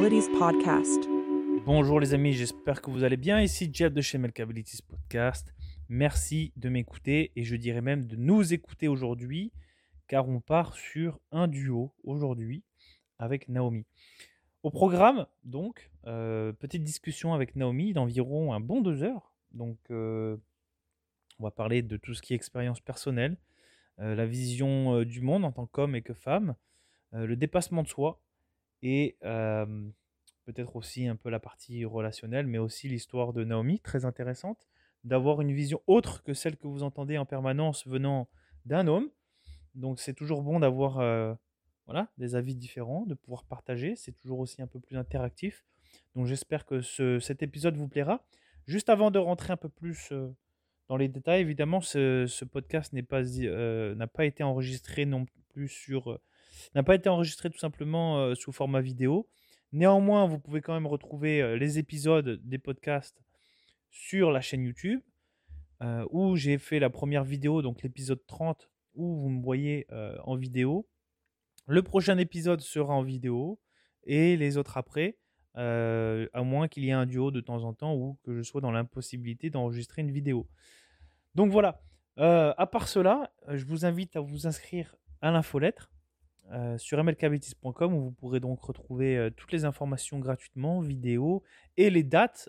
Capabilities Podcast. Bonjour les amis, j'espère que vous allez bien. Ici Jeff de chez Capabilities Podcast. Merci de m'écouter et je dirais même de nous écouter aujourd'hui car on part sur un duo aujourd'hui avec Naomi. Au programme, donc, petite discussion avec Naomi d'environ un bon 2 heures. Donc, on va parler de tout ce qui est expérience personnelle, la vision du monde en tant qu'homme et que femme, le dépassement de soi et peut-être aussi un peu la partie relationnelle, mais aussi l'histoire de Naomi, très intéressante, d'avoir une vision autre que celle que vous entendez en permanence venant d'un homme. Donc c'est toujours bon d'avoir voilà, des avis différents, de pouvoir partager. C'est toujours aussi un peu plus interactif. Donc j'espère que cet épisode vous plaira. Juste avant de rentrer un peu plus dans les détails, évidemment, ce podcast n'a pas été enregistré non plus n'a pas été enregistré tout simplement sous format vidéo. Néanmoins, vous pouvez quand même retrouver les épisodes des podcasts sur la chaîne YouTube où j'ai fait la première vidéo, donc l'épisode 30, où vous me voyez en vidéo. Le prochain épisode sera en vidéo et les autres après, à moins qu'il y ait un duo de temps en temps ou que je sois dans l'impossibilité d'enregistrer une vidéo. Donc voilà, à part cela, je vous invite à vous inscrire à l'infolettre sur mlkbetis.com où vous pourrez donc retrouver toutes les informations gratuitement, vidéos et les dates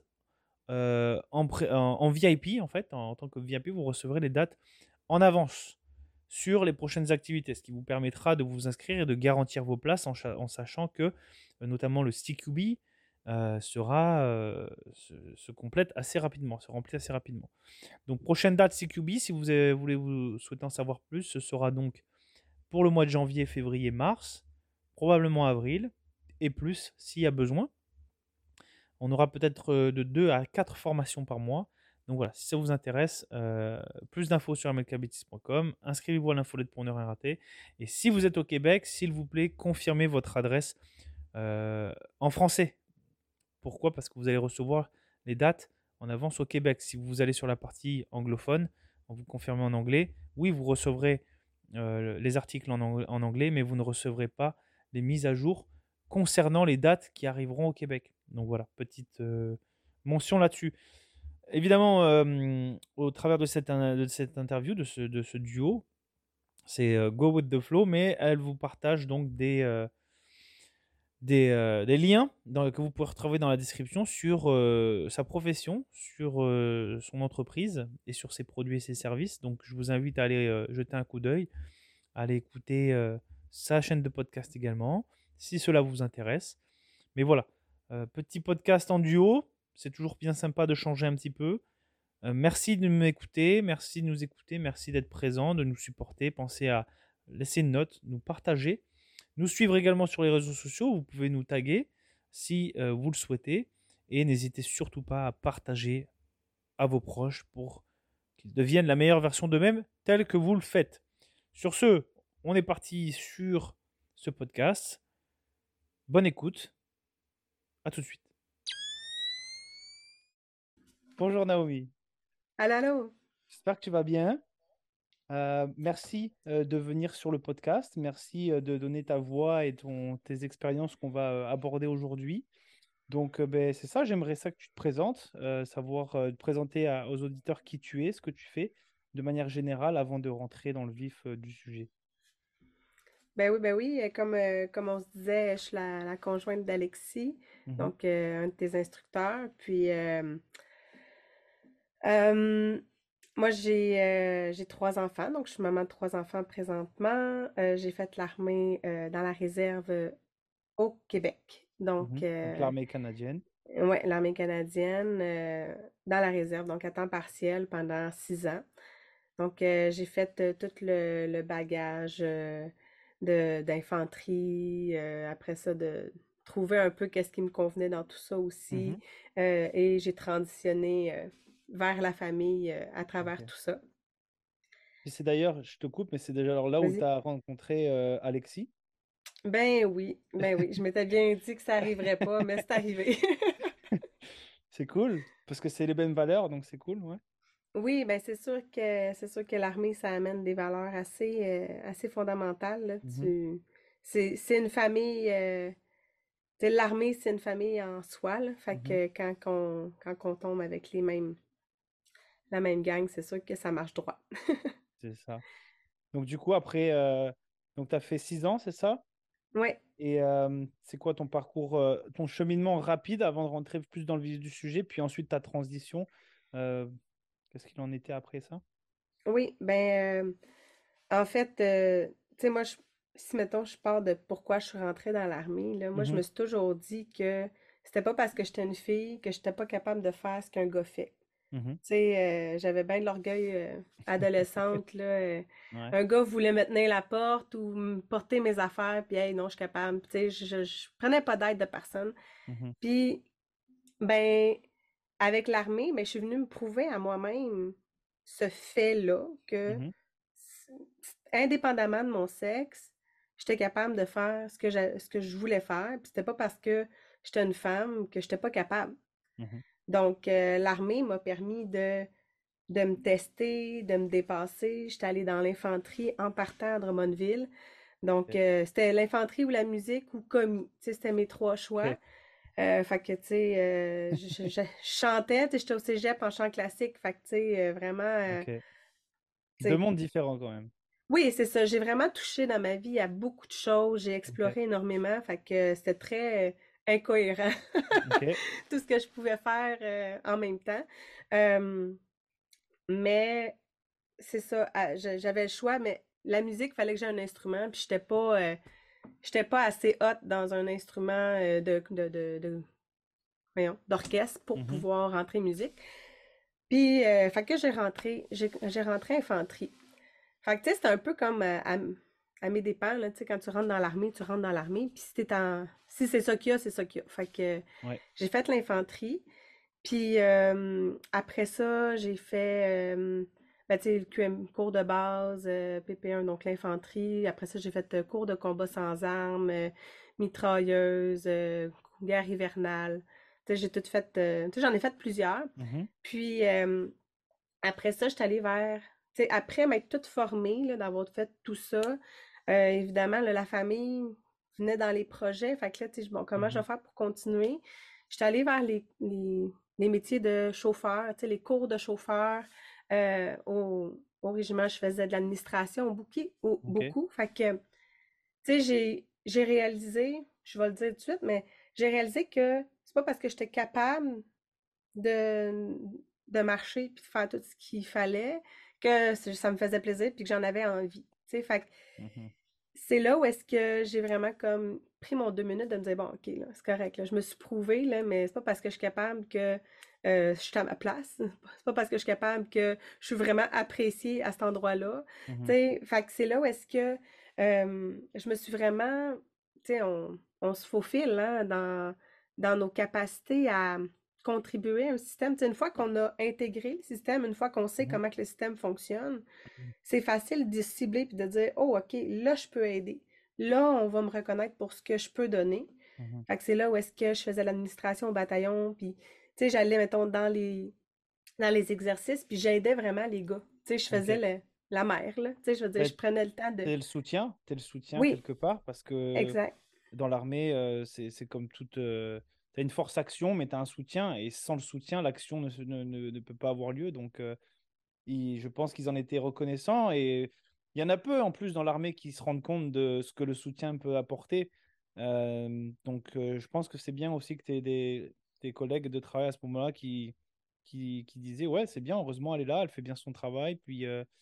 en VIP en fait. En tant que VIP, vous recevrez les dates en avance sur les prochaines activités, ce qui vous permettra de vous inscrire et de garantir vos places en sachant que notamment le CQB se complète assez rapidement, se remplit assez rapidement. Donc prochaine date CQB, si vous souhaitez en savoir plus, ce sera donc pour le mois de janvier, février, mars, probablement avril, et plus s'il y a besoin. On aura peut-être de 2 à 4 formations par mois. Donc voilà, si ça vous intéresse, plus d'infos sur mlkbetis.com. Inscrivez-vous à l'infolette pour ne rien rater. Et si vous êtes au Québec, s'il vous plaît, confirmez votre adresse en français. Pourquoi? Parce que vous allez recevoir les dates en avance au Québec. Si vous allez sur la partie anglophone, vous confirmez en anglais, oui, vous recevrez les articles en anglais, mais vous ne recevrez pas les mises à jour concernant les dates qui arriveront au Québec. Donc voilà, petite mention là-dessus. Évidemment, au travers de cette interview, de ce duo, c'est Go with the Flow, mais elle vous partage donc des liens que vous pouvez retrouver dans la description sur sa profession, sur son entreprise et sur ses produits et ses services. Donc je vous invite à aller jeter un coup d'œil, à aller écouter sa chaîne de podcast également, si cela vous intéresse. Mais voilà, petit podcast en duo, c'est toujours bien sympa de changer un petit peu. Merci de m'écouter, merci de nous écouter, merci d'être présent, de nous supporter. Pensez à laisser une note, nous partager. Nous suivre également sur les réseaux sociaux, vous pouvez nous taguer si vous le souhaitez. Et n'hésitez surtout pas à partager à vos proches pour qu'ils deviennent la meilleure version d'eux-mêmes telle que vous le faites. Sur ce, on est parti sur ce podcast. Bonne écoute. À tout de suite. Bonjour Naomi. Allô, allô. J'espère que tu vas bien. Merci de venir sur le podcast. Merci de donner ta voix et tes expériences qu'on va aborder aujourd'hui. Donc, c'est ça, j'aimerais ça que tu te présentes, savoir te présenter aux auditeurs qui tu es, ce que tu fais, de manière générale, avant de rentrer dans le vif du sujet. Ben oui, comme on se disait, je suis la conjointe d'Alexis, Mhm. donc un de tes instructeurs. Puis, euh, moi, j'ai 3 enfants, donc je suis maman de 3 enfants présentement. J'ai fait l'armée dans la réserve au Québec. Donc, Donc, l'armée canadienne. ouais, l'armée canadienne dans la réserve, donc à temps partiel pendant 6 ans. Donc, j'ai fait tout le bagage d'infanterie, après ça, de trouver un peu qu'est-ce qui me convenait dans tout ça aussi. Mhm. Et j'ai transitionné vers la famille à travers Ok. tout ça. Et c'est d'ailleurs, je te coupe, mais c'est déjà alors là où tu Vas-y. as rencontré Alexis. Ben oui, je m'étais bien dit que ça arriverait pas, mais c'est arrivé. C'est cool, parce que c'est les mêmes valeurs, donc c'est cool, ouais. Oui, ben c'est sûr que l'armée, ça amène des valeurs assez fondamentales, là. Mhm. C'est une famille Tu sais, l'armée, c'est une famille en soi, là. Fait Mhm. que quand on tombe avec la même gang, c'est sûr que ça marche droit. C'est ça. Donc, du coup, après, donc tu as fait 6 ans, c'est ça? Ouais, Et c'est quoi ton parcours, ton cheminement rapide avant de rentrer plus dans le vif du sujet, puis ensuite ta transition, euh, qu'est-ce qu'il en était après ça? oui, ben, en fait, tu sais, moi, si mettons, je parle de pourquoi je suis rentrée dans l'armée, là, moi, je Mhm, me suis toujours dit que c'était pas parce que j'étais une fille que j'étais pas capable de faire ce qu'un gars fait. mhm. Tu sais, j'avais bien de l'orgueil adolescente, là. Ouais. Un gars voulait me tenir la porte ou me porter mes affaires, puis hey, non, je suis capable. Tu sais, je prenais pas d'aide de personne. Mhm, Puis, ben, avec l'armée, ben, je suis venue me prouver à moi-même ce fait-là que, mhm. indépendamment de mon sexe, j'étais capable de faire ce que je voulais faire. Puis c'était pas parce que j'étais une femme que j'étais pas capable. Mhm. Donc, l'armée m'a permis de me tester, de me dépasser. J'étais allée dans l'infanterie en partant à Drummondville. Donc, Ok. c'était l'infanterie ou la musique ou commis. Tu sais, c'était mes trois choix. Ok. Fait que, tu sais, je chantais, tu sais, j'étais au cégep en chant classique. Fait que, tu sais, vraiment, Ok. tu Deux sais, mondes différents quand même. oui, c'est ça. J'ai vraiment touché dans ma vie à beaucoup de choses. J'ai Ok. exploré énormément. Fait que c'était très incohérent, Ok. tout ce que je pouvais faire en même temps. Euh, mais c'est ça, j'avais le choix, mais la musique, fallait que j'ai un instrument, puis j'étais pas assez hot dans un instrument voyons, d'orchestre pour Mhm. pouvoir rentrer musique. Puis, fait que j'ai rentré infanterie. Fait que, tu sais, c'est un peu comme à mes dépens, là, tu sais, quand tu rentres dans l'armée, tu rentres dans l'armée, puis si c'est ça qu'il y a, c'est ça qu'il y a. Fait que Ouais. j'ai fait l'infanterie, puis après ça, j'ai fait, ben, tu sais, le cours de base, PP1, donc l'infanterie. Après ça, j'ai fait cours de combat sans armes, mitrailleuse, guerre hivernale. Tu sais, j'ai tout fait, tu sais, j'en ai fait plusieurs. Mhm. Puis après ça, je suis allée vers, tu sais, après m'être toute formée, là, d'avoir fait tout ça, évidemment, là, la famille venait dans les projets. Fait que là, tu sais, bon, comment je Mhm. vais faire pour continuer? Je suis allée vers les métiers de chauffeur, tu sais, les cours de chauffeur. Au régiment, je faisais de l'administration Ok. beaucoup. Fait que, tu sais, j'ai réalisé, je vais le dire tout de suite, mais j'ai réalisé que c'est pas parce que j'étais capable de, de marcher puis de faire tout ce qu'il fallait que ça me faisait plaisir puis que j'en avais envie. Tu sais, fait que Mhm. c'est là où est-ce que j'ai vraiment comme pris mon 2 minutes de me dire, bon, ok, là, c'est correct, là, je me suis prouvée, là, mais c'est pas parce que je suis capable que je suis à ma place. C'est pas parce que je suis capable que je suis vraiment appréciée à cet endroit-là. Tu Mhm. sais, fait que c'est là où est-ce que je me suis vraiment, tu sais, on se faufile hein, dans nos capacités à contribuer à un système. Tu sais, une fois qu'on a intégré le système, une fois qu'on sait Mhm. comment que le système fonctionne, c'est facile de cibler puis de dire, oh, OK, là, je peux aider. Là, on va me reconnaître pour ce que je peux donner. Mhm. Fait que c'est là où est-ce que je faisais l'administration au bataillon, puis, tu sais, j'allais, mettons, dans les exercices, puis j'aidais vraiment les gars. Tu sais, je Ok. faisais la mère, là. Tu sais, je veux dire, je Ouais, prenais le temps de... t'es le soutien Oui, quelque part parce que exact. dans l'armée, c'est comme toute. T'as une force action, mais t'as un soutien et sans le soutien, l'action ne peut pas avoir lieu. Donc, je pense qu'ils en étaient reconnaissants et il y en a peu en plus dans l'armée qui se rendent compte de ce que le soutien peut apporter. Donc, je pense que c'est bien aussi que tu aies des collègues de travail à ce moment-là qui disaient, ouais, c'est bien, heureusement, elle est là, elle fait bien son travail. Puis,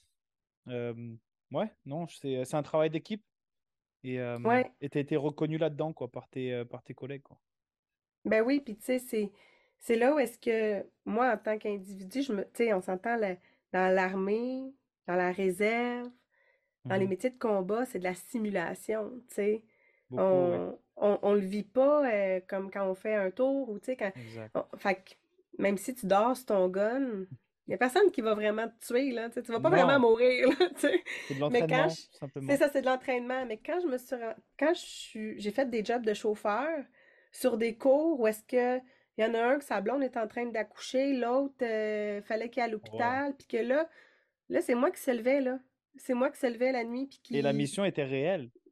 ouais, non, c'est un travail d'équipe Ouais, et tu as été reconnu là-dedans, quoi, par tes collègues, quoi. ben oui, puis tu sais, c'est là où est-ce que moi, en tant qu'individu, tu sais, on s'entend dans l'armée, dans la réserve, dans les Mhm. métiers de combat, c'est de la simulation, tu sais. Beaucoup, ouais, On le vit pas comme quand on fait un tour ou tu sais, exact. fait que même si tu dors sur ton gun, il y a personne qui va vraiment te tuer, là, tu sais, tu vas pas vraiment Non, mourir, là, tu sais. c'est de Mais l'entraînement, tout c'est simplement. ça, c'est de l'entraînement. Mais quand je me suis, quand j'ai fait des jobs de chauffeur sur des cours où est-ce que il y en a un que sa blonde est en train d'accoucher, l'autre fallait qu'il aille à Wow. l'hôpital, puis que là, c'est moi qui se levais, là. C'est moi qui se levais la nuit, puis Et la qui... mission était réelle.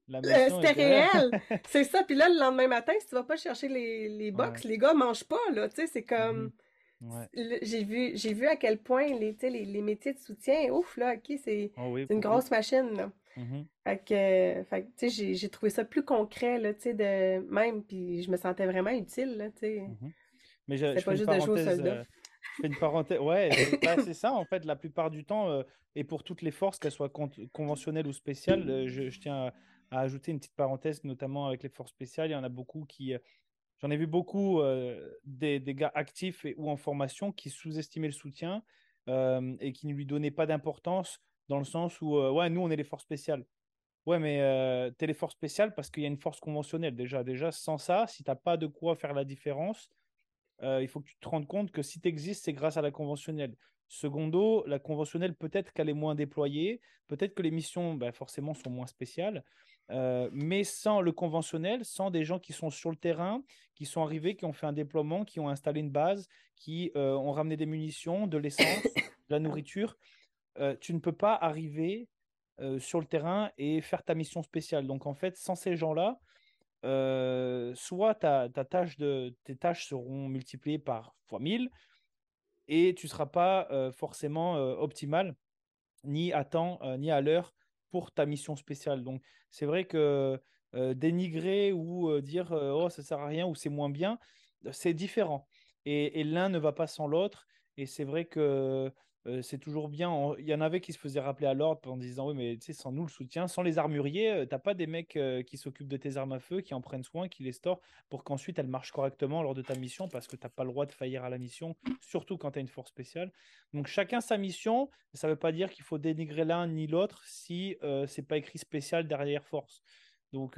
La mission C'était était... réel! C'est ça. Puis là, le lendemain matin, si tu vas pas chercher les Ouais. box, les gars mangent pas, là. Tu sais, c'est comme... Mhm. Ouais. J'ai vu à quel point tu sais, les métiers de soutien, ouf, là, OK, Oh oui, c'est une beaucoup. grosse machine, là. Mhm. Tu sais, j'ai trouvé ça plus concret, là, tu sais, de même, puis je me sentais vraiment utile, là, tu sais. Mhm. Mais C'était je fais pas une juste de jouer aux parenthèse. soldats. Je fais une parenthèse. Ouais, c'est ça en fait. La plupart du temps, et pour toutes les forces, qu'elles soient conventionnelles ou spéciales, je tiens à ajouter une petite parenthèse, notamment avec les forces spéciales. Il y en a beaucoup qui, j'en ai vu beaucoup des gars actifs ou en formation qui sous-estimaient le soutien et qui ne lui donnaient pas d'importance dans le sens où, ouais, nous, on est les forces spéciales. Ouais, mais t'es les forces spéciales parce qu'il y a une force conventionnelle déjà. Déjà, sans ça, si t'as pas de quoi faire la différence, il faut que tu te rendes compte que si tu existes, c'est grâce à la conventionnelle. Secondo, la conventionnelle, peut-être qu'elle est moins déployée, peut-être que les missions, ben, forcément, sont moins spéciales, mais sans le conventionnel, sans des gens qui sont sur le terrain, qui sont arrivés, qui ont fait un déploiement, qui ont installé une base, qui ont ramené des munitions, de l'essence, de la nourriture, tu ne peux pas arriver sur le terrain et faire ta mission spéciale. Donc, en fait, sans ces gens-là, soit tes tâches seront multipliées par fois 1000 et tu ne seras pas forcément optimal ni à temps, ni à l'heure pour ta mission spéciale. Donc, c'est vrai que dénigrer ou dire oh, ça sert à rien ou c'est moins bien, c'est différent. Et l'un ne va pas sans l'autre. Et c'est vrai que c'est toujours bien. Il y en avait qui se faisaient rappeler à l'ordre en disant oui, mais tu sais, sans nous, le soutien, sans les armuriers, t'as pas des mecs qui s'occupent de tes armes à feu, qui en prennent soin, qui les storent pour qu'ensuite elles marchent correctement lors de ta mission parce que t'as pas le droit de faillir à la mission, surtout quand tu as une force spéciale. Donc, chacun sa mission. Ça ne veut pas dire qu'il faut dénigrer l'un ni l'autre si c'est pas écrit spécial derrière force. Donc,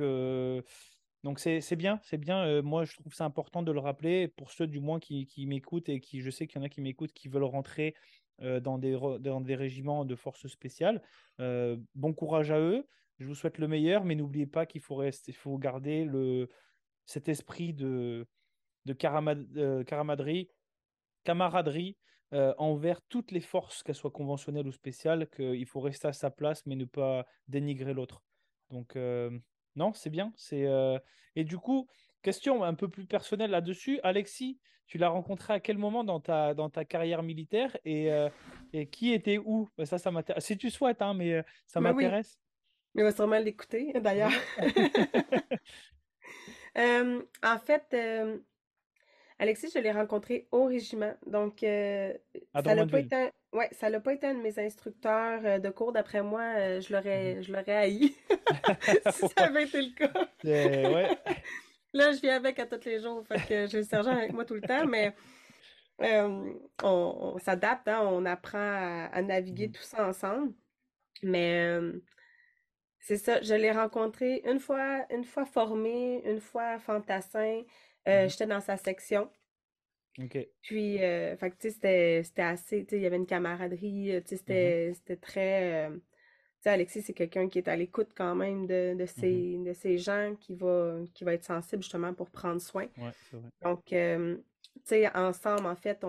c'est bien, c'est bien. Moi, je trouve ça important de le rappeler pour ceux du moins qui m'écoutent et qui, je sais qu'il y en a qui m'écoutent, qui veulent rentrer dans des régiments de forces spéciales. Bon courage à eux. Je vous souhaite le meilleur, mais n'oubliez pas qu'il faut rester, il faut garder cet esprit de camaraderie envers toutes les forces, qu'elles soient conventionnelles ou spéciales, qu'il faut rester à sa place, mais ne pas dénigrer l'autre. Donc, non, c'est bien. Et du coup, question un peu plus personnelle là-dessus. Alexis, tu l'as rencontré à quel moment dans ta carrière militaire et qui était où? Ben, ça m'intéresse. Si tu souhaites, hein, mais ça Mais oui, m'intéresse. il va sûrement l'écouter, d'ailleurs. Ouais. En fait, Alexis, je l'ai rencontré au régiment. Donc, À Drummondville. ouais, ça l'a pas été un de mes instructeurs de cours. D'après moi, Mhm. je l'aurais haï si ça Ouais. avait été le cas. Ouais. Là, je viens avec à tous les jours, fait que j'ai le sergent avec moi tout le temps, mais on s'adapte, hein, on apprend à naviguer Mhm. tout ça ensemble. Mais c'est ça, je l'ai rencontré une fois formé, une fois fantassin. Mhm. J'étais dans sa section. Ok. Puis, fait que, tu sais, c'était assez, tu sais, il y avait une camaraderie, tu sais, Mhm. c'était très, tu sais, Alexis, c'est quelqu'un qui est à l'écoute quand même Mhm. de ces gens, qui va être sensible justement pour prendre soin. Ouais, c'est vrai. Donc, tu sais, ensemble, en fait,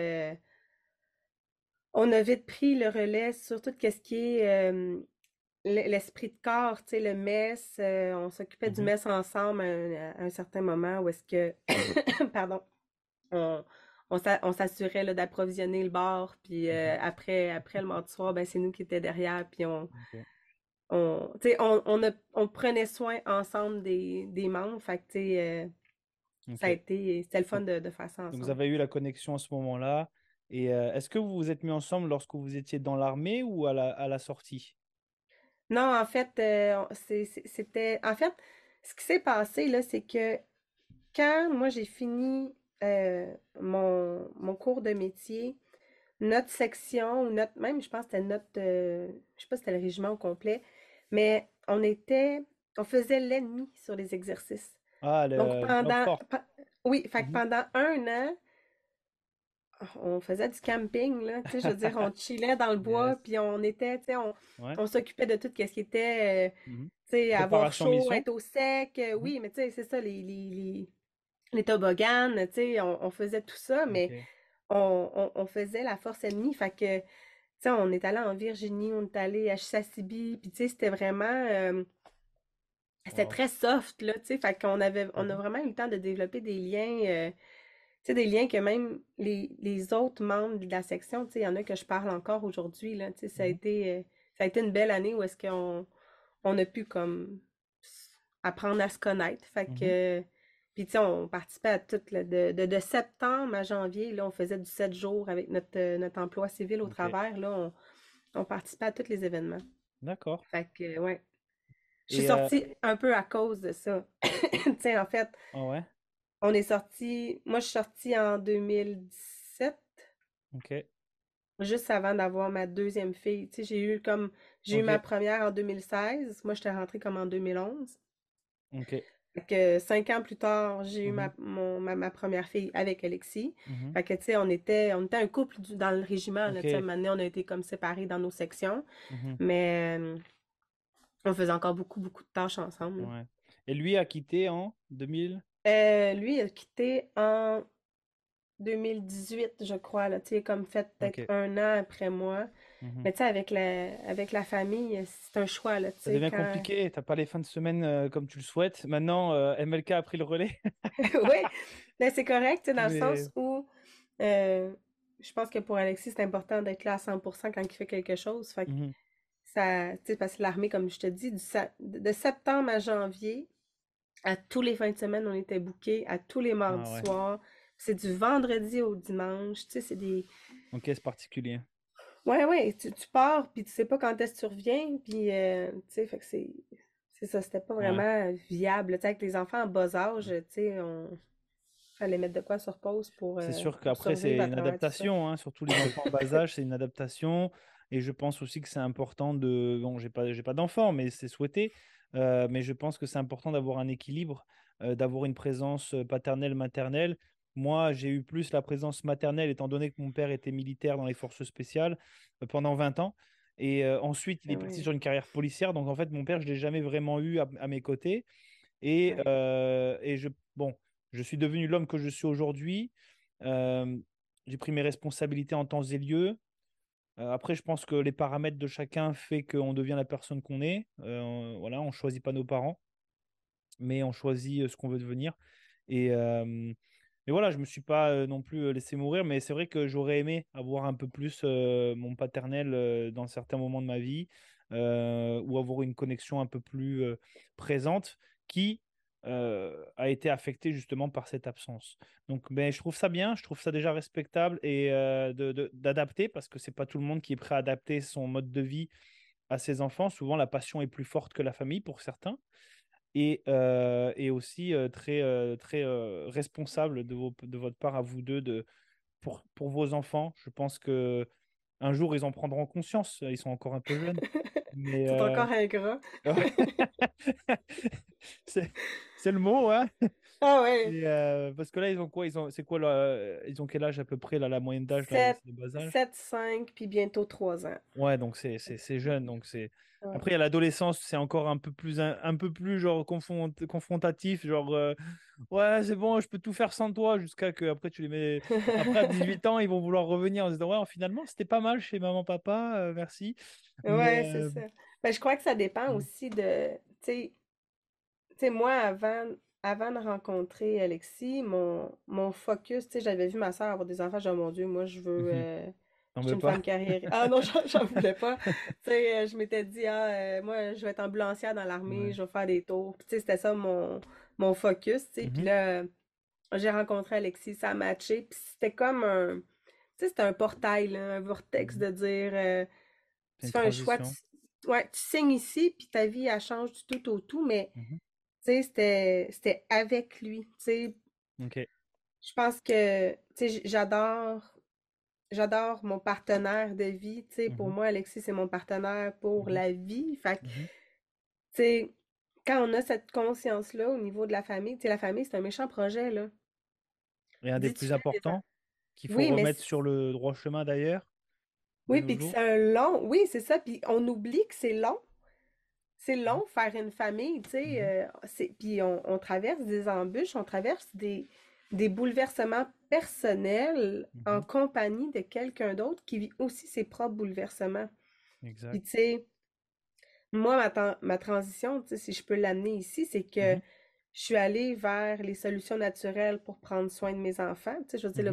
on a vite pris le relais sur tout ce qui est l'esprit de corps, tu sais, le mess. On s'occupait du Mhm. mess ensemble à un certain moment où est-ce que, pardon, on, on s'assurait là, d'approvisionner le bar, puis Mhm. après le mardi soir, ben, c'est nous qui étions derrière, puis Ok. tu sais, on prenait soin ensemble des membres, fait que, tu sais, Ok. c'était le fun Donc, de faire ça donc vous ensemble. avez eu la connexion à ce moment-là. Et est-ce que vous vous êtes mis ensemble lorsque vous étiez dans l'armée ou à la sortie? Non, en fait, c'était, en fait, ce qui s'est passé, là, c'est que quand moi j'ai fini mon cours de métier, notre section, ou notre, même je pense que c'était je sais pas si c'était le régiment au complet, mais on faisait l'ennemi sur les exercices. Ah, Donc Globe Fort. oui, fait que Mhm. pendant un an, on faisait du camping, là, tu sais, je veux dire, on chillait dans le bois, Yes. puis on était, tu sais, Ouais. on s'occupait de tout ce qui était, Mhm. tu sais, avoir Préparation chaud, mission. être au sec, Mhm. oui, mais tu sais, c'est ça, les toboggans, tu sais, on faisait tout ça, mais Ok. on faisait la force ennemie, fait que, tu sais, on est allé en Virginie, on est allé à Chisasibi, puis tu sais, c'était vraiment, C'était Wow. très soft, là, tu sais, fait on a Mhm. vraiment eu le temps de développer des liens, tu sais, des liens que même les autres membres de la section, tu sais, il y en a que je parle encore aujourd'hui, là, tu sais, Mhm. ça a été une belle année où est-ce on a pu, comme, apprendre à se connaître, fait Mhm. que, puis tu sais, on participait à tout, là, de septembre à janvier, là, on faisait du 7 jours avec notre emploi civil au Ok. travers, là, on participait à tous les événements, D'accord. fait que, ouais. Je suis Et sortie un peu à cause de ça. Tu sais, en fait, ah ouais. moi je suis sortie en 2017, Ok. juste avant d'avoir ma deuxième fille. Tu sais, j'ai eu ma Ok. première en 2016, moi j'étais rentrée comme en 2011. Ok. Fait que 5 ans plus tard, j'ai eu Mhm. ma première fille avec Alexis. Mhm. Fait que, tu sais, on était un couple dans le régiment, là, tu sais, à un Ok. moment donné, on a été comme séparés dans nos sections, Mhm. mais on faisait encore beaucoup, beaucoup de tâches ensemble, là. Ouais. Et lui a quitté en 2000. Lui, il a quitté en 2018, je crois, là, tu sais, comme fait peut-être Ok. 1 an après moi. Mhm. Mais tu sais, avec la famille, c'est un choix, là, tu Ça sais, devient quand... compliqué. T'as pas les fins de semaine comme tu le souhaites. Maintenant, MLK a pris le relais. Oui, mais c'est correct, tu sais, dans le Mais sens où euh, je pense que pour Alexis, c'est important d'être là à 100% quand il fait quelque chose. Fait que mhm. ça, tu sais, parce que l'armée, comme je te dis, de septembre à janvier, à tous les fins de semaine, on était bookés, à tous les Ah mardis ouais. soirs. C'est du vendredi au dimanche, tu sais, c'est des... Ok, c'est particulier. Ouais, ouais, tu pars, puis tu sais pas quand est-ce que tu reviens, puis tu sais, fait que c'est ça, c'était pas Ouais. vraiment viable. Tu sais, avec les enfants en bas âge, tu sais, on fallait mettre de quoi sur pause C'est sûr pour qu'après, survivre c'est à une travers tout ça. adaptation, hein, surtout les enfants en bas âge, c'est une adaptation. Et je pense aussi que c'est important de... Bon, j'ai pas d'enfant, mais c'est souhaité. Mais je pense que c'est important d'avoir un équilibre, d'avoir une présence paternelle, maternelle. Moi, j'ai eu plus la présence maternelle, étant donné que mon père était militaire dans les forces spéciales pendant 20 ans. Et ensuite, il est Ah parti ouais, sur une carrière policière. Donc, en fait, mon père, je l'ai jamais vraiment eu à mes côtés. ouais. Et bon, je suis devenu l'homme que je suis aujourd'hui. Euh, j'ai pris mes responsabilités en temps et lieu. Après, je pense que les paramètres de chacun fait qu'on devient la personne qu'on est. Voilà, on choisit pas nos parents, mais on choisit ce qu'on veut devenir. Et, euh, et voilà, je me suis pas non plus laissé mourir, mais c'est vrai que j'aurais aimé avoir un peu plus mon paternel dans certains moments de ma vie, ou avoir une connexion un peu plus présente qui a été affectée justement par cette absence. Donc, ben, je trouve ça bien, je trouve ça déjà respectable et d'adapter parce que c'est pas tout le monde qui est prêt à adapter son mode de vie à ses enfants. Souvent, la passion est plus forte que la famille pour certains et aussi très responsable de votre part à vous deux pour vos enfants. Je pense que un jour, ils en prendront conscience. Ils sont encore un peu jeunes. Mais Tout encore ingrat. c'est c'est le mot, hein? Ah ouais. Parce que là, ils ont quoi? C'est quoi ils ont quel âge à peu près, là, la moyenne d'âge, là, sept c'est le bas âge? 7 5 puis bientôt 3 ans. Ouais, donc c'est jeune. Donc c'est Ouais. après il y a l'adolescence, c'est encore un peu plus genre confrontatif, genre ouais, c'est bon, je peux tout faire sans toi jusqu'à que après tu les mets après à 18 ans, ils vont vouloir revenir en se disant ouais, finalement, c'était pas mal chez maman papa, merci. Mais Ouais, c'est ça. Ben, je crois que ça dépend aussi de, tu sais, moi, avant de rencontrer Alexis, mon focus, tu sais, j'avais vu ma sœur avoir des enfants, j'ai dit, oh mon Dieu, moi, t'en je suis veux une pas. femme carrière. Ah non, j'en voulais pas. Tu sais, je m'étais dit, moi, je vais être ambulancière dans l'armée, Ouais. je vais faire des tours. Puis, tu sais, c'était ça mon focus, tu sais. Puis Mhm, là, j'ai rencontré Alexis, ça a matché. Puis c'était comme tu sais, c'était un portail, là, un vortex mhm. de dire, C'est tu une fais un choix, transition. ouais, tu signes ici, puis ta vie, elle change du tout au tout, mais Mhm. tu sais, c'était avec lui. Tu sais, Ok. je pense que, tu sais, j'adore mon partenaire de vie. Tu sais, pour Mhm, moi, Alexis, c'est mon partenaire pour mhm, la vie. Fait que, tu mhm. sais, quand on a cette conscience-là au niveau de la famille, tu sais, la famille, c'est un méchant projet, là. Et un des Dis, tu plus fais des... importants qu'il faut Oui, mais remettre sur le droit chemin d'ailleurs de oui, nos puis que jours. c'est un long, oui, c'est ça, puis on oublie que c'est long. C'est Mhm, long faire une famille, tu sais, mhm, puis on traverse des embûches, on traverse des bouleversements personnels en mhm. compagnie de quelqu'un d'autre qui vit aussi ses propres bouleversements. Puis Exact. tu sais, moi, ma transition, tu sais, si je peux l'amener ici, c'est que Mhm, je suis allée vers les solutions naturelles pour prendre soin de mes enfants. Tu sais, je veux dire, mhm,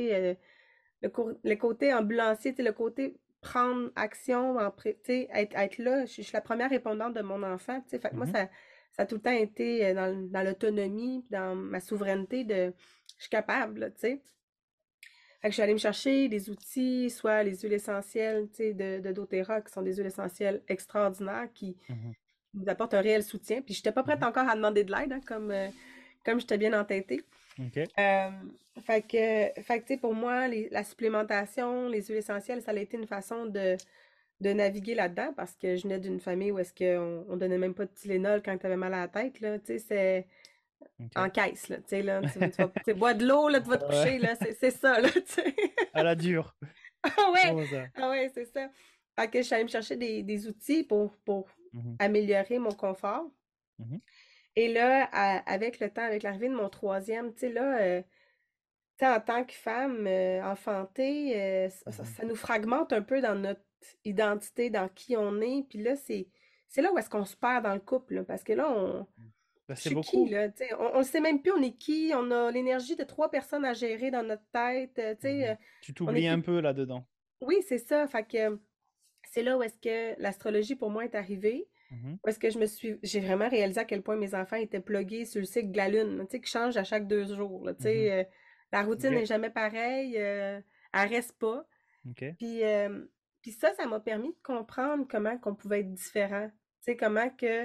le côté ambulancier, tu sais, le côté prendre action, tu sais, être là. Je suis la première répondante de mon enfant. Tu sais, fait que moi, mhm, ça a tout le temps été dans l'autonomie, puis dans ma souveraineté de je suis capable, là, tu sais. Fait que je suis allée me chercher des outils, soit les huiles essentielles, tu sais, de doTERRA, qui sont des huiles essentielles extraordinaires qui mhm, nous apportent un réel soutien. Puis je n'étais pas prête mhm. encore à demander de l'aide, hein, comme j'étais bien entêtée. Ok. Euh, fait que, tu sais, pour moi, la supplémentation, les huiles essentielles, ça a été une façon de naviguer là-dedans parce que je venais d'une famille où est-ce qu'on on donnait même pas de Tylenol quand tu avais mal à la tête, là, tu sais, c'est en Ok. caisse, là, tu sais, là, tu bois de l'eau, là, tu vas te Ouais, coucher, là, c'est ça, là, tu sais. à la dure. Ah ouais, Comment ça? ah ouais, c'est ça. Fait que je suis allée me chercher des outils pour Mhm, améliorer mon confort. mhm, Et là, avec le temps, avec l'arrivée de mon troisième, tu sais, là, tu sais, en tant que femme enfantée, mhm. ça nous fragmente un peu dans notre identité, dans qui on est. Puis là, c'est là où est-ce qu'on se perd dans le couple, là, parce que là, Bah, je c'est suis qui, beaucoup. là? Tu sais, on ne sait même plus on est qui. On a l'énergie de trois personnes à gérer dans notre tête. Tu sais, Mhm. Tu on n'est t'oublies un plus. peu là-dedans. Oui, c'est ça. Fait que c'est là où est-ce que l'astrologie pour moi est arrivée. Mhm. Où est-ce que j'ai vraiment réalisé à quel point mes enfants étaient plugués sur le cycle de la lune, tu sais, qui change à chaque 2 jours, là, tu Mhm. sais, la routine Ok. n'est jamais pareille, elle reste pas. Ok. Puis, puis ça m'a permis de comprendre comment qu'on pouvait être différent. Tu sais, comment que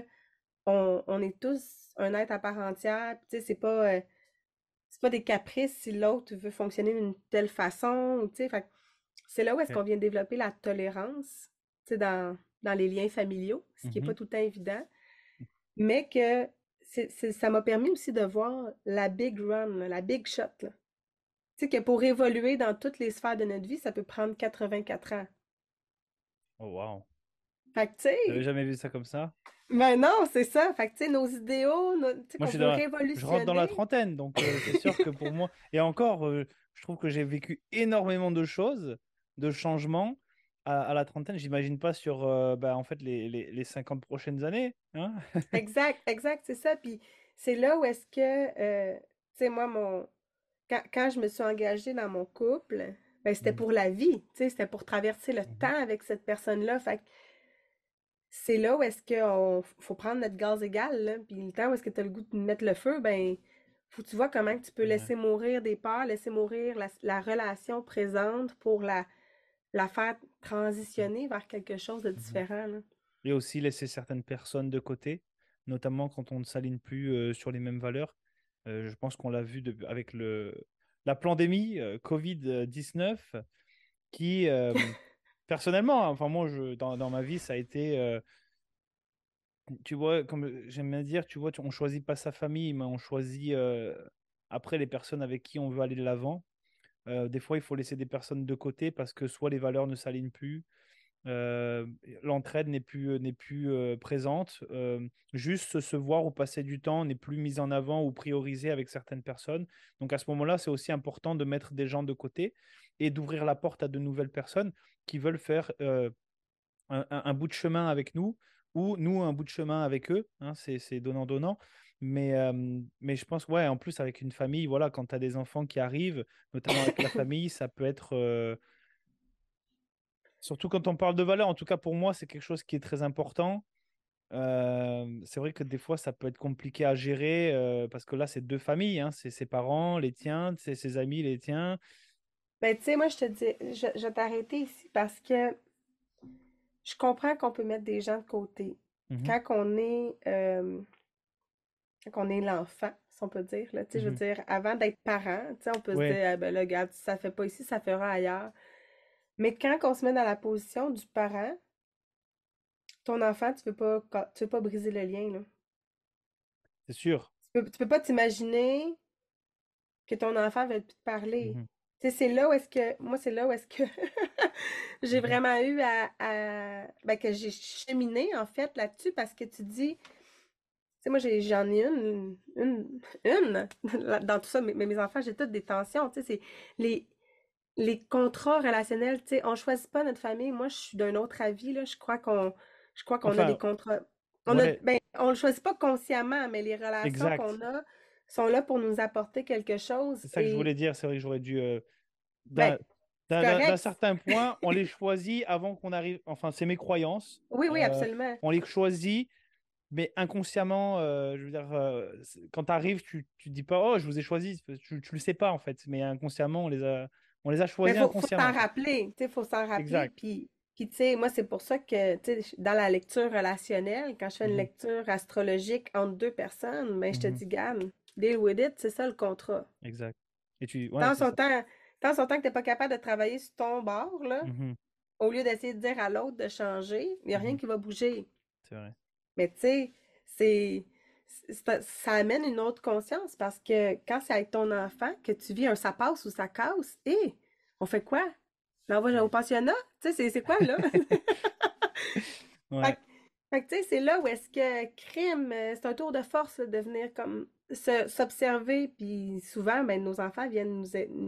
on est tous un être à part entière. Puis, tu sais, c'est pas des caprices si l'autre veut fonctionner d'une telle façon. Tu sais, fait que c'est là où est-ce Ok. qu'on vient développer la tolérance, tu sais, dans les liens familiaux, ce qui est pas Mhm. tout le temps évident. Mais que ça m'a permis aussi de voir la big run, là, la big shot, là. Tu sais que pour évoluer dans toutes les sphères de notre vie, ça peut prendre 84 ans. Oh, wow. Fait que, tu J'avais sais, jamais vu ça comme ça. ben non, c'est ça. Fait que, tu sais, nos idéaux, tu sais, Moi, qu'on veut je rentre dans la révolutionner. trentaine, donc c'est sûr que pour moi, et encore, je trouve que j'ai vécu énormément de choses, de changements à la trentaine. J'imagine pas sur bah, en fait les 50 prochaines années, hein. Exact, exact, c'est ça. Puis c'est là où est-ce que, tu sais, moi, quand je me suis engagée dans mon couple, ben, c'était Mhm, pour la vie, tu sais, c'était pour traverser le mhm, temps avec cette personne-là. Fait que c'est là où est-ce qu'on faut prendre notre gaz égal, là, puis le temps où est-ce que tu as le goût de mettre le feu, ben faut que tu vois comment que tu peux ouais, laisser mourir des peurs, laisser mourir la relation présente pour la faire transitionner vers quelque chose de mhm. différent, là. Et aussi laisser certaines personnes de côté, notamment quand on ne s'aligne plus sur les mêmes valeurs. Je pense qu'on l'a vu avec la pandémie Covid-19 qui, personnellement, hein, enfin moi, dans ma vie, ça a été, tu vois, comme j'aime bien dire, tu vois, on choisit pas sa famille, mais on choisit après les personnes avec qui on veut aller de l'avant. Des fois, il faut laisser des personnes de côté parce que soit les valeurs ne s'alignent plus, euh, l'entraide n'est plus présente. Juste se voir ou passer du temps n'est plus mis en avant ou priorisé avec certaines personnes. Donc à ce moment-là, c'est aussi important de mettre des gens de côté et d'ouvrir la porte à de nouvelles personnes qui veulent faire un bout de chemin avec nous ou nous un bout de chemin avec eux. Hein, c'est donnant-donnant. Mais je pense, ouais, en plus avec une famille, voilà, quand tu as des enfants qui arrivent, notamment avec la famille, ça peut être surtout quand on parle de valeur, en tout cas pour moi, c'est quelque chose qui est très important. C'est vrai que des fois, ça peut être compliqué à gérer parce que là, c'est deux familles, hein, c'est ses parents, les tiens, c'est ses amis, les tiens. Ben tu sais, moi je te dis, je vais t'arrêter ici parce que je comprends qu'on peut mettre des gens de côté. Mhm, Quand on est l'enfant, si on peut dire, là, tu sais, je veux mhm. dire, avant d'être parent, tu sais, on peut se Ouais, dire, ah ben là, regarde, si ça fait pas ici, ça fera ailleurs. Mais quand on se met dans la position du parent, ton enfant, tu peux pas briser le lien, là. c'est sûr. Tu peux pas t'imaginer que ton enfant va plus te parler. Mhm, Tu sais, c'est là où est-ce que, moi, c'est là où est-ce que j'ai mhm, vraiment eu ben, que j'ai cheminé, en fait, là-dessus, parce que tu dis, tu sais, moi, j'en ai une, dans tout ça, mais mes enfants, j'ai toutes des tensions, tu sais, c'est les, les contrats relationnels, tu sais, on choisit pas notre famille. Moi, je suis d'un autre avis, là, je crois qu'on Je crois qu'on a des Enfin, contrats. ouais, On le choisit pas consciemment, mais les relations exact. qu'on a sont là pour nous apporter quelque chose. C'est ça que je Et voulais dire. C'est vrai que j'aurais dû. ben, D'un c'est d'un correct. certain point, on les choisit avant qu'on arrive. Enfin, c'est mes croyances. Oui, oui, absolument. On les choisit, mais inconsciemment, je veux dire, quand tu arrives, tu te dis pas, oh, je vous ai choisi. Tu le sais pas, en fait. Mais inconsciemment, on les a Mais choisis faut s'en inconsciemment. rappeler, tu sais, faut s'en rappeler. Exact. Puis tu sais, moi, c'est pour ça que, tu sais, dans la lecture relationnelle, quand je fais une Mhm, lecture astrologique entre deux personnes, ben, je te mhm, dis, Gann, deal with it, c'est ça le contrat. exact. Ouais, Tant c'est son ça. temps, tant son temps que t'es pas capable de travailler sur ton bord, là, Mhm, au lieu d'essayer de dire à l'autre de changer, il n'y a rien mhm, qui va bouger. c'est vrai. Mais tu sais, c'est, ça amène une autre conscience parce que quand c'est avec ton enfant que tu vis un ça passe ou ça casse, hé, on fait quoi? L'envoie au Ouais. pensionnat? Tu sais, c'est quoi là? Fait, Ouais. que tu sais, c'est là où est-ce que crime, c'est un tour de force là, de venir comme s'observer, puis souvent, ben, nos enfants viennent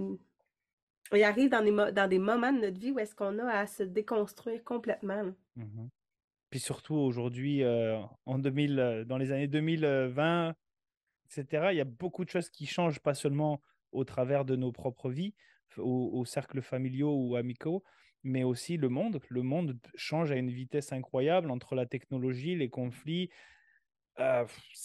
ils arrivent dans des moments de notre vie où est-ce qu'on a à se déconstruire complètement, là. Mhm. Puis surtout aujourd'hui, dans les années 2020, etc., il y a beaucoup de choses qui changent, pas seulement au travers de nos propres vies, aux cercles familiaux ou amicaux, mais aussi le monde. Le monde change à une vitesse incroyable entre la technologie, les conflits. Euh,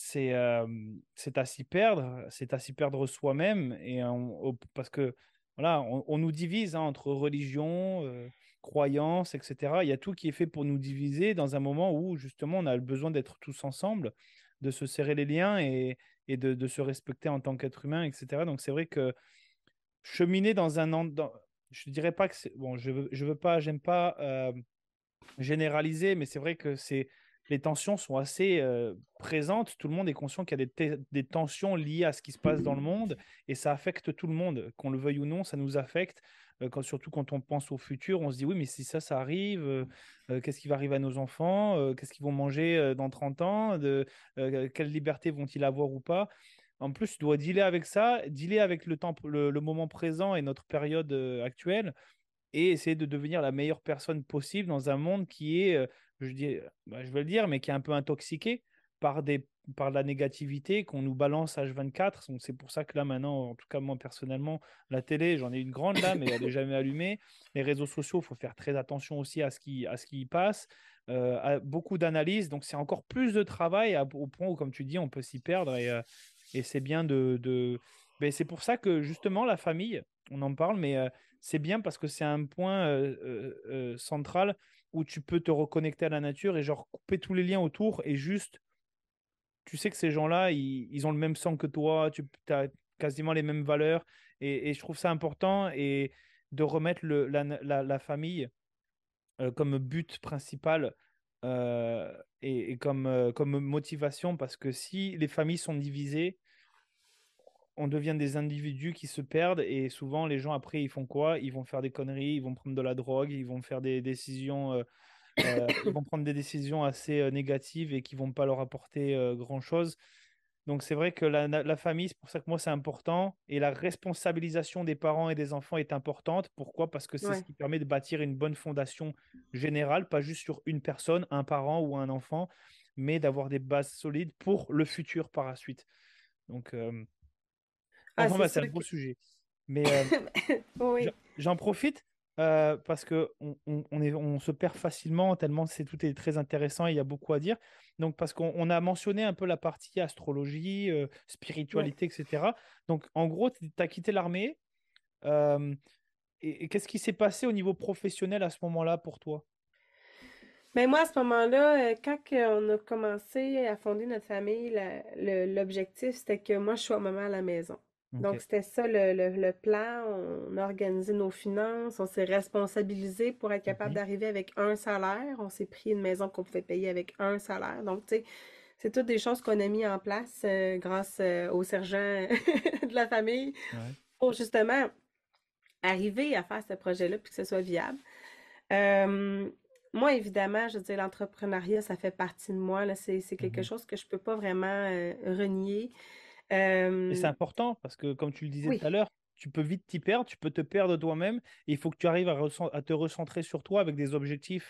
c'est c'est à s'y perdre soi-même parce que voilà, on nous divise hein, entre religion, croyances, etc. Il y a tout qui est fait pour nous diviser dans un moment où justement on a le besoin d'être tous ensemble, de se serrer les liens et de se respecter en tant qu'être humain, etc. Donc c'est vrai que cheminer je dirais pas que c'est bon, je veux pas, j'aime pas généralisé, mais c'est vrai que les tensions sont assez présentes. Tout le monde est conscient qu'il y a des tensions liées à ce qui se passe dans le monde et ça affecte tout le monde. Qu'on le veuille ou non, ça nous affecte. Surtout quand on pense au futur, on se dit oui, mais si ça arrive, qu'est-ce qui va arriver à nos enfants? Qu'est-ce qu'ils vont manger dans 30 ans? Quelle liberté vont-ils avoir ou pas? En plus, tu dois dealer avec ça, dealer avec le moment présent et notre période actuelle et essayer de devenir la meilleure personne possible dans un monde qui est, je vais le dire, mais qui est un peu intoxiqué par par la négativité qu'on nous balance H24. Donc c'est pour ça que là maintenant, en tout cas moi personnellement, la télé, j'en ai une grande là, mais elle n'est jamais allumée. Les réseaux sociaux, il faut faire très attention aussi à ce qui y passe. À beaucoup d'analyses, donc c'est encore plus de travail au point où, comme tu dis, on peut s'y perdre et c'est bien Mais c'est pour ça que justement la famille, on en parle, mais c'est bien parce que c'est un point central où tu peux te reconnecter à la nature et genre couper tous les liens autour et juste, tu sais que ces gens-là, ils ont le même sang que toi, tu as quasiment les mêmes valeurs et je trouve ça important et de remettre la famille comme but principal et comme motivation parce que si les familles sont divisées, on devient des individus qui se perdent et souvent les gens après ils font quoi? Ils vont faire des conneries, ils vont prendre de la drogue, ils vont faire des décisions, ils vont prendre des décisions assez négatives et qui vont pas leur apporter grand-chose. Donc c'est vrai que la famille, c'est pour ça que moi c'est important et la responsabilisation des parents et des enfants est importante. Pourquoi? Parce que c'est ce Ouais. qui permet de bâtir une bonne fondation générale, pas juste sur une personne, un parent ou un enfant, mais d'avoir des bases solides pour le futur par la suite. Donc, Ah, enfin, c'est c'est sûr un gros que. sujet. Mais Oui. j'en profite parce que on se perd facilement tellement tout est très intéressant et il y a beaucoup à dire. Donc, parce qu'on a mentionné un peu la partie astrologie, Ouais. spiritualité, etc. Donc, en gros, tu as quitté l'armée. euh, et qu'est-ce qui s'est passé au niveau professionnel à ce moment-là pour toi? Mais moi, à ce moment-là, on a commencé à fonder notre famille, l'objectif, c'était que moi, je sois maman à la maison. Ok. Donc, c'était ça le plan. On a organisé nos finances, on s'est responsabilisé pour être capable Mhm. d'arriver avec un salaire. On s'est pris une maison qu'on pouvait payer avec un salaire. Donc, tu sais, c'est toutes des choses qu'on a mis en place grâce au sergent de la famille Ouais. pour justement arriver à faire ce projet-là puis que ce soit viable. Euh, Moi, évidemment, je veux dire, l'entrepreneuriat, ça fait partie de moi, là. C'est quelque Mhm. chose que je peux pas vraiment renier. Et c'est Euh, important parce que, comme tu le disais tout à oui, l'heure, tu peux vite t'y perdre, tu peux te perdre toi-même. Et il faut que tu arrives à te recentrer sur toi avec des objectifs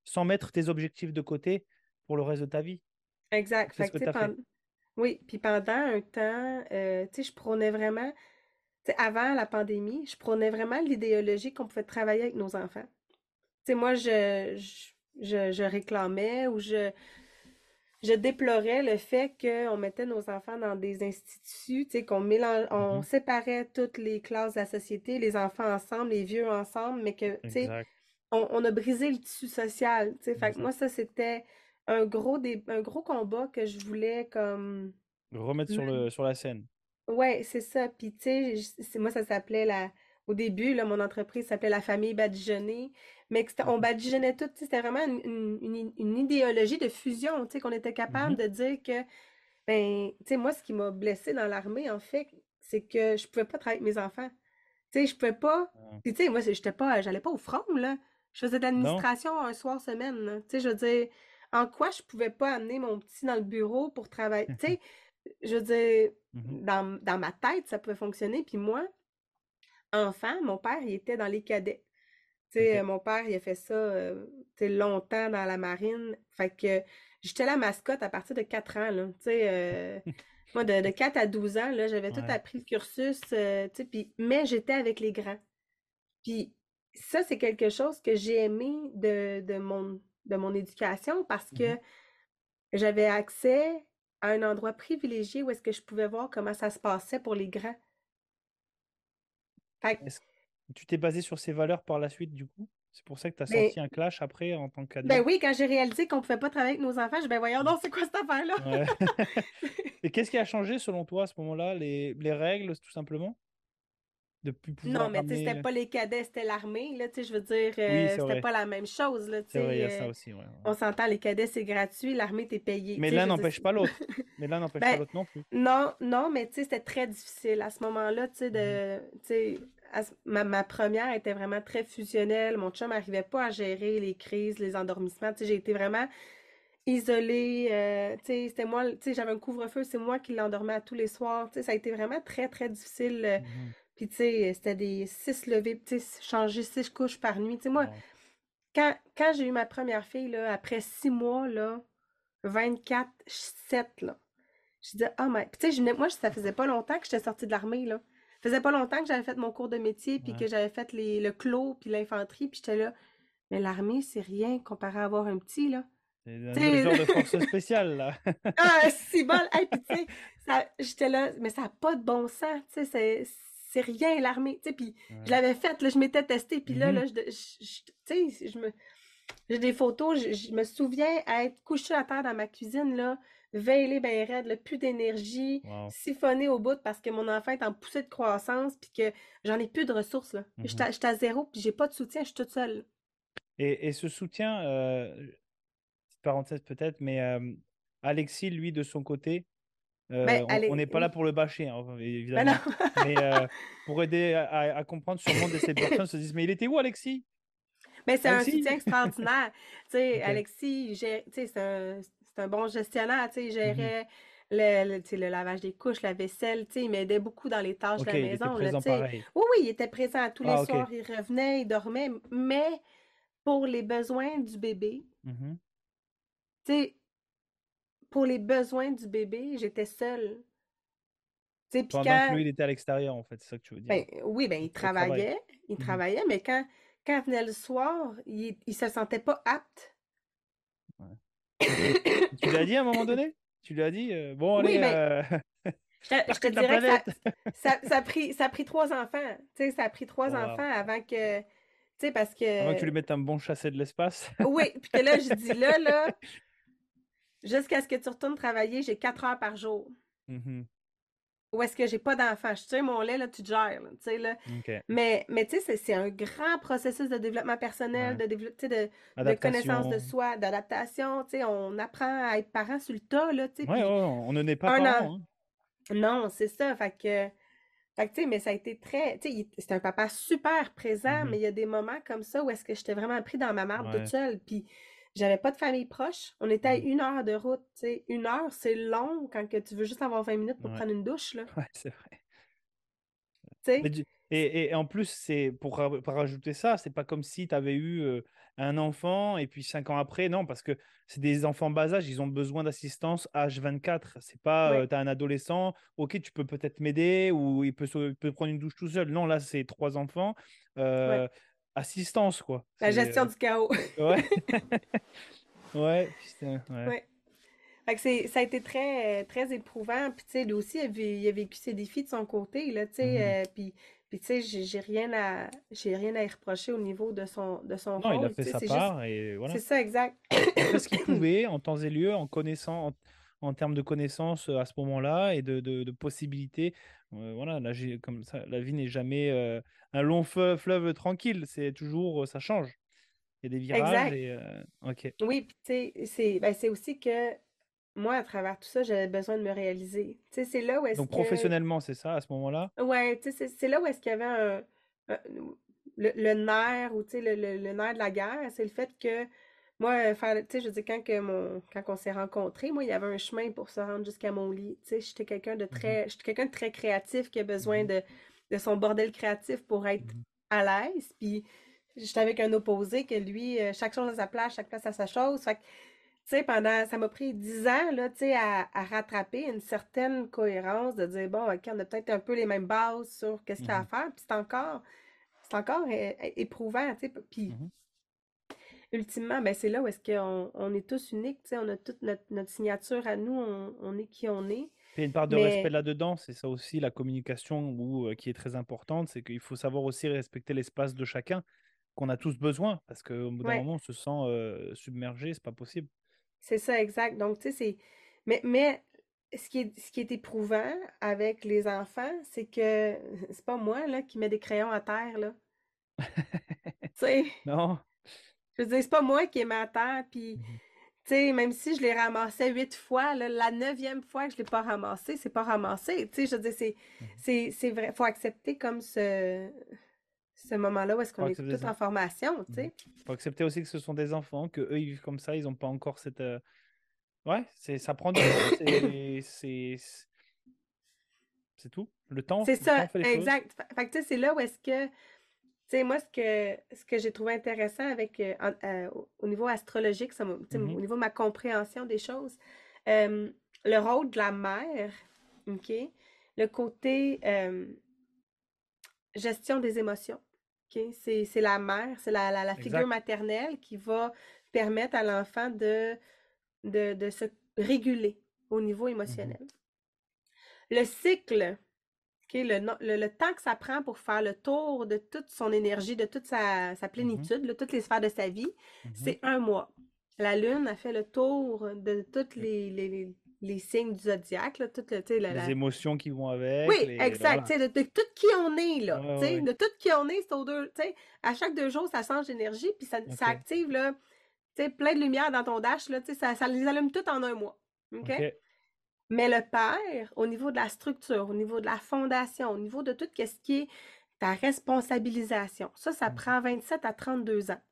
sans mettre tes objectifs de côté pour le reste de ta vie. Exact. C'est Fait ce que, que tu sais, tu as fait. oui, puis pendant un temps, tu sais, je prônais vraiment, tu sais, avant la pandémie, je prônais vraiment l'idéologie qu'on pouvait travailler avec nos enfants. Tu sais, moi, je réclamais ou je déplorais le fait qu'on mettait nos enfants dans des instituts, tu sais, on Mhm. séparait toutes les classes de la société, les enfants ensemble, les vieux ensemble, mais que, tu sais, Exact, on a brisé le tissu social, tu sais. Fait que moi, exact. ça, c'était un gros combat que je voulais comme Remettre sur la scène. ouais, c'est ça. Puis, tu sais, moi, ça s'appelait au début, là, mon entreprise s'appelait la famille Badigeonnet, mais on Mhm. badigeonnait tout, tu sais, c'était vraiment une idéologie de fusion, tu sais, qu'on était capable Mhm. de dire que, ben, tu sais, moi, ce qui m'a blessée dans l'armée, en fait, c'est que je pouvais pas travailler avec mes enfants. Tu sais, je pouvais pas. Ah. Puis, tu sais, moi, j'allais pas au front, là. Je faisais de Non? l'administration un soir semaine, là. Tu sais, je veux dire, en quoi je pouvais pas amener mon petit dans le bureau pour travailler? Tu sais, je veux dire, Mhm. dans ma tête, ça pouvait fonctionner. Puis moi, enfant, mon père, il était dans les cadets. Tu sais, Ok. mon père, il a fait ça, tu sais, longtemps dans la marine. Fait que j'étais la mascotte à partir de 4 ans, là. Tu sais, moi, de 4 à 12 ans, là, j'avais tout Ouais. appris le cursus, tu sais, mais j'étais avec les grands. Puis ça, c'est quelque chose que j'ai aimé de mon éducation parce Mhm. que j'avais accès à un endroit privilégié où est-ce que je pouvais voir comment ça se passait pour les grands. Fait que, Est-ce que tu t'es basé sur ces valeurs par la suite, du coup? C'est pour ça que tu as ben, senti un clash après en tant ben qu'adulte? oui, quand j'ai réalisé qu'on pouvait pas travailler avec nos enfants, je dis, ben voyons donc, c'est quoi cette affaire-là? Ouais. Et qu'est-ce qui a changé selon toi à ce moment-là? Les règles, tout simplement? De plus Non, pouvoir mais tu sais, c'était ramener. pas les cadets, c'était l'armée, là, tu sais, je veux dire, Oui, c'est c'était vrai. pas la même chose, là, tu C'est vrai, il y a sais, ça aussi. Ouais, ouais. on s'entend, les cadets, c'est gratuit, l'armée, t'es payé, Mais tu sais, l'un je veux dire, n'empêche pas l'autre. Mais l'un n'empêche pas ben, l'autre non plus. non, non, mais tu sais, c'était très difficile à ce moment-là, Mhm. tu sais, ma première était vraiment très fusionnelle, mon chum n'arrivait pas à gérer les crises, les endormissements, tu sais, j'ai été vraiment isolée, tu sais, c'était moi, tu sais, j'avais un couvre-feu, c'est moi qui l'endormais à tous les soirs, tu sais, ça a été vraiment très, très difficile, Mhm. puis tu sais, c'était des 6 levées, tu sais, changer 6 couches par nuit, tu sais, moi, Wow. quand j'ai eu ma première fille, là, après 6 mois, là, 24/7, là, je disais, oh my. Puis, tu sais, moi, ça faisait pas longtemps que j'étais sortie de l'armée, là. Ça faisait pas longtemps que j'avais fait mon cours de métier, puis Ouais. que j'avais fait le clos, puis l'infanterie, puis j'étais là. Mais l'armée, c'est rien comparé à avoir un petit, là. C'est Tu un genre de sais, force spéciale, là. ah, si bon. Hey, puis, tu sais, j'étais là, mais ça n'a pas de bon sens, tu sais, c'est rien, l'armée. Tu sais, puis je Ouais. l'avais faite, là, je m'étais testée, puis là, Mhm. tu sais, j'ai des photos, je me souviens être couchée à terre dans ma cuisine, là, veillée ben raide, là, plus d'énergie, Wow. siphonnée au bout parce que mon enfant est en poussée de croissance, puis que j'en ai plus de ressources, là. Mhm. J'étais à zéro, puis j'ai pas de soutien, je suis toute seule. Et ce soutien, petite parenthèse peut-être, mais Alexis, lui, de son côté, Ben, on allez, n'est pas là oui. pour le bâcher, hein, Ben non. évidemment. Mais pour aider à comprendre, sûrement, ces personnes se disent, mais il était où, Alexis? Mais c'est un soutien Alexis? extraordinaire. Tu sais, Ok. Alexis, tu sais, c'est un bon gestionnaire. Tu sais, il Mhm. gérait tu sais, le lavage des couches, la vaisselle. Tu sais, il m'aidait beaucoup dans les tâches de Ok, la il était maison. Là, présent tu sais. pareil. Oui, oui, il était présent tous les Ah, ok. soirs. Il revenait, il dormait. Mais pour les besoins du bébé, Mhm. tu sais, pour les besoins du bébé, j'étais seule. Tu sais, puis Pendant que quand, lui, il était à l'extérieur, en fait, c'est ça que tu veux dire. ben oui, ben Au travail. il Mhm. travaillait, mais quand venait le soir, il se sentait pas apte. Ouais. Tu lui as dit à un moment donné? Tu lui as dit, bon, Oui, allez, ben, je te percute la dirais que planète. ça a pris 3 enfants. Tu sais, ça a pris trois Oh, enfants wow. avant que. Tu sais, parce Avant que tu lui que. mettes un bon chassé de l'espace. Oui, puis que là, je dis là, jusqu'à ce que tu retournes travailler, j'ai 4 heures par jour. Mhm. Ou est-ce que j'ai pas d'enfants? Je tire mon lait, là, tu te gères, là, tu sais, là. Ok. Mais tu sais, c'est un grand processus de développement personnel, Ouais. tu sais, de connaissance de Adaptation. soi, d'adaptation. Tu sais, on apprend à être parent sur le tas, là, tu sais, Ouais, ouais, puis on ne naît pas un an. parent, hein. Non, c'est ça. Fait que, tu sais, mais ça a été très. Tu sais, c'était un papa super présent, Mhm. mais il y a des moments comme ça où est-ce que j'étais vraiment pris dans ma marde toute Ouais. seule. Puis j'avais pas de famille proche. On était à Mhm. 1 heure de route. Tu sais, 1 heure, c'est long quand que tu veux juste avoir 20 minutes pour Ouais. prendre une douche, là. Ouais, c'est vrai. Tu Mais sais? Et en plus, c'est pour rajouter ça, c'est pas comme si tu avais eu un enfant et puis 5 ans après, non, parce que c'est des enfants bas âge, ils ont besoin d'assistance H24. C'est pas, Ouais, tu as un adolescent, ok, tu peux peut-être m'aider ou il peut prendre une douche tout seul. Non, là, c'est 3 enfants. ouais. euh, Assistance, quoi. La C'est, gestion du chaos. ouais, ouais, putain, ouais. Ouais. Fait que ça a été très éprouvant. Puis, tu sais, lui aussi, il a vécu ses défis de son côté, là, tu Mhm. sais. Puis, tu sais, j'ai rien à y reprocher au niveau de son Non, il a rôle, fait tu sais. sa C'est juste, part et c'est voilà. ça, exact. Il a fait ce qu'il pouvait en temps et lieu, en connaissant, en termes de connaissances à ce moment-là et de possibilités. Voilà, là, comme ça, la vie n'est jamais un long fleuve tranquille. C'est toujours, ça change. Il y a des virages Exact. et ok. Oui, puis, tu sais, c'est aussi que moi, à travers tout ça, j'avais besoin de me réaliser. Tu sais, c'est là où est-ce Donc que professionnellement, c'est ça à ce moment-là. ouais, tu sais, c'est là où est-ce qu'il y avait un- le nerf ou tu sais, le nerf de la guerre, c'est le fait que moi, tu sais, je veux dire, quand on s'est rencontrés, moi, il y avait un chemin pour se rendre jusqu'à mon lit. Tu sais, Mhm, j'étais quelqu'un de très créatif qui a besoin mhm, de son bordel créatif pour être mhm, à l'aise. Puis j'étais avec un opposé que lui, chaque chose à sa place, chaque place à sa chose. Fait que tu sais, ça m'a pris 10 ans, là, tu sais, à rattraper une certaine cohérence, de dire, bon, OK, on a peut-être un peu les mêmes bases sur qu'est-ce qu'il y a à mhm, faire, puis c'est encore éprouvant, tu sais, puis mhm. ultimement, ben, c'est là où est-ce qu'on on est tous uniques, tu sais, on a toute notre signature à nous, on est qui on est, Puis il y a une part de respect mais, là-dedans, c'est ça aussi la communication qui est très importante, c'est qu'il faut savoir aussi respecter l'espace de chacun, qu'on a tous besoin, parce qu'au bout d'un ouais, moment, on se sent submergé, c'est pas possible. c'est ça, exact. Donc, tu sais, mais ce qui est éprouvant avec les enfants, c'est que c'est pas moi, là, qui mets des crayons à terre, là. Tu sais, Non? je veux dire, c'est pas moi qui ai ma terre, puis, Mhm. tu sais, même si je l'ai ramassé 8 fois, là, la neuvième fois que je l'ai pas ramassé, c'est pas ramassé. Tu sais, je veux dire, Mhm. c'est vrai. Faut accepter comme ce moment-là où est-ce Faut qu'on est accepter tout ça. en formation, tu Mhm. sais. Faut accepter aussi que ce sont des enfants, que eux ils vivent comme ça, ils n'ont pas encore cette. Ouais, ça prend du temps, c'est tout. C'est Le temps ça, fait les choses. exact. Fait que, tu sais, c'est là où est-ce que, tu sais, moi, ce que j'ai trouvé intéressant avec, au niveau astrologique, tu sais, Mhm. au niveau de ma compréhension des choses, euh, le rôle de la mère, OK? Le côté, gestion des émotions. OK? C'est la mère, c'est la figure Exact. maternelle qui va permettre à l'enfant de se réguler au niveau Mhm. émotionnel. Le cycle, OK, le temps que ça prend pour faire le tour de toute son énergie, de toute sa Mhm. plénitude, de toutes les sphères de sa vie, Mhm. c'est 1 mois. La Lune a fait le tour de tous Et les signes du zodiaque, là, tout le, tu sais, les émotions qui vont avec, oui, les. exact. Voilà. Tu sais, de tout qui on est, Ouais, là. Tu ouais, sais, ouais. de tout qui on est, c'est aux deux. Tu sais, à chaque 2 jours, ça change d'énergie, puis ça Ok. active, là, tu sais, plein de lumière dans ton dash, là. Tu sais, ça les allume tout en 1 mois. OK? Ok. Mais le père, au niveau de la structure, au niveau de la fondation, au niveau de tout ce qui est ta responsabilisation, ça Mhm. prend 27 à 32 ans.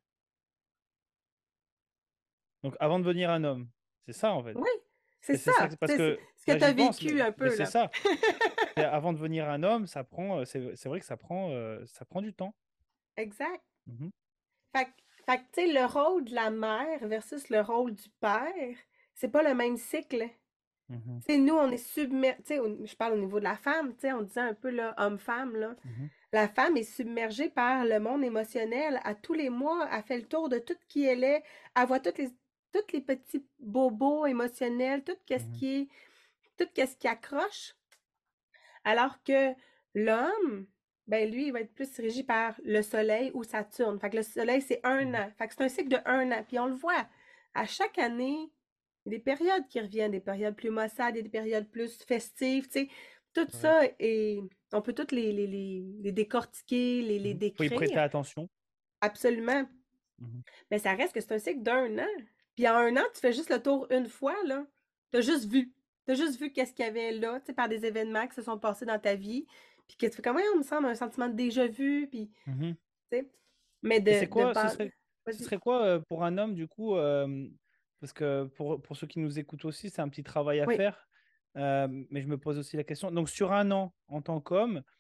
Donc avant de devenir un homme, c'est ça en fait. Oui, c'est Et ça. c'est ça, parce Tu sais, que ce que là tu as j'y pense, vécu un mais peu, c'est là. ça. Et avant de devenir un homme, c'est vrai que ça prend du temps. Exact. Mhm. Fait, fait que, tu sais, le rôle de la mère versus le rôle du père, c'est pas le même cycle. Mhm. Tu sais, nous, on est submergés, tu sais, je parle au niveau de la femme, tu sais, on disait un peu, là, homme-femme, là. Mhm. La femme est submergée par le monde émotionnel. À tous les mois, elle fait le tour de tout qui elle est. Elle voit toutes les petits bobos émotionnels, Mhm. tout ce qui accroche. Alors que l'homme, ben lui, il va être plus régi par le soleil ou Saturne. Fait que le soleil, c'est un Mhm. an. Fait que c'est un cycle de 1 an. Puis on le voit, à chaque année, il y a des périodes qui reviennent, des périodes plus maussades, des périodes plus festives, tu sais. Tout C'est vrai. ça, et on peut toutes les décortiquer, les Mhm. Faut y prêter décrire, attention. absolument. Mhm. Mais ça reste que c'est un cycle d'1 an. Puis en 1 an, tu fais juste le tour une fois, là. T'as juste vu. T'as juste vu qu'est-ce qu'il y avait là, tu sais, par des événements qui se sont passés dans ta vie. Puis que tu fais comme, ouais, on me semble un sentiment de déjà vu. Puis, Mhm. tu sais. Mais Et c'est de quoi, base. ce Vas-y. serait quoi pour un homme, du coup, parce que pour ceux qui nous écoutent aussi, c'est un petit travail à Oui. faire, mais je me pose aussi la question. Donc, sur un an, en tant qu'homme,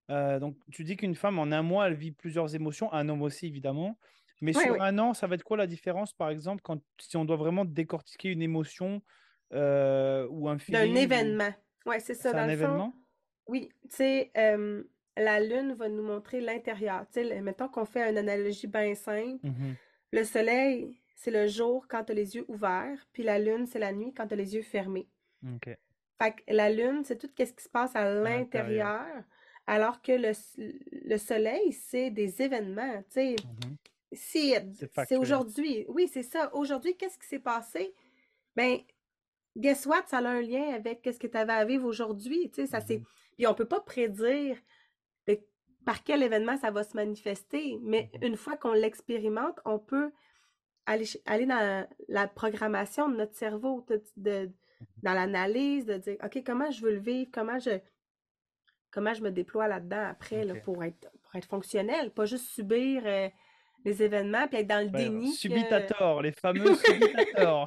Donc, tu dis qu'une femme, en un mois, elle vit plusieurs émotions, un homme aussi, évidemment. Mais Oui, sur oui. un an, ça va être quoi la différence, par exemple, si on doit vraiment décortiquer une émotion ou un D'un feeling, ou événement. Oui, c'est ça. c'est Dans un le fond, événement? oui, tu sais, la Lune va nous montrer l'intérieur. Tu sais, mettons qu'on fait une analogie bien simple. Mhm. Le soleil, c'est le jour quand tu as les yeux ouverts, puis la Lune, c'est la nuit quand tu as les yeux fermés. Ok, Fait que la Lune, c'est tout ce qui se passe à à l'intérieur. l'intérieur, alors que le soleil, c'est des événements. Tu sais, Mhm. si C'est c'est factuel. aujourd'hui, oui, c'est ça. Aujourd'hui, qu'est-ce qui s'est passé? Ben, guess what? Ça a un lien avec ce que tu avais à vivre aujourd'hui. Tu sais, ça c'est. Mhm. Puis on peut pas prédire de- par quel événement ça va se manifester, mais Mhm. une fois qu'on l'expérimente, on peut aller dans la programmation de notre cerveau, dans l'analyse, de dire, OK, comment je veux le vivre, comment je me déploie là-dedans après là, Ok. pour être fonctionnel, pas juste subir les événements puis être dans le Ouais, déni que. subitator, les fameux subitators.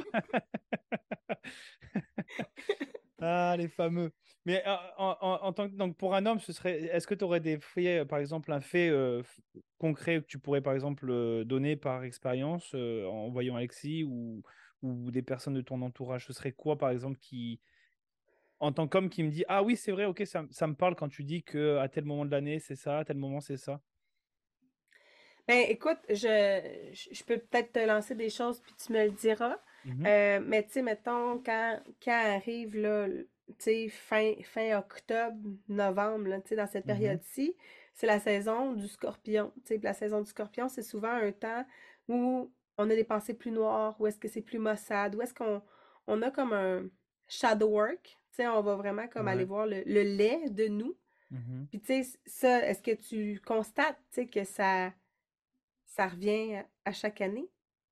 Ah, les fameux. Mais en tant que, donc pour un homme, est-ce que tu aurais des faits, par exemple, un fait concret que tu pourrais, par exemple, donner par expérience en voyant Alexis ou des personnes de ton entourage? Ce serait quoi, par exemple, en tant qu'homme, qui me dit, ah oui, c'est vrai, ok, ça me parle quand tu dis que à tel moment de l'année, c'est ça, à tel moment, c'est ça. Ben, écoute, je peux peut-être te lancer des choses puis tu me le diras. Mhm, Mais tu sais, mettons, quand arrive là, tu sais, fin octobre, novembre, là, tu sais, dans cette mhm, période-ci, c'est la saison du scorpion. Tu sais, puis la saison du scorpion, c'est souvent un temps où on a des pensées plus noires, où est-ce que c'est plus maussade, où est-ce qu'on a comme un shadow work. Tu sais, on va vraiment comme aller ouais. voir le lait de nous. Mhm. Puis tu sais, ça, est-ce que tu constates, tu sais, que ça revient à chaque année?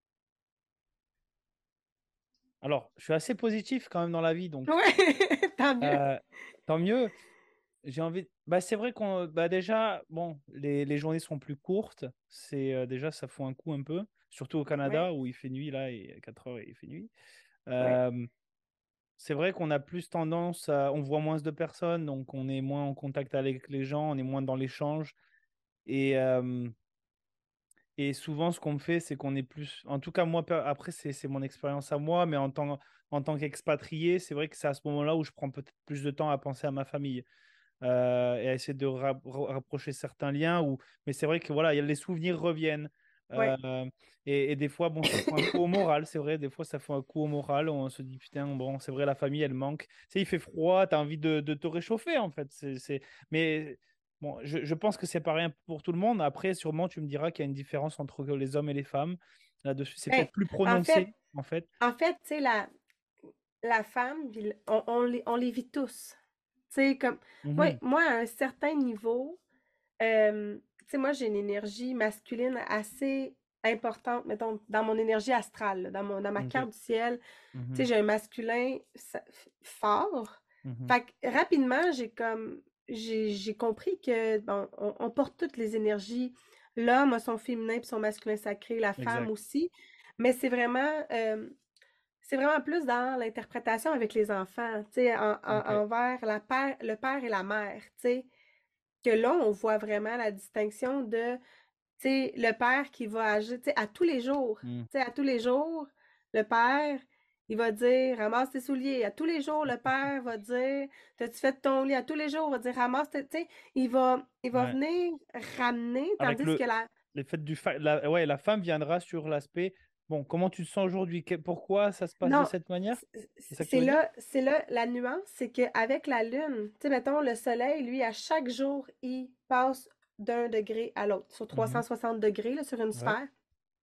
Alors, je suis assez positif quand même dans la vie, donc Ouais, tant mieux. euh, tant mieux. J'ai envie. Bah, c'est vrai qu'on. Bah, déjà, bon, les journées sont plus courtes. Déjà, ça fout un coup un peu. Surtout au Ouais, Canada où il fait nuit, là, et à 4 heures, il fait nuit. ouais. Euh, c'est vrai qu'on a plus tendance à. On voit moins de personnes, donc on est moins en contact avec les gens, on est moins dans l'échange. Et, euh, et souvent, ce qu'on me fait, c'est qu'on est plus. En tout cas, moi, après, c'est mon expérience à moi, mais en tant qu'expatrié, c'est vrai que c'est à ce moment-là où je prends peut-être plus de temps à penser à ma famille. Et à essayer de rapprocher certains liens. Mais c'est vrai que voilà, les souvenirs reviennent. Ouais. Euh, et des fois, bon, ça fait un coup au moral, c'est vrai. Des fois, ça fait un coup au moral. On se dit, putain, bon, c'est vrai, la famille, elle manque. Tu sais, il fait froid, tu as envie de te réchauffer, en fait. Mais bon, je pense que c'est pareil pour tout le monde. Après, sûrement, tu me diras qu'il y a une différence entre les hommes et les femmes. Là-dessus, c'est Ben, peut-être plus en fait, prononcé, en fait. tu sais, la femme, puis on les vit tous. Tu sais, comme, Mhm. moi, à un certain niveau, tu sais, moi, j'ai une énergie masculine assez importante, mettons, dans mon énergie astrale, là, dans ma Ok. carte du ciel. Tu sais, Mhm. j'ai un masculin fort. Mhm. Fait que rapidement, j'ai compris que, bon, on porte toutes les énergies. L'homme a son féminin puis son masculin sacré, la femme Exact. aussi. Mais c'est vraiment plus dans l'interprétation avec les enfants, tu sais, Ok. envers le père et la mère, tu sais, que là, on voit vraiment la distinction de, tu sais, le père qui va agir, tu sais, à tous les jours, Mm. tu sais, à tous les jours, le père, il va dire, ramasse tes souliers. À tous les jours, le père va dire, t'as-tu fait ton lit? À tous les jours, il va dire, ramasse tes, tu sais, il va Ouais. venir ramener, Avec tandis que les faits ouais, la femme viendra sur l'aspect, bon, comment tu te sens aujourd'hui? Pourquoi ça se passe de non, cette manière? C'est ça que tu c'est veux dire? là la nuance, c'est qu'avec la Lune, tu sais, mettons, le Soleil, lui, à chaque jour, il passe d'un degré à l'autre, sur Mhm. 360 degrés, là, sur une Ouais. sphère.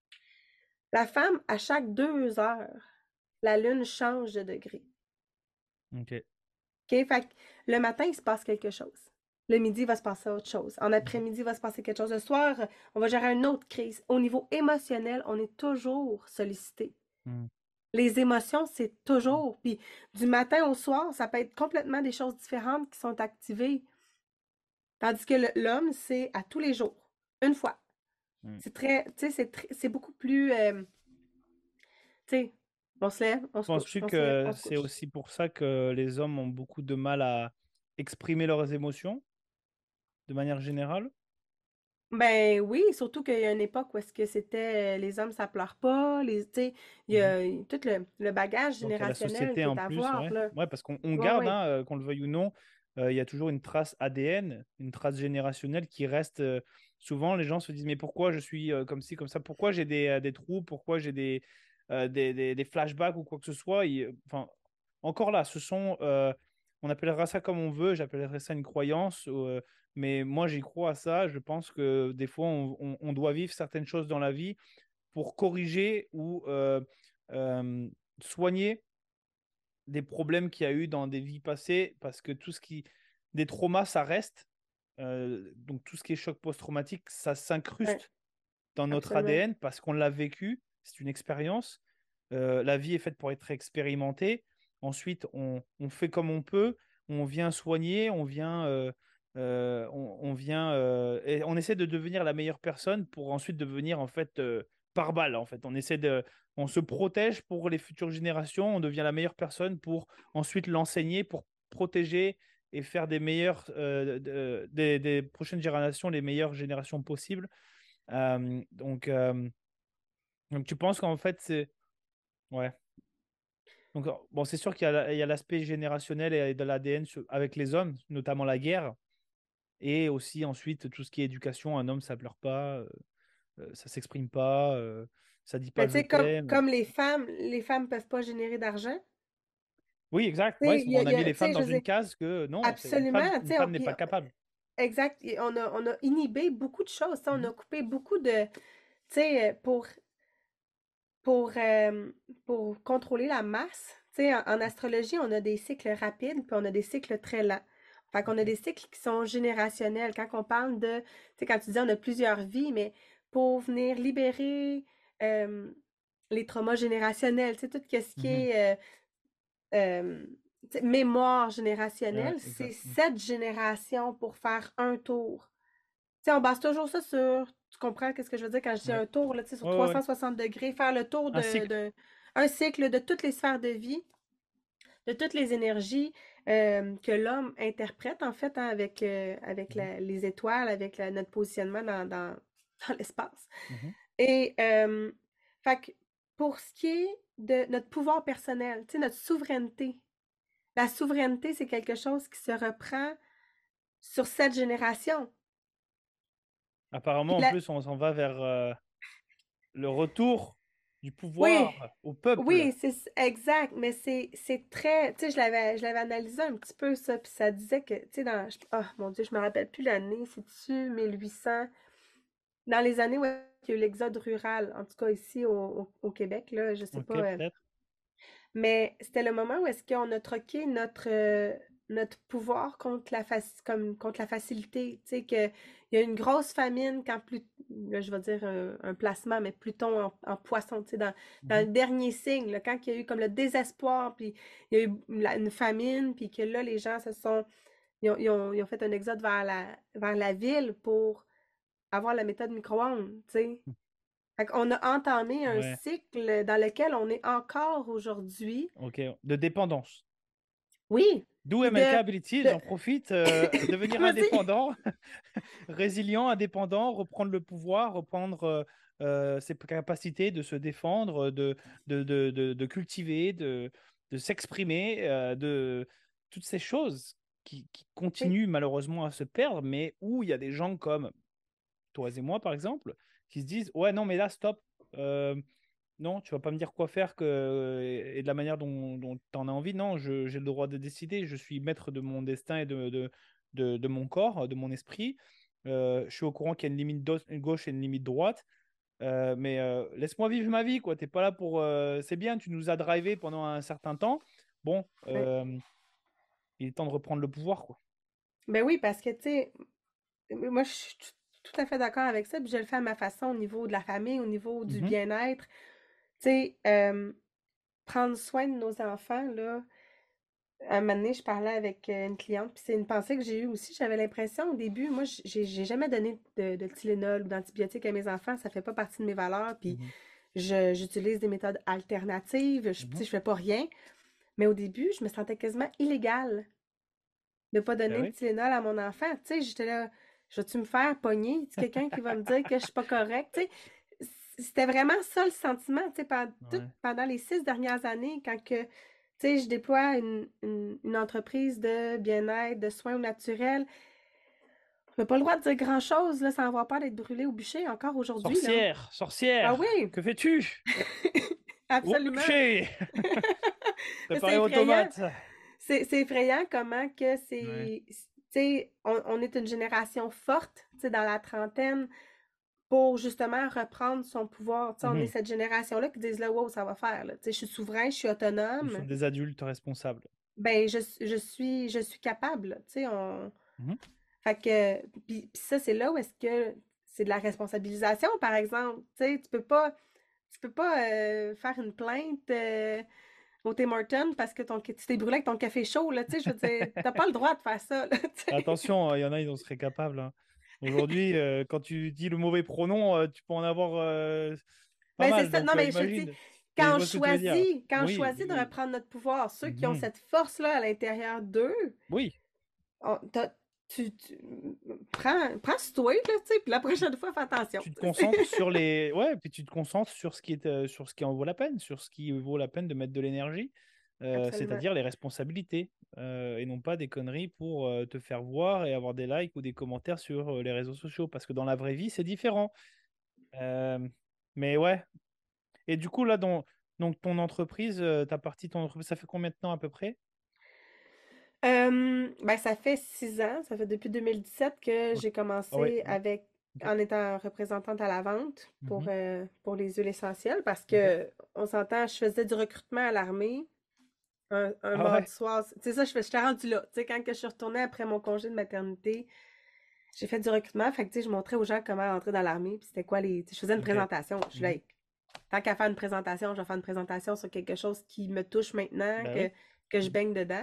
La femme, à chaque 2 heures, la Lune change de degré. Ok. OK? Fait que le matin, il se passe quelque chose. Le midi, il va se passer autre chose. En Mhm. après-midi, il va se passer quelque chose. Le soir, on va gérer une autre crise. Au niveau émotionnel, on est toujours sollicité. Mhm. Les émotions, c'est toujours. Puis du matin au soir, ça peut être complètement des choses différentes qui sont activées. Tandis que l'homme, c'est à tous les jours, une fois. Mhm. C'est très, tu sais, c'est beaucoup plus, tu sais, on se lève, on se couche, Penses-tu on se lève, que on se c'est couche. aussi pour ça que les hommes ont beaucoup de mal à exprimer leurs émotions? de manière générale? Ben oui, surtout qu'il y a une époque où est-ce que c'était les hommes ça pleure pas, tu sais, il y Mhm. a tout le bagage Donc il y a la générationnel société qui en est à plus, voir, ouais. là. Ouais, parce qu'on Ouais, garde, ouais. hein, qu'on le veuille ou non, il y a toujours une trace ADN, une trace générationnelle qui reste. Souvent, les gens se disent, mais pourquoi je suis comme ci, comme ça? Pourquoi j'ai des trous? Pourquoi j'ai des flashbacks ou quoi que ce soit? Enfin, encore là, on appellera ça comme on veut, j'appellerais ça une croyance, mais moi j'y crois à ça. Je pense que des fois, on doit vivre certaines choses dans la vie pour corriger ou euh, soigner des problèmes qu'il y a eu dans des vies passées, parce que des traumas, ça reste. Donc tout ce qui est choc post-traumatique, ça Ouais, s'incruste dans notre absolument. ADN parce qu'on l'a vécu, c'est une expérience. La vie est faite pour être expérimentée. Ensuite, on fait comme on peut, on vient soigner, on vient et on essaie de devenir la meilleure personne pour ensuite devenir en fait par balle. En fait, on se protège pour les futures générations, on devient la meilleure personne pour ensuite l'enseigner, pour protéger et faire des prochaines générations les meilleures générations possibles. Euh, donc, euh, donc, tu penses qu'en fait, c'est. Ouais. Donc, bon, c'est sûr il y a l'aspect générationnel et de l'ADN avec les hommes, notamment la guerre. Et aussi, ensuite, tout ce qui est éducation. Un homme, ça pleure pas, ça s'exprime pas, ça dit pas Mais tu je sais, comme, t'aime. comme les femmes peuvent pas générer d'argent. Oui, exact. Tu Ouais, sais, on a mis les tu femmes sais, je dans veux une dire, case que non, absolument, tu une sais, femme n'est puis pas capable. exact, et on a inhibé beaucoup de choses, tu sais, on Mhm, a coupé beaucoup de, tu sais, pour, euh, pour contrôler la masse, tu sais, en astrologie, on a des cycles rapides, puis on a des cycles très lents. Fait qu'on a ok. des cycles qui sont générationnels. Quand on parle de, tu sais, quand tu dis on a plusieurs vies, mais pour venir libérer euh, les traumas générationnels, tu sais, tout ce qui Mhm, est tu sais, mémoire ouais, générationnelle, c'est exact. 7 générations pour faire un tour. Tu sais, on base toujours ça sur, tu comprends qu'est-ce que je veux dire quand je dis Ouais. un tour, là, tu sais, sur Ouais, ouais, ouais. 360 degrés, faire le tour Un cycle. un cycle de toutes les sphères de vie, de toutes les énergies que l'homme interprète, en fait, hein, avec Mhm, les étoiles, avec notre positionnement dans l'espace. mhm. Et, fait que, pour ce qui est de notre pouvoir personnel, tu sais, notre souveraineté, la souveraineté, c'est quelque chose qui se reprend sur 7 générations. Puis Apparemment, en plus, on s'en va vers le retour du oui, pouvoir au peuple. oui, exact, mais c'est très, tu sais, je l'avais analysé un petit peu ça, puis ça disait que, tu sais, oh mon Dieu, je me rappelle plus l'année, c'est-tu 1800, dans les années où il y a eu l'exode rural, en tout cas ici au Québec, là, je sais Ok, pas, peut-être. mais c'était le moment où est-ce qu'on a troqué notre pouvoir contre contre la facilité. Tu sais, qu'il y a une grosse famine quand là, je vais dire un placement, mais Pluton en poisson, tu sais, dans Mhm. le dernier signe, là, quand il y a eu comme le désespoir, puis il y a eu une famine, puis que là, les gens ils ont fait un exode vers la ville pour avoir la méthode micro-ondes, tu sais. Fait qu'on a entamé un Ouais, cycle dans lequel on est encore aujourd'hui. ok. De dépendance. Oui, D'où puis MLK Ability, de j'en profite, devenir vas-y. indépendant, résilient, indépendant, reprendre le pouvoir, reprendre ses capacités de se défendre, de cultiver, de s'exprimer, de toutes ces choses qui Oui, continuent malheureusement à se perdre, mais où il y a des gens comme toi et moi, par exemple, qui se disent, ouais, non, mais là, stop. Euh, non, tu vas pas me dire quoi faire et de la manière dont tu en as envie. Non, j'ai le droit de décider. Je suis maître de mon destin et de mon corps, de mon esprit. Je suis au courant qu'il y a une limite gauche et une limite droite. Mais laisse-moi vivre ma vie, quoi. T'es pas là pour. C'est bien, tu nous as drivé pendant un certain temps. Bon, ouais. il est temps de reprendre le pouvoir, quoi. Ben oui, parce que, tu sais, moi, je suis tout à fait d'accord avec ça, puis je le fais à ma façon au niveau de la famille, au niveau du Mhm, bien-être. Tu sais, prendre soin de nos enfants, là. Un moment donné, je parlais avec une cliente, puis c'est une pensée que j'ai eue aussi. J'avais l'impression au début, moi, j'ai jamais donné de Tylenol ou d'antibiotiques à mes enfants, ça fait pas partie de mes valeurs, puis mhm, j'utilise des méthodes alternatives, tu mhm. sais, je fais pas rien. Mais au début, je me sentais quasiment illégale de pas Ben donner de oui. Tylenol à mon enfant. Tu sais, j'étais là. je vais-tu me faire pogner? C'est quelqu'un qui va me dire que je suis pas correcte? Tu sais, c'était vraiment ça le sentiment, tu sais, Ouais. pendant les 6 dernières années, quand que, tu sais, je déploie une entreprise de bien-être, de soins au naturel. On n'a pas le droit de dire grand-chose, là, sans avoir peur d'être brûlé au bûcher encore aujourd'hui, là. Sorcière, Ah sorcière, oui, que fais-tu? Au absolument. bûcher! C'est Préparez vos effrayant. tomates. C'est effrayant comment que Ouais. tu sais, on est une génération forte, tu sais, dans la trentaine, pour justement reprendre son pouvoir. Tu sais, on est Mhm. cette génération-là qui disent là, wow, ça va faire, là. Tu sais, je suis souverain, je suis Nous autonome. sommes des adultes responsables. Ben, je suis capable, tu sais, Mhm. fait que, puis ça, c'est là où est-ce que c'est de la responsabilisation, par exemple. Tu sais, tu peux pas faire une plainte au Tim Hortons parce que tu t'es brûlé avec ton café chaud, là, tu sais, je veux dire, t'as pas le droit de faire ça, là, tu sais. Attention, il y en a, ils en seraient capables, hein. Aujourd'hui, quand tu dis le mauvais pronom, tu peux en avoir pas Ben, c'est mal. ça. Donc, Non, mais je te dis, imagine. Mais je vois ce que tu veux dire. quand on Oui, oui, choisit de oui. reprendre notre pouvoir, ceux qui ont Mhm. cette force-là à l'intérieur d'eux, Oui, on- t'as- prends sur toi, là, tu sais, puis la prochaine fois, fais attention. tu te concentres sur les. Ouais, puis tu te concentres sur ce qui est, sur ce qui en vaut la peine, sur ce qui vaut la peine de mettre de l'énergie, Absolument. c'est-à-dire les responsabilités, et non pas des conneries pour te faire voir et avoir des likes ou des commentaires sur les réseaux sociaux, parce que dans la vraie vie, c'est différent. Euh, mais ouais. Et du coup, là, donc ton entreprise, ta partie de ton entreprise, ça fait combien de temps à peu près? Ben, ça fait 6 ans, ça fait depuis 2017 que Ok. j'ai Ah ouais, commencé ouais. Ok. en étant représentante à la vente Mhm. pour les huiles essentielles parce Ok. que, on s'entend, je faisais du recrutement à l'armée un Ah mardi ouais. soir. C'est ça, j'étais rendue là. Tu sais, quand que je suis retournée après mon congé de maternité, j'ai fait du recrutement. Fait que, tu sais, je montrais aux gens comment rentrer dans l'armée, puis c'était quoi tu sais, je faisais une Ok. présentation. Je suis là, Mhm. hey, tant qu'à faire une présentation, je vais faire une présentation sur quelque chose qui me touche maintenant, Bah que je oui. baigne dedans.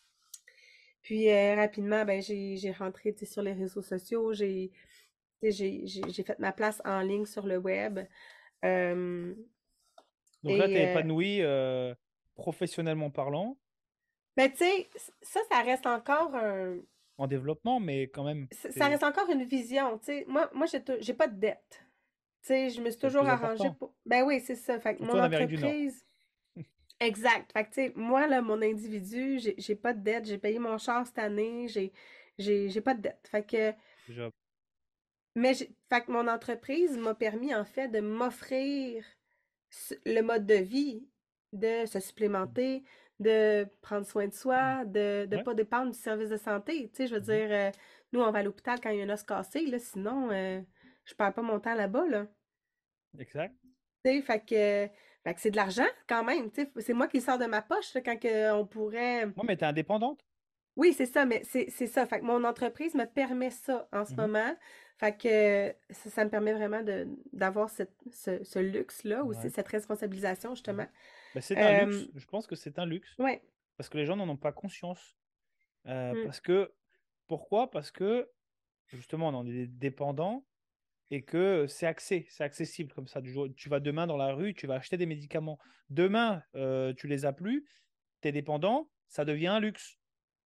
Puis rapidement, ben j'ai rentré tu sais, sur les réseaux sociaux, tu sais, j'ai fait ma place en ligne sur le web. Euh, Donc là, tu et es épanoui professionnellement parlant, ben tu sais, ça reste encore en développement, mais quand même, ça c'est reste encore une vision. Tu sais, moi j'ai pas de dette. Tu sais, je me suis le toujours plus arrangée important, pour. Ben oui, c'est ça. Fait que surtout mon en Amérique du Nord. entreprise. Exact. Fait que tu sais, moi, là, mon individu, j'ai pas de dette. J'ai payé mon char cette année. J'ai pas de dette. Fait que. Déjà. Fait que mon entreprise m'a permis, en fait, de m'offrir le mode de vie, de se supplémenter, de prendre soin de soi, de Ouais. pas dépendre du service de santé. Tu sais, je veux Mhm. dire, nous, on va à l'hôpital quand il y a un os cassé, là, sinon, je perds pas mon temps là-bas, là. Exact. Tu sais, fait que c'est de l'argent quand même. Tu sais, c'est moi qui le sors de ma poche, là, quand on pourrait. Moi, mais tu es indépendante. Oui, c'est ça, mais c'est ça. Fait que mon entreprise me permet ça en ce Mhm. moment. Fait que ça me permet vraiment d'avoir ce luxe-là aussi, Ouais. cette responsabilisation, Mhm. justement. Ben, c'est un Euh, luxe. Je pense que c'est un luxe ouais. parce que les gens n'en ont pas conscience. Mm, Parce que, pourquoi? Parce que, justement, on en est dépendant et que c'est accessible comme ça. Tu vas demain dans la rue, tu vas acheter des médicaments. Demain, tu les as plus, tu es dépendant, ça devient un luxe.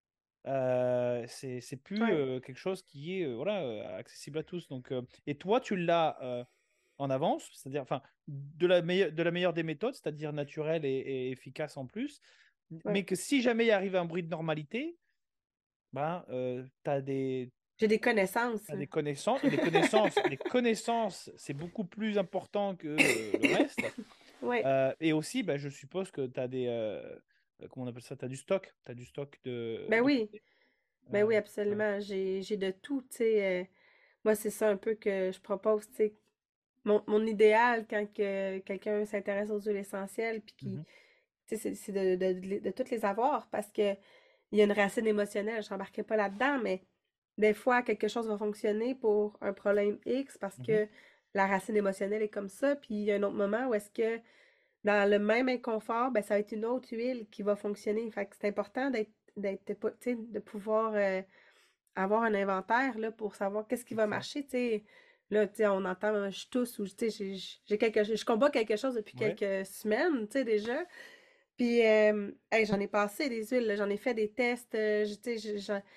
C'est plus ouais. quelque chose qui est voilà, accessible à tous. Donc, et toi, tu l'as en avance, c'est-à-dire enfin, de la meilleure des méthodes, c'est-à-dire naturelle et efficace en plus. Mais Ouais. que si jamais il arrive un bruit de normalité, ben, tu as J'ai des connaissances. t'as des connaissances. Les connaissances, c'est beaucoup plus important que le reste. Ouais. Et aussi, ben, je suppose que tu as des. Comment on appelle ça? Tu as du stock. Tu as du stock Ben de oui. côté. Ben oui, Ouais. absolument. J'ai de tout, tu sais. Moi, c'est ça un peu que je propose, tu sais. Mon idéal quand que quelqu'un s'intéresse aux huiles essentielles, puis qui, Mhm. tu sais, c'est de toutes les avoir parce que il y a une racine émotionnelle. Je n'embarquerai pas là-dedans, mais des fois, quelque chose va fonctionner pour un problème X parce Mhm. que la racine émotionnelle est comme ça. Puis il y a un autre moment où est-ce que dans le même inconfort, ben, ça va être une autre huile qui va fonctionner. Fait que c'est important tu sais, de pouvoir avoir un inventaire là, pour savoir qu'est-ce qui va Exact. marcher. Tu sais. Là, tu sais, on entend je tousse ou tu sais, je combats quelque chose depuis Ouais. quelques semaines, tu sais, déjà. Puis, hey, j'en ai passé des huiles, là, j'en ai fait des tests, tu sais,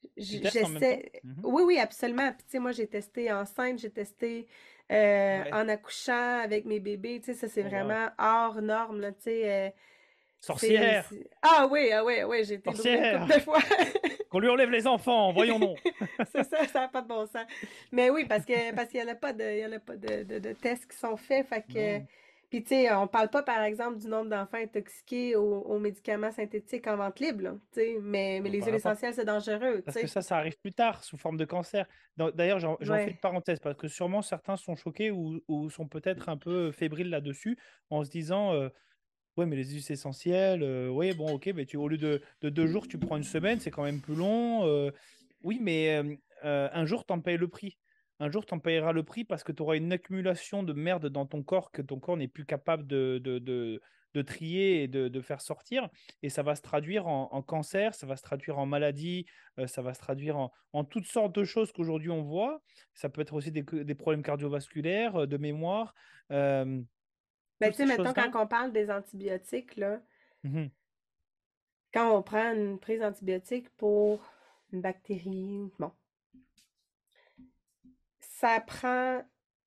Tu testes en même temps? J'essaie. Mhm. Oui, oui, absolument. Puis, tu sais, moi, j'ai testé enceinte, j'ai testé Ouais. en accouchant avec mes bébés. Tu sais, ça, c'est Oh, waouh. vraiment hors norme, là. Tu sais, Sorcière! Ah oui, ah oui, j'ai été brûlée une couple de Sorcière! fois. Qu'on lui enlève les enfants, voyons non. C'est ça n'a pas de bon sens. Mais oui, parce qu'il y en a pas il y en a pas de tests qui sont faits. Fait que, Non. puis tu sais, on parle pas, par exemple, du nombre d'enfants intoxiqués aux médicaments synthétiques en vente libre, là, tu sais, mais On les parle huiles pas. essentielles, c'est dangereux, tu Parce que sais. ça arrive plus tard, sous forme de cancer. D'ailleurs, j'en fais une Ouais. parenthèse, parce que sûrement certains sont choqués ou sont peut-être un peu fébriles là-dessus, en se disant, ouais, mais les huiles essentielles, ouais, bon, ok, mais au lieu de 2 jours, tu prends une semaine, c'est quand même plus long. Oui, mais un jour, t'en payes le prix. Un jour, t'en payeras le prix parce que tu auras une accumulation de merde dans ton corps que ton corps n'est plus capable de trier et de faire sortir. Et ça va se traduire en cancer, ça va se traduire en maladie, ça va se traduire en toutes sortes de choses qu'aujourd'hui on voit. Ça peut être aussi des problèmes cardiovasculaires, de mémoire, euh, Ben, toutes tu sais, ces mettons, quand choses-là. on parle des antibiotiques, là, Mhm. quand on prend une prise d'antibiotiques pour une bactérie, bon, ça prend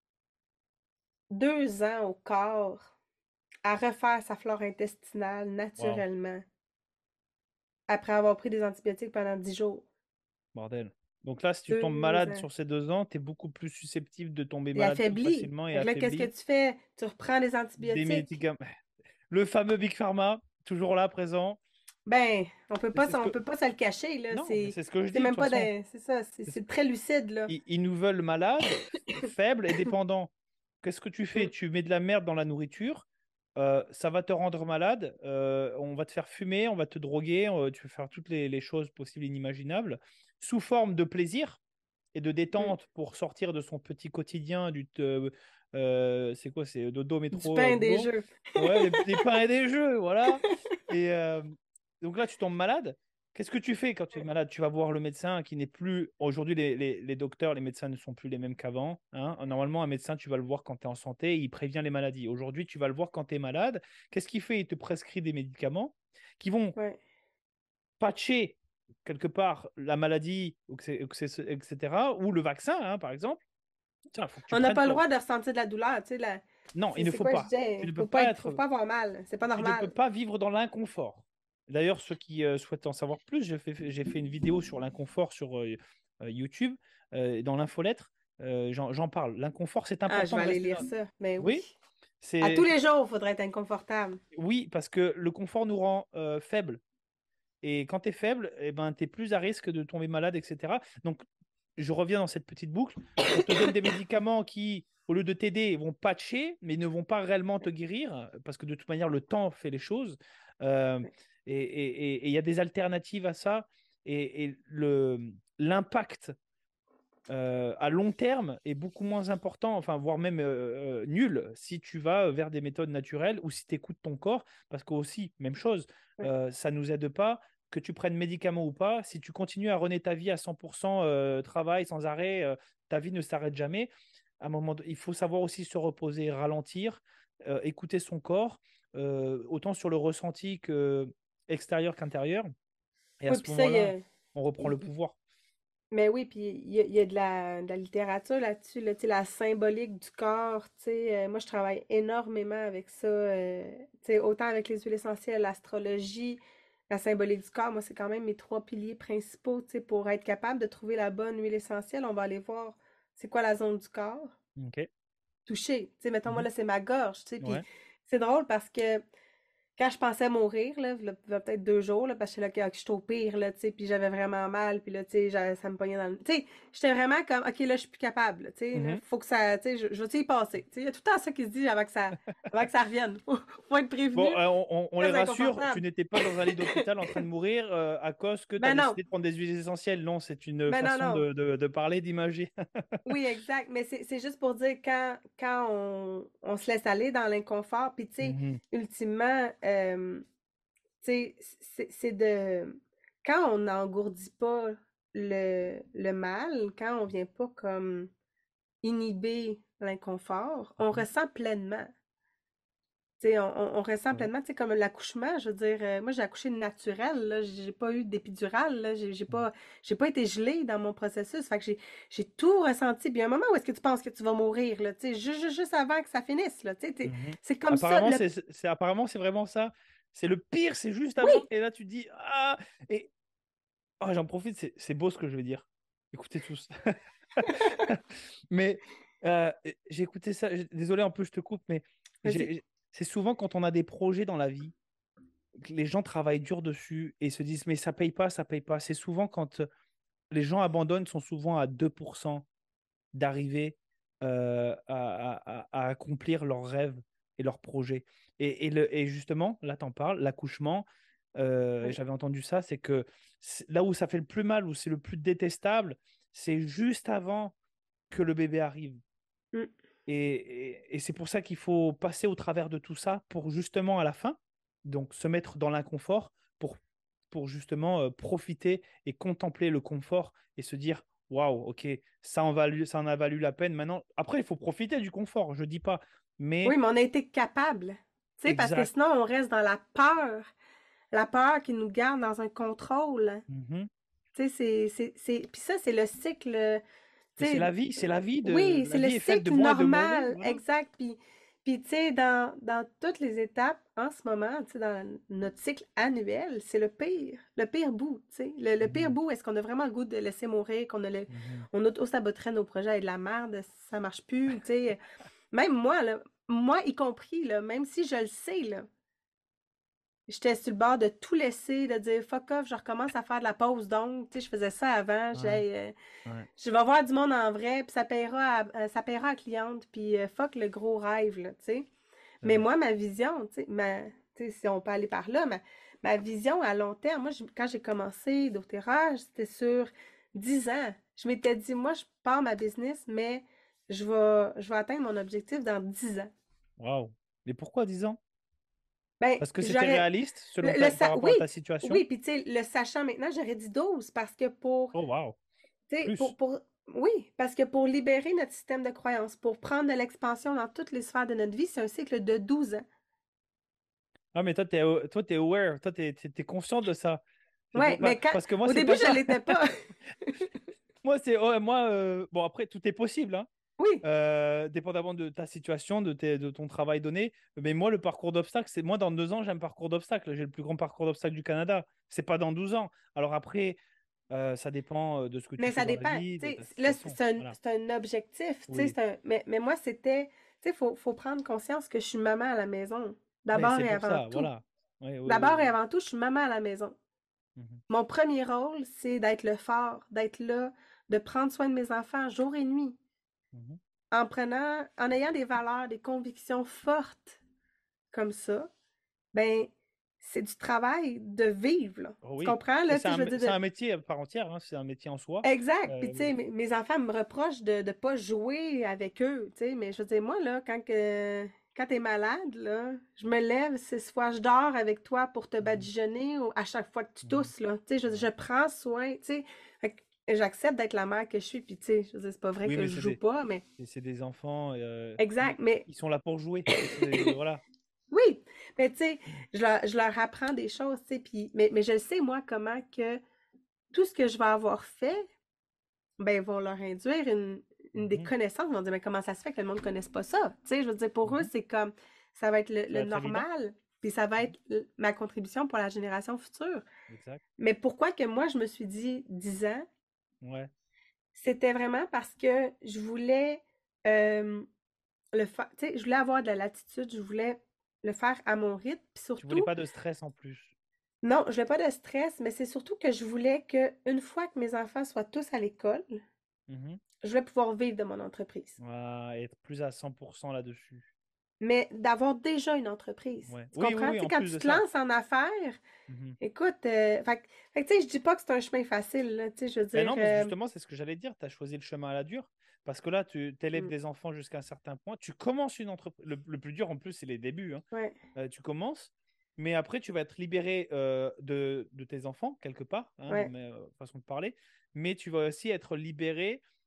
2 ans au corps à refaire sa flore intestinale Waouh, naturellement après avoir pris des antibiotiques pendant 10 jours. bordel. Donc là, si tu tombes Deux malade ans. sur ces 2 ans, tu es beaucoup plus susceptible de tomber Et malade plus affaibli. facilement et Fait que là, qu'est-ce que affaibli. tu fais? Tu reprends des Des antibiotiques? médicaments. Le fameux Big Pharma, toujours là, présent. Ben, Et c'est ce on que... peut pas se le cacher, là. Non, mais c'est ce que je C'est dis, de même toute pas façon. c'est ça, C'est ce c'est très lucide, là. ils nous veulent malades, faibles et dépendants. Qu'est-ce que tu fais? Mm. Tu mets de la merde dans la nourriture, ça va te rendre malade, on va te faire fumer, on va te droguer, tu vas faire toutes les choses possibles et inimaginables, sous forme de plaisir et de Mm. détente pour sortir de son petit quotidien c'est quoi? C'est dodo, Du métro, pain des boulot. jeux. Ouais, des pains et des jeux, voilà. Et donc là, tu tombes malade. Qu'est-ce que tu fais quand tu es malade? Tu vas voir le médecin qui n'est plus. Aujourd'hui, les docteurs, les médecins ne sont plus les mêmes qu'avant, hein. Normalement, un médecin, tu vas le voir quand tu es en santé, il prévient les maladies. Aujourd'hui, tu vas le voir quand tu es malade. Qu'est-ce qu'il fait? Il te prescrit des médicaments qui vont Ouais. patcher quelque part la maladie, etc., ou le vaccin, hein, par exemple. Tiens, il faut que tu On n'a prennes pas le ton. droit de ressentir de la douleur, tu sais, Non, il ne c'est faut quoi je pas. Tu disais? ne peux pas Faut être pas avoir mal. C'est pas tu ne peux normal. pas vivre dans l'inconfort. D'ailleurs, ceux qui souhaitent en savoir plus, j'ai fait une vidéo sur l'inconfort sur YouTube, dans l'infolettre. J'en parle. L'inconfort, c'est Ah, je important vais de aller rester lire dans. ça. Mais oui. Oui, À tous c'est les jours, il faudrait être inconfortable. oui, parce que le confort nous rend faibles. Et quand tu es faible, eh ben, tu es plus à risque de tomber malade, etc. Donc, je reviens dans cette petite boucle. On te donne des médicaments qui, au lieu de t'aider, vont patcher, mais ne vont pas réellement te guérir, parce que de toute manière, le temps fait les choses. Euh, Ouais. et il y a des alternatives à ça. Et l'impact à long terme est beaucoup moins important, enfin, voire même nul, si tu vas vers des méthodes naturelles ou si tu écoutes ton corps, parce que aussi, même chose, Ouais. ça ne nous aide pas, que tu prennes médicaments ou pas, si tu continues à runner ta vie à 100%, travail sans arrêt, ta vie ne s'arrête jamais. À un moment, il faut savoir aussi se reposer, ralentir, écouter son corps, autant sur le ressenti que extérieur qu'intérieur. Et à Oui, ce puis ça, moment-là, on reprend le il- pouvoir. mais oui, puis il y a de la littérature là-dessus, là, tu sais, la symbolique du corps, tu sais, moi je travaille énormément avec ça, tu sais, autant avec les huiles essentielles, l'astrologie, la symbolique du corps, moi c'est quand même mes 3 piliers principaux, tu sais, pour être capable de trouver la bonne huile essentielle, on va aller voir c'est quoi la zone du corps, OK. toucher, tu sais, mettons moi Mhm. là c'est ma gorge, tu sais, puis Ouais. c'est drôle parce que quand je pensais mourir, là, v'là peut-être 2 jours, là, parce que j'étais là, que j'étais au pire, là, tu sais, puis j'avais vraiment mal, puis là, tu sais, ça me pognait dans le... Tu sais, j'étais vraiment comme, OK, là, je suis plus capable, là, tu sais, là, Mhm. faut que ça... Tu sais, je vais-y passer. Tu sais, il y a tout le temps ça qui se dit avant que ça revienne. Faut être Bon, prévenu. on les Très rassure, tu inconfortable. n'étais pas dans un lit d'hôpital en train de mourir à cause que tu as Ben non, décidé de prendre des huiles essentielles. Non, c'est une ben non, façon non. de parler, d'imager. Oui, exact, mais c'est juste pour dire quand on se laisse aller dans l'inconfort, puis tu sais, Mhm. ultimement, tu sais, c'est de... Quand on n'engourdit pas le mal, quand on vient pas comme inhiber l'inconfort, on Mhm. ressent pleinement. Tu sais, on ressent Ouais. pleinement, tu sais, comme l'accouchement, je veux dire, moi j'ai accouché naturel, là, j'ai pas eu d'épidurale, là, j'ai pas été gelée dans mon processus, fait que j'ai tout ressenti. Puis il y a un moment où est-ce que tu penses que tu vas mourir, là, tu sais, juste avant que ça finisse, là, tu sais, Mhm. c'est comme ça, Apparemment, apparemment, c'est vraiment ça. C'est le pire, c'est juste avant. oui! Et là, tu te dis, ah, et j'en profite, c'est beau ce que je vais dire. Écoutez tous. Mais j'ai écouté ça. Désolé, un peu, je te coupe, mais Vas-y. c'est souvent quand on a des projets dans la vie, que les gens travaillent dur dessus et se disent, mais ça paye pas, ça paye pas. C'est souvent quand les gens abandonnent, sont souvent à 2% d'arriver à accomplir leurs rêves et leurs projets. Et justement, là, t'en parles, l'accouchement, Ouais. j'avais entendu ça, c'est que là où ça fait le plus mal, où c'est le plus détestable, c'est juste avant que le bébé arrive. Mm. Et c'est pour ça qu'il faut passer au travers de tout ça pour justement à la fin, donc se mettre dans l'inconfort pour justement profiter et contempler le confort et se dire waouh, ok, ça en a valu la peine. Maintenant, après, il faut profiter du confort, je dis pas, Oui, mais mais on a été capable, tu sais, parce que exact. sinon on reste dans la peur qui nous garde dans un contrôle. Mhm. Tu sais, puis ça, c'est le cycle, tu Mais sais, c'est la vie de, oui, c'est la le vie est faite de cycle bons et de mauvais, normal, voilà. exact. Puis tu sais, dans toutes les étapes, en ce moment, tu sais, dans notre cycle annuel, c'est le pire bout, tu sais. Le pire Mhm. bout, est-ce qu'on a vraiment le goût de laisser mourir, Mhm. on auto-saboterait nos projets avec de la merde, ça marche plus, tu sais. Même moi, là, moi y compris, là, même si je le sais, là, j'étais sur le bord de tout laisser, de dire fuck off, je recommence à faire de la pause donc, tu sais, je faisais ça avant, Ouais, ouais, je vais voir du monde en vrai, puis ça paiera à la cliente, puis fuck le gros rêve, là, tu sais. c'est Mais vrai. moi, ma vision, tu sais, si on peut aller par là, ma vision à long terme, moi, quand j'ai commencé doTERRA, c'était sur 10 ans. Je m'étais dit, moi, je pars ma business, mais je vais atteindre mon objectif dans 10 ans. Waouh. Mais pourquoi 10 ans? Ben, Parce que c'était j'aurais, réaliste selon par rapport oui, à ta oui, situation? puis tu sais, le sachant maintenant, j'aurais dit 12 parce que Oh, waouh. tu sais, Plus. oui, parce que pour libérer notre système de croyance, pour prendre de l'expansion dans toutes les sphères de notre vie, c'est un cycle de 12 ans. Ah, mais toi, t'es aware, toi, t'es conscient de ça. Ouais, mais Parce que moi, au c'est début, pas je ça. l'étais pas. Moi, bon, après, tout est possible, hein. Oui, Dépendamment de ta situation, de ton travail donné. Mais moi, le parcours d'obstacles, c'est moi, dans 2 ans, j'ai un parcours d'obstacles. J'ai le plus grand parcours d'obstacles du Canada. C'est pas dans 12 ans. Alors après, ça dépend de ce que tu mais fais ça dans la dépend. vie, Tu de sais, ta là, situation. Voilà. c'est un objectif. Tu sais, Oui. mais moi, c'était. Tu sais, faut prendre conscience que je suis maman à la maison. Mais D'abord c'est et pour avant ça, tout. voilà. Oui, oui, oui, D'abord et oui. avant tout, je suis maman à la maison. Mhm, Mon premier rôle, c'est d'être le phare, d'être là, de prendre soin de mes enfants jour et nuit, mhm. en ayant des valeurs, des convictions fortes comme ça, ben, c'est du travail de vivre, là. Oh Tu oui. comprends, Mais là? Tu sais, je veux dire, c'est un métier à part entière, hein. C'est un métier en soi. exact. Puis, tu sais, Euh, mes enfants me reprochent de ne pas jouer avec eux, tu sais, mais je veux dire, moi, là, quand t'es malade, là, je me lève 6 fois, je dors avec toi pour te mhm, badigeonner à chaque fois que tu mhm. tousses, là. Tu sais, Ouais. je prends soin, tu sais. Fait que j'accepte d'être la mère que je suis, puis, tu sais, je veux dire, c'est pas vrai Oui, que mais je joue pas, mais c'est des enfants. exact. Mais Ils sont là pour jouer. Voilà. oui, mais tu sais, je leur apprends des choses, tu sais, puis, mais je sais, moi, comment que tout ce que je vais avoir fait, ben, vont leur induire une des Mhm, connaissances. Ils vont dire, mais comment ça se fait que le monde ne connaisse pas ça? Tu sais, je veux dire, pour eux, mhm. c'est comme, ça va être Ça le va être évident. normal, puis ça va Mhm. être ma contribution pour la génération future. Exact. Mais pourquoi que moi, je me suis dit 10 ans? Ouais. C'était vraiment parce que je voulais euh, le faire, tu sais, je voulais avoir de la latitude, je voulais le faire à mon rythme, puis Tu voulais surtout, pas de stress en plus. non, je voulais pas de stress, mais c'est surtout que je voulais que une fois que mes enfants soient tous à l'école, Mhm. je voulais pouvoir vivre de mon entreprise. Être plus à 100% là-dessus. Mais d'avoir déjà une entreprise. Ouais. Tu Oui, oui, comprends? Tu oui, sais, en quand plus tu de te ça. lances en affaires, Mhm. écoute, fait que, tu sais, je dis pas que c'est un chemin facile, là, tu sais, je veux Ben dire, non, mais justement, c'est ce que j'allais dire. Tu as choisi le chemin à la dure. Parce que là, tu élèves mm, des enfants jusqu'à un certain point. Tu commences une entreprise. Le plus dur, en plus, c'est les débuts, hein. ouais, Tu commences, mais après, tu vas être libéré de tes enfants, quelque part, hein, ouais, façon de parler. Mais tu vas aussi être libéré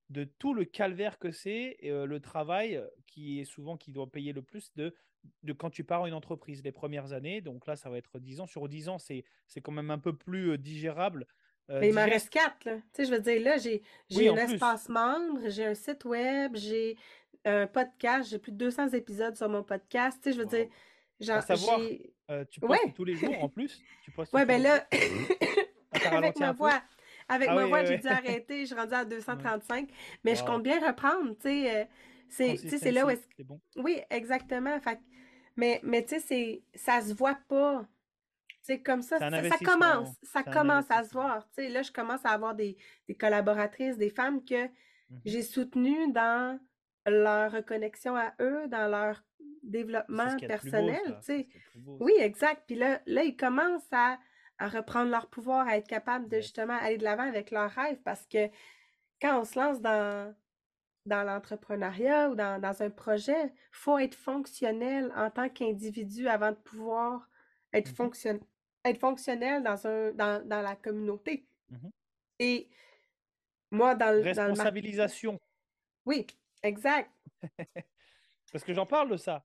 de tout le calvaire que c'est, et, le travail qui est souvent qui doit payer le plus de quand tu pars en une entreprise les premières années. Donc là, ça va être 10 ans. Sur 10 ans, c'est quand même un peu plus digérable. Mais il m'en reste Digeste, 4, là. Tu sais, je veux dire, là, j'ai oui, un en plus. espace membre, j'ai un site web, j'ai un podcast, j'ai plus de 200 épisodes sur mon podcast. Tu sais, je veux dire, Waouh. À genre, savoir, j'ai... tu postes Ouais, tous les jours en plus. Tu postes ouais, tous ben les jours. là, Ah, t'as avec ralenti ma un peu? voix, avec Ah ma oui, voix, oui, j'ai dû oui. arrêter, je suis rendue à Ouais. 235, mais je compte Waouh. bien reprendre, tu sais. Tu sais, c'est là où Consistency, est-ce... c'est bon. Oui, exactement. Fait, mais tu sais, ça se voit pas. C'est comme C'est un commence, investissement. ça C'est un commence à se investissement. voir. Tu sais, là, je commence à avoir des collaboratrices, des femmes que Mhm. j'ai soutenues dans leur reconnexion à eux, dans leur C'est ce développement qu'il y a de plus beau, personnel, ça. tu C'est ce sais. qu'il y a de plus beau, Oui, ça. exact. Puis là, ils commencent à reprendre leur pouvoir, à être capables de Yes. justement aller de l'avant avec leurs rêves parce que quand on se lance dans l'entrepreneuriat ou dans un projet, il faut être fonctionnel en tant qu'individu avant de pouvoir être, Mhm. fonction- être fonctionnel dans la communauté. Mhm. Et moi, dans le marketing, Responsabilisation. oui, exact. Parce que j'en parle de ça.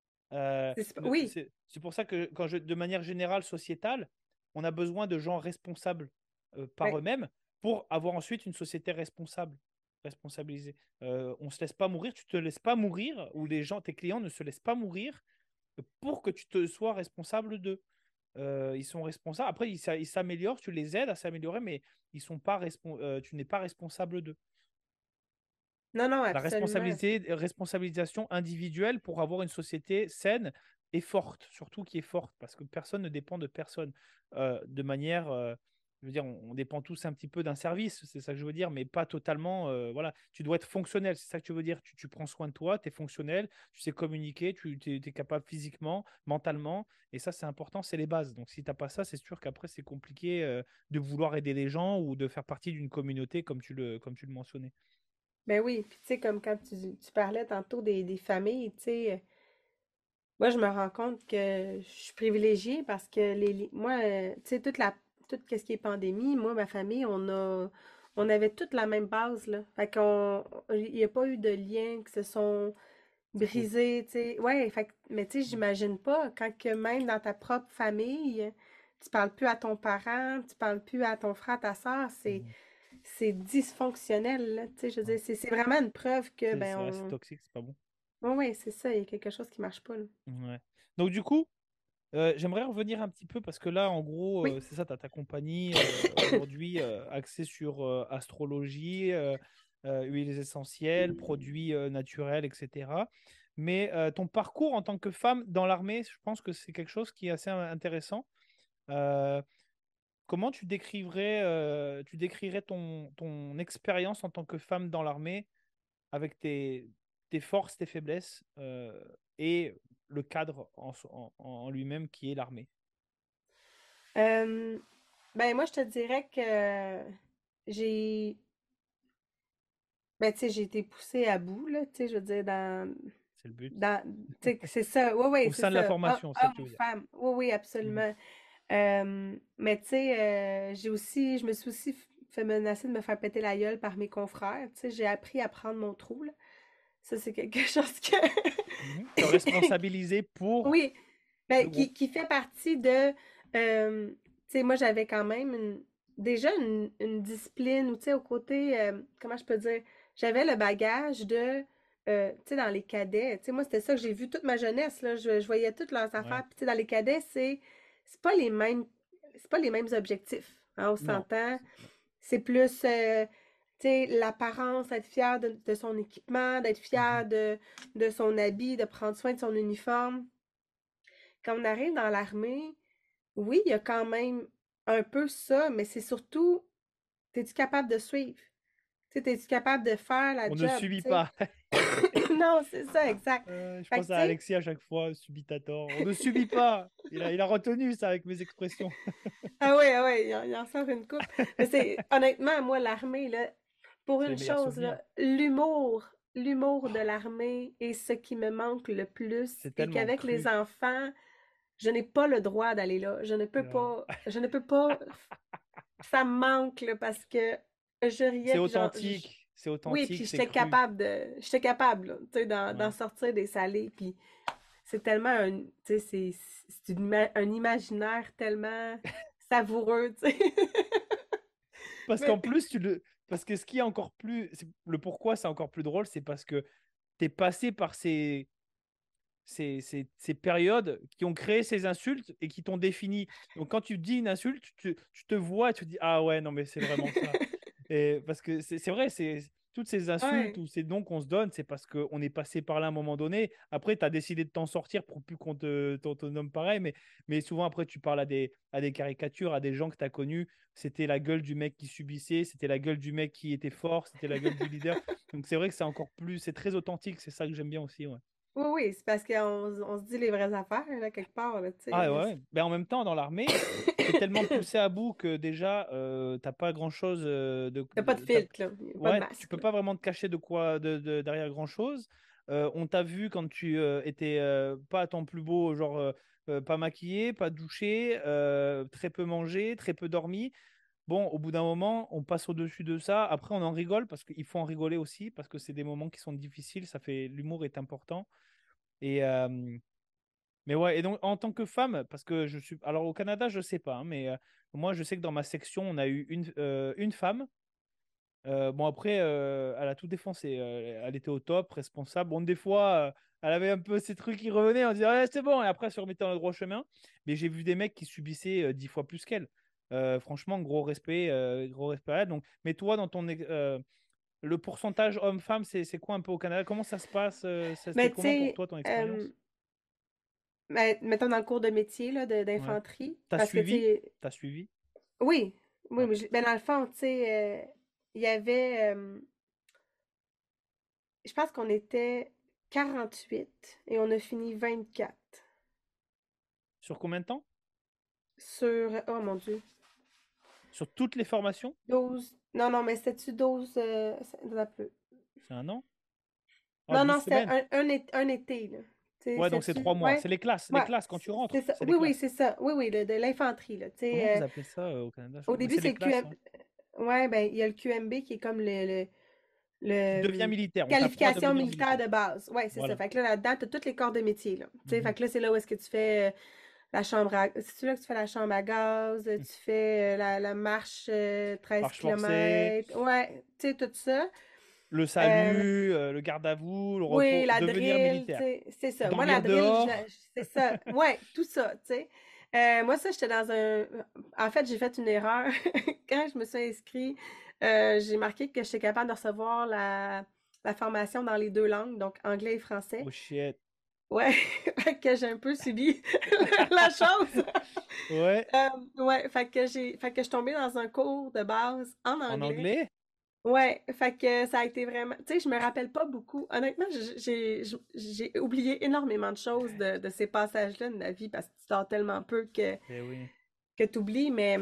Oui, C'est pour ça que, de manière générale, sociétale, on a besoin de gens responsables par oui. eux-mêmes pour avoir ensuite une société responsable, responsabilisée. On ne se laisse pas mourir, tu te laisses pas mourir, ou les gens, tes clients ne se laissent pas mourir pour que tu te sois responsable d'eux. Ils sont responsables. Après, ils s'améliorent, tu les aides à s'améliorer, mais ils sont pas tu n'es pas responsable d'eux. Non, non, La absolument. responsabilisation individuelle pour avoir une société saine et forte, surtout qui est forte, parce que personne ne dépend de personne. De manière, je veux dire, on dépend tous un petit peu d'un service, c'est ça que je veux dire, mais pas totalement. Voilà, tu dois être fonctionnel, c'est ça que tu veux dire. Tu prends soin de toi, tu es fonctionnel, tu sais communiquer, tu es capable physiquement, mentalement, et ça, c'est important, c'est les bases. Donc, si tu n'as pas ça, c'est sûr qu'après, c'est compliqué de vouloir aider les gens ou de faire partie d'une communauté comme tu le mentionnais. Ben oui, puis tu sais, comme quand tu parlais tantôt des familles, tu sais, moi, je me rends compte que je suis privilégiée parce que moi, tu sais, tout ce qui est pandémie, moi, ma famille, on avait toute la même base, là. Fait il n'y a pas eu de liens qui se sont C'est cool. brisés, tu sais. Ouais, mais tu sais, j'imagine pas quand que même dans ta propre famille, tu parles plus à ton parent, tu parles plus à ton frère, ta soeur, Mhm. c'est dysfonctionnel, là. Tu sais, je veux Ouais. dire, c'est vraiment une preuve que, ben, Ouais, c'est toxique, c'est pas bon. ouais, ouais, c'est ça, il y a quelque chose qui marche pas, là. Ouais. Donc, du coup, j'aimerais revenir un petit peu parce que là, en gros, Oui. c'est ça, tu as ta compagnie aujourd'hui axée sur astrologie, huiles essentielles, produits naturels, etc. Mais ton parcours en tant que femme dans l'armée, je pense que c'est quelque chose qui est assez intéressant. Euh, Comment tu décrirais ton expérience en tant que femme dans l'armée avec tes forces, tes faiblesses et le cadre en lui-même qui est l'armée. Euh, ben moi, je te dirais que j'ai ben tu sais, j'ai été poussée à bout, là, tu sais, je veux dire, C'est le but. dans, tu sais, c'est ça, oui, oui, Au c'est sein de la ça, formation, c'est ça que homme tu ou veux dire. femme, oui, oui, Mhm. absolument. Mais tu sais, je me suis aussi fait menacer de me faire péter la gueule par mes confrères, tu sais, j'ai appris à prendre mon trou, là. Ça, c'est quelque chose que, Mhm. Te responsabiliser pour oui, ben, le groupe. qui fait partie de, tu sais, moi, j'avais quand même déjà une discipline, ou tu sais, au côté, comment je peux dire, j'avais le bagage de, tu sais, dans les cadets, tu sais, moi, c'était ça que j'ai vu toute ma jeunesse, là, je voyais toutes leurs Ouais. affaires, puis tu sais, dans les cadets, c'est pas les mêmes, c'est pas les mêmes objectifs, hein, on Non. s'entend, c'est plus, tu sais, l'apparence, être fier de son équipement, d'être Mhm. fier de son habit, de prendre soin de son uniforme. Quand on arrive dans l'armée, oui, il y a quand même un peu ça, mais c'est surtout, es-tu capable de suivre? Tu sais, es-tu capable de faire la On ne job, subit tu sais? pas. Non, c'est ça, exact. Je Fait que, pense tu à sais, Alexis à chaque fois, subitator. On ne subit pas. Il a retenu ça avec mes expressions. ah ouais, il en sort une coupe. Mais c'est, honnêtement, moi, l'armée, là, pour C'est les une meilleurs chose, souvenirs. là, l'humour de l'armée est ce qui me manque le plus C'est et tellement qu'avec les cru. enfants, je n'ai pas le droit d'aller là. Non. Je ne peux pas, ça me manque, là, parce que je C'est riais, puis authentique. c'est Oui, authentique, puis c'est cru. j'étais capable, là, tu sais, d'en Ouais. sortir des salés, puis c'est tellement tu sais, un imaginaire tellement savoureux, tu sais. Parce Mais, qu'en plus, parce que ce qui est encore plus, le pourquoi c'est encore plus drôle, c'est parce que tu es passé par ces périodes qui ont créé ces insultes et qui t'ont défini. Donc, quand tu dis une insulte, tu te vois et tu te dis, ah ouais, non, mais c'est vraiment ça. Et parce que c'est vrai, c'est toutes ces insultes ouais, ou ces noms qu'on se donne, c'est parce qu'on est passé par là à un moment donné. Après, tu as décidé de t'en sortir pour plus qu'on te nomme pareil, mais souvent, après, tu parles à des caricatures, à des gens que tu as connus. C'était la gueule du mec qui subissait, c'était la gueule du mec qui était fort, c'était la gueule du leader. Donc, c'est vrai que c'est encore plus, c'est très authentique, c'est ça que j'aime bien aussi. Ouais. oui, oui, c'est parce on se dit les vraies affaires, là, quelque part, là, tu Ah sais. ouais, mais en même temps, dans l'armée, tu es tellement poussé à bout que déjà, t'as pas grand-chose T'as pas de filtre, là, y a pas de ouais, tu masque, peux là. pas vraiment te cacher de quoi derrière grand-chose. On t'a vu quand tu étais pas à ton plus beau, genre pas maquillé, pas douché, très peu mangé, très peu dormi. Bon, au bout d'un moment, on passe au-dessus de ça. Après, on en rigole parce qu'il faut en rigoler aussi parce que c'est des moments qui sont difficiles. Ça fait, l'humour est important. Et, mais ouais, et donc en tant que femme, parce que je suis. Alors au Canada, je sais pas, hein, mais moi je sais que dans ma section, on a eu une femme. Bon, après, elle a tout défoncé. Elle était au top, responsable. Bon, des fois, elle avait un peu ces trucs qui revenaient. On disait, ouais, c'est bon. Et après, elle se remettait dans le droit chemin. Mais j'ai vu des mecs qui subissaient 10 fois plus qu'elle. Franchement, gros respect à elle. Donc, mais toi, le pourcentage homme-femme, c'est quoi un peu au Canada? Comment ça se passe? C'était Mais tu comment pour sais, toi, ton expérience? mettons dans le cours de métier, là, Ouais. d'infanterie, T'as parce que, tu suivi? sais, T'as suivi? oui, oui, Ouais. mais ben, dans le fond, tu sais, il y avait, je pense qu'on était 48 et on a fini 24 Sur combien de temps? sur, oh mon Dieu, Sur toutes les formations? 12, non, non, mais c'était-tu 12, attends un peu. C'est un an? Ah, Non, 12 non, c'était semaines. un été, là. Ouais, donc c'est C'est-tu, 3 mois. ouais, C'est les classes. Les ouais, classes, quand tu c'est rentres, ça. c'est les Oui, oui, classes. c'est ça. Oui, oui, de l'infanterie, là. Tu Comment vous sais, appelez ça au Canada? au Mais début, c'est c'est les le classes, QM. hein. Ouais, ben, il y a le QMB qui est comme Tu deviens le militaire. On t'apprend à qualification devenir militaire militaire. de base. Ouais, c'est ça. Voilà. Fait que là, là-dedans, t'as tous les corps de métier, là. Tu sais, fait Mhm. que là, c'est là où est-ce que tu fais la chambre à... C'est là que tu fais la chambre à gaz, tu fais la marche 13 Marche forcée, km. Ouais, tu sais, tout ça. le Euh, salut, le garde à vous, le oui, repos, la devenir drill, tu militaire. sais, c'est ça. Moi, la Dormir drill, dehors. c'est ça. Ouais, tout ça, tu sais. Moi, ça, j'étais dans un... En fait, j'ai fait une erreur. Quand je me suis inscrite, j'ai marqué que j'étais capable de recevoir la formation dans les deux langues, donc anglais et français. Oh shit. Ouais, fait que j'ai un peu subi la chose. Ouais, Ouais, fait que je suis tombée dans un cours de base en en anglais. anglais. Ouais, fait que ça a été vraiment. Tu sais, je me rappelle pas beaucoup. Honnêtement, j'ai oublié énormément de choses de ces passages-là de la vie parce que tu dors tellement peu Eh oui. que tu oublies. Mais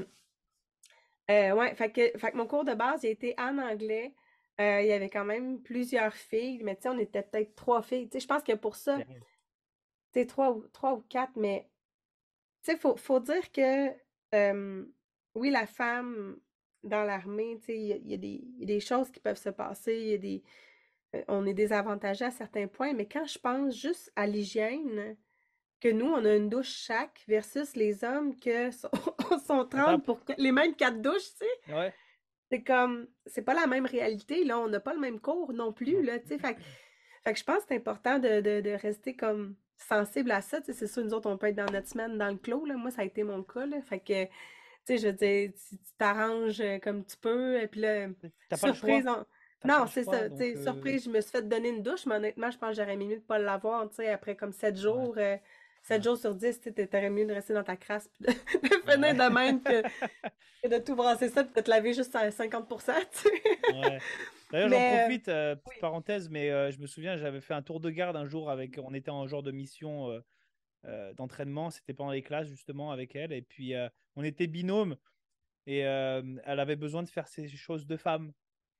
ouais, fait que mon cours de base, il a été en anglais. Il y avait quand même plusieurs filles, mais tu sais, on était peut-être trois filles. Tu sais, je pense que pour ça, Terrible. tu sais, trois ou quatre, mais tu sais, faut dire que oui, la femme dans l'armée, tu sais, il y a des choses qui peuvent se passer, il y a on est désavantagé à certains points, mais quand je pense juste à l'hygiène, que nous, on a une douche chaque versus les hommes que sont, sont On 30 tape. pour les mêmes quatre douches, tu sais, Ouais. c'est comme, c'est pas la même réalité, là, on n'a pas le même cours non plus, Non. là, tu sais, fait que je pense que c'est important de rester comme sensible à ça, tu sais, c'est sûr, nous autres, on peut être dans notre semaine dans le clos, là, moi, ça a été mon cas, là, fait que, tu sais, je veux dire, tu t'arranges comme tu peux, et puis là, T'as pas le surprise, choix. T'as pas non, le c'est choix. ça, tu Donc, sais, surprise, je me suis fait donner une douche, mais honnêtement, je pense que j'aurais aimé mieux de pas l'avoir, tu sais, après comme 7 jours, ouais. 7 jours sur 10, tu sais, t'aurais mieux de rester dans ta crasse, puis de finir Ouais. de même que de tout brasser ça, puis de te laver juste à 50%, tu sais. Ouais. D'ailleurs, j'en Mais, profite, petite parenthèse, mais je me souviens, j'avais fait un tour de garde un jour on était en genre de mission d'entraînement, c'était pendant les classes justement avec elle, et puis on était binôme, et elle avait besoin de faire ces choses de femme.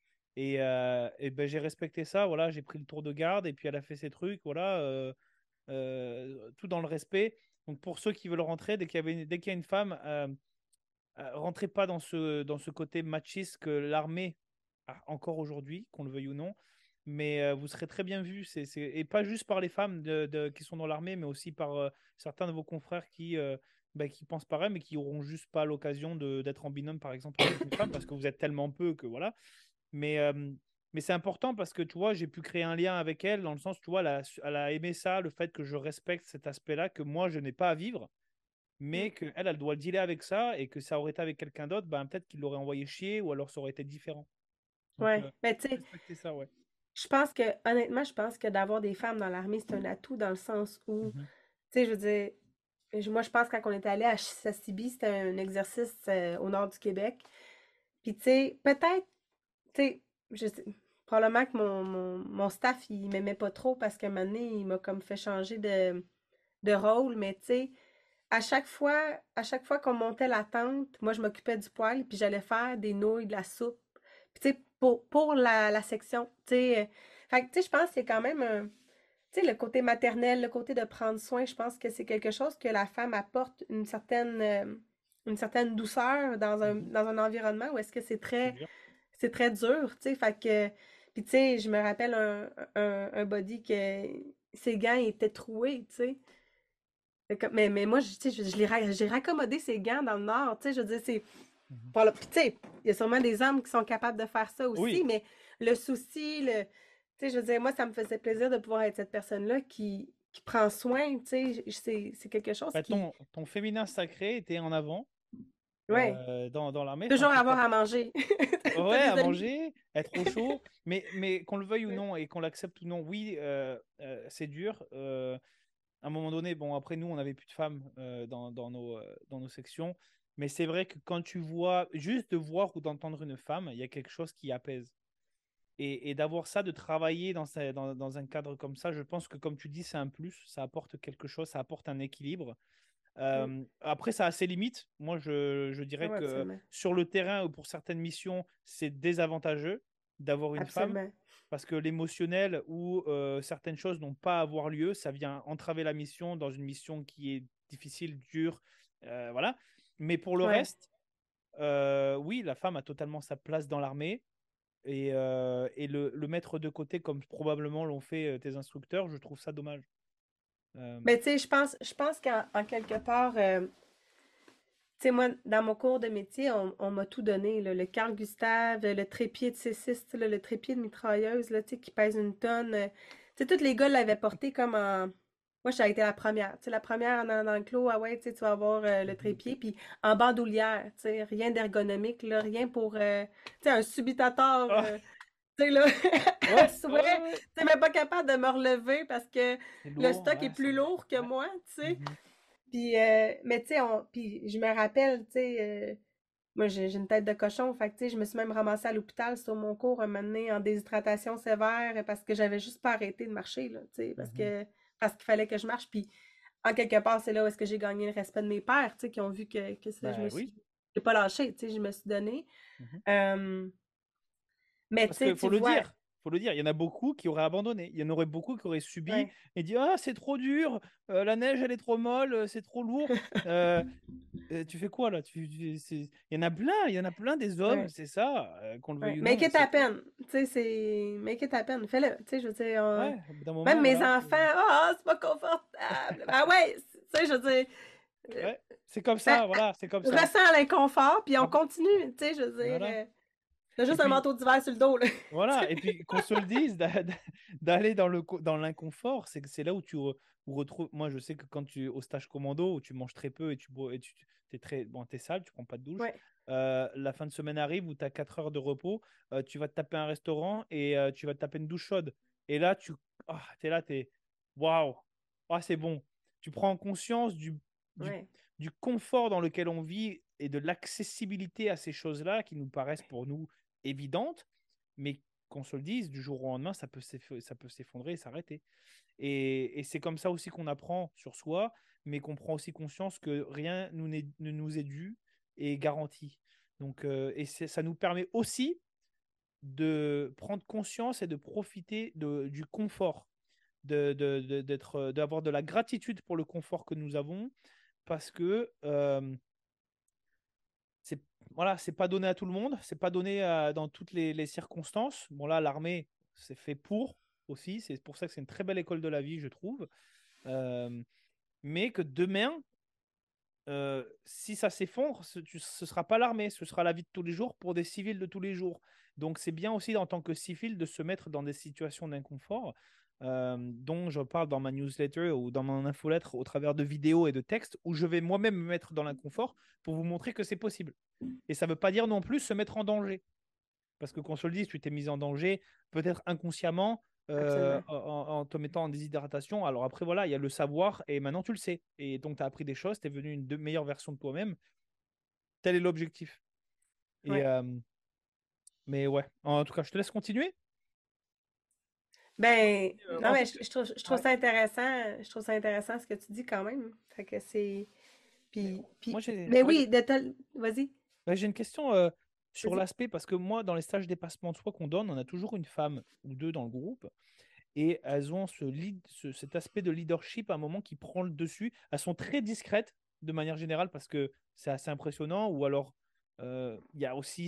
Et ben, j'ai respecté ça, voilà, j'ai pris le tour de garde, et puis elle a fait ses trucs, voilà, tout dans le respect. Donc pour ceux qui veulent rentrer, dès qu'il y a une femme, rentrez pas dans ce côté machiste que l'armée encore aujourd'hui, qu'on le veuille ou non. Mais vous serez très bien vu, et pas juste par les femmes qui sont dans l'armée, mais aussi par certains de vos confrères qui pensent pareil, mais qui n'auront juste pas l'occasion d'être en binôme, par exemple, avec une femme, parce que vous êtes tellement peu que voilà. Mais, euh, mais c'est important parce que tu vois, j'ai pu créer un lien avec elle dans le sens, tu vois, elle a aimé ça, le fait que je respecte cet aspect-là que moi, je n'ai pas à vivre, Mm. mais qu'elle, elle doit dealer avec ça et que ça aurait été avec quelqu'un d'autre, ben, peut-être qu'il l'aurait envoyé chier ou alors ça aurait été différent. Donc, Ouais. Ben, tu sais, respecter ça, ouais. je pense que, honnêtement, je pense que d'avoir des femmes dans l'armée, c'est un atout dans le sens où, Mhm. tu sais, je veux dire, moi, je pense que quand on était allé à Sassibi, c'était un exercice au nord du Québec. Puis, tu sais, peut-être, tu sais, je sais, probablement que mon staff, il m'aimait pas trop parce qu'à un moment donné, il m'a comme fait changer de rôle, mais tu sais, à chaque fois qu'on montait la tente, moi, je m'occupais du poêle, puis j'allais faire des nouilles, de la soupe. Puis, tu sais, pour la section, tu sais. Fait que, tu sais, je pense qu'il y a quand même un. Tu sais, le côté maternel, le côté de prendre soin, je pense que c'est quelque chose que la femme apporte une certaine douceur dans un, Mhm. dans un environnement où est-ce que c'est C'est très, dur. c'est très dur, tu sais. Fait que. Puis, tu sais, je me rappelle un body que ses gants étaient troués, tu sais. Mais moi, tu sais, j'ai raccommodé ces gants dans le Nord, tu sais, je veux dire, c'est. Mhm. Voilà. Puis, tu sais, il y a sûrement des hommes qui sont capables de faire ça aussi, Oui, mais le souci, tu sais, je veux dire, moi, ça me faisait plaisir de pouvoir être cette personne-là qui prend soin, tu sais, c'est quelque chose bah, qui. ton féminin sacré était en avant Ouais. dans l'armée. Enfin, Toujours avoir à manger. T'as ouais, des à amis. manger, être au chaud, mais qu'on le veuille ou non et qu'on l'accepte ou non, oui, c'est dur. À un moment donné, bon, après nous, on n'avait plus de femmes dans nos sections, mais c'est vrai que quand tu vois, juste de voir ou d'entendre une femme, il y a quelque chose qui apaise. Et d'avoir ça, de travailler dans un cadre comme ça, je pense que, comme tu dis, c'est un plus, ça apporte quelque chose, ça apporte un équilibre. Mm. Après, ça a ses limites. Moi, je Ah dirais ouais, que absolument. sur le terrain ou pour certaines missions, c'est désavantageux d'avoir une femme Absolument. parce que l'émotionnel ou certaines choses n'ont pas à avoir lieu. Ça vient entraver la mission dans une mission qui est difficile, dure. Voilà. Mais pour le Ouais. reste, oui, la femme a totalement sa place dans l'armée. Et le mettre de côté comme probablement l'ont fait tes instructeurs, je trouve ça dommage. Euh, Mais tu sais, je pense qu'en quelque part, tu sais, moi, dans mon cours de métier, on m'a tout donné, là, le Carl Gustave, le trépied de C6, là, le trépied de mitrailleuse, là, tu sais, qui pèse une tonne. Tu sais, tous les gars l'avaient porté comme en. Moi, j'ai été la première. Tu sais, la première dans le clos, ah ouais, tu sais, tu vas avoir le mhm. trépied, puis en bandoulière, tu sais, rien d'ergonomique, là, rien pour, tu sais, un subitateur, Ah, tu sais, là, à ouais, ouais, souhait. ouais. Tu sais, même pas capable de me relever parce que C'est le lourd, stock est ouais, plus lourd que ouais. moi, tu sais. Mhm. Puis, mais tu sais, puis je me rappelle, tu sais, moi j'ai une tête de cochon, fait que tu sais, je me suis même ramassée à l'hôpital sur mon cours un moment donné en déshydratation sévère parce que j'avais juste pas arrêté de marcher, là, tu sais, parce Mhm. que parce qu'il fallait que je marche. Puis, en quelque part, c'est là où est-ce que j'ai gagné le respect de mes pères, tu sais, qui ont vu que ça, je me Ben oui. suis. J'ai pas lâché, tu sais, je me suis donnée. Mhm. Euh, mais tu Parce sais, qu'il tu vois, faut le dire, il y en a beaucoup qui auraient abandonné. Il y en aurait beaucoup qui auraient subi ouais, et dit ah c'est trop dur, la neige elle est trop molle, c'est trop lourd. Euh, tu fais quoi là? Il y en a plein, il y en a plein des hommes, ouais. c'est ça, qu'on le Ouais. veuille ou Make non, it c'est happen. Tu sais, c'est. Make it happen. Fais-le. Tu sais, je veux dire, ouais, au bout d'un même moment mes voilà. enfants, ah, c'est pas confortable. Ah ouais, tu sais, je veux dire, euh, Ouais, c'est comme ben, ça, voilà, c'est comme ça. ressens l'inconfort, puis on Ah, continue. Tu sais, je veux dire, voilà. t'as Et juste un puis manteau d'hiver sur le dos, là. voilà, et puis qu'on se le dise, d'aller dans l'inconfort, c'est là où où retrouves. Moi, je sais que quand tu au stage commando, où tu manges très peu et tu es très bon, t'es sale, tu prends pas de douche. Ouais, La fin de semaine arrive où tu as 4 heures de repos, tu vas te taper un restaurant et tu vas te taper une douche chaude. Et là, t'es là, t'es waouh, ah, c'est bon. Tu prends conscience du, ouais. du confort dans lequel on vit et de l'accessibilité à ces choses-là qui nous paraissent pour nous évidentes, mais qu'on se le dise, du jour au lendemain, ça peut s'effondrer et s'arrêter. Et c'est comme ça aussi qu'on apprend sur soi, mais qu'on prend aussi conscience que rien ne nous est dû et garanti. Donc, ça nous permet aussi de prendre conscience et de profiter du confort, d'avoir de la gratitude pour le confort que nous avons, parce que c'est voilà, c'est pas donné à tout le monde, c'est pas donné dans toutes les circonstances. Bon là, l'armée, c'est fait pour aussi, c'est pour ça que c'est une très belle école de la vie, je trouve. Euh, mais que demain, si ça s'effondre, ce sera pas l'armée, ce sera la vie de tous les jours pour des civils de tous les jours. Donc c'est bien aussi en tant que civil de se mettre dans des situations d'inconfort, dont je parle dans ma newsletter ou dans mon infolettre au travers de vidéos et de textes, où je vais moi-même me mettre dans l'inconfort pour vous montrer que c'est possible. Et ça ne veut pas dire non plus se mettre en danger. Parce que qu'on se le dise, tu t'es mis en danger, peut-être inconsciemment, Absolument. en te mettant en déshydratation. Alors après, voilà, il y a le savoir et maintenant tu le sais. Et donc tu as appris des choses, tu es devenu une meilleure version de toi-même. Tel est l'objectif. Et, Ouais. mais ouais, en tout cas, je te laisse continuer. Ben, non, En mais fait, je trouve ouais, ça intéressant. Je trouve ça intéressant ce que tu dis quand même. Fait que c'est. mais moi Mais ouais, oui, Vas-y, ouais, j'ai une question sur vas-y. l'aspect, parce que moi, dans les stages dépassement de soi qu'on donne, on a toujours une femme ou deux dans le groupe. Et elles ont cet aspect de leadership à un moment qui prend le dessus. Elles sont très discrètes de manière générale parce que c'est assez impressionnant. Ou alors, il y a aussi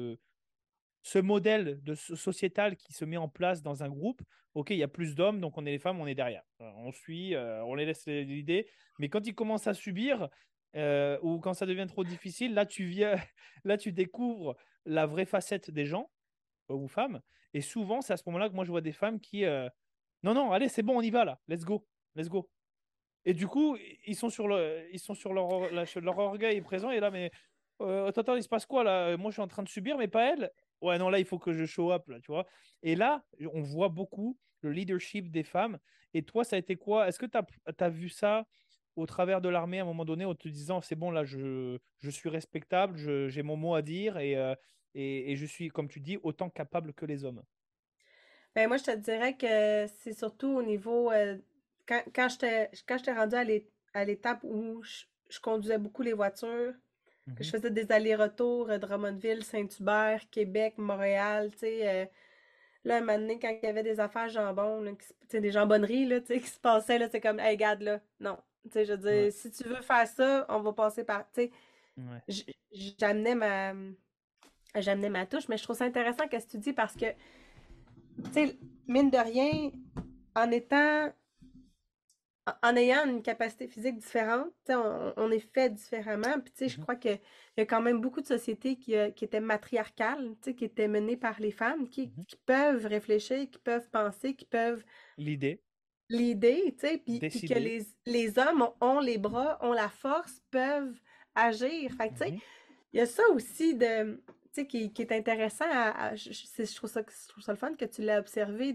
ce modèle sociétal qui se met en place dans un groupe. Ok, il y a plus d'hommes, donc on est les femmes, on est derrière. On suit, on les laisse l'idée. Mais quand ils commencent à subir, ou quand ça devient trop difficile, là tu viens, là tu découvres la vraie facette des gens, ou femmes. Et souvent, c'est à ce moment-là que moi je vois des femmes qui, non, non, allez, c'est bon, on y va là, let's go, let's go. Et du coup, ils sont sur leur orgueil présent et là, mais attends, attends, il se passe quoi là? Moi, je suis en train de subir, mais pas elle. Ouais, non, là, il faut que je show up, là, tu vois. Et là, on voit beaucoup le leadership des femmes. Et toi, ça a été quoi? Est-ce que tu as vu ça au travers de l'armée à un moment donné en te disant, c'est bon, là, je suis respectable, j'ai mon mot à dire et je suis, comme tu dis, autant capable que les hommes. Ben, moi, je te dirais que c'est surtout au niveau. Quand j'étais rendue à l'étape où je conduisais beaucoup les voitures, que je Mhm, faisais des allers-retours, Drummondville, Saint-Hubert, Québec, Montréal, tu sais. Là, un moment donné, quand il y avait des affaires jambon, là, tu sais, des jambonneries, là, tu sais, qui se passaient, là, c'est comme, hey, regarde, là, non. Tu sais, je veux ouais, dire, si tu veux faire ça, on va passer par, tu sais, ouais. j- j'amenais ma, j'amenais ma touche, mais je trouve ça intéressant qu'est-ce que tu dis parce que, tu sais, mine de rien, en étant, en ayant une capacité physique différente, tu sais, on est fait différemment, puis tu sais, je Mhm, crois qu'il y a quand même beaucoup de sociétés qui étaient matriarcales, tu sais, qui étaient menées par les femmes, mhm. qui peuvent réfléchir, qui peuvent penser, qui peuvent L'idée, l'idée, tu sais, puis que décider. les hommes ont les bras, ont la force, peuvent agir. Fait que, tu sais, Mhm, il y a ça aussi tu sais, qui est intéressant je trouve ça le fun que tu l'as observé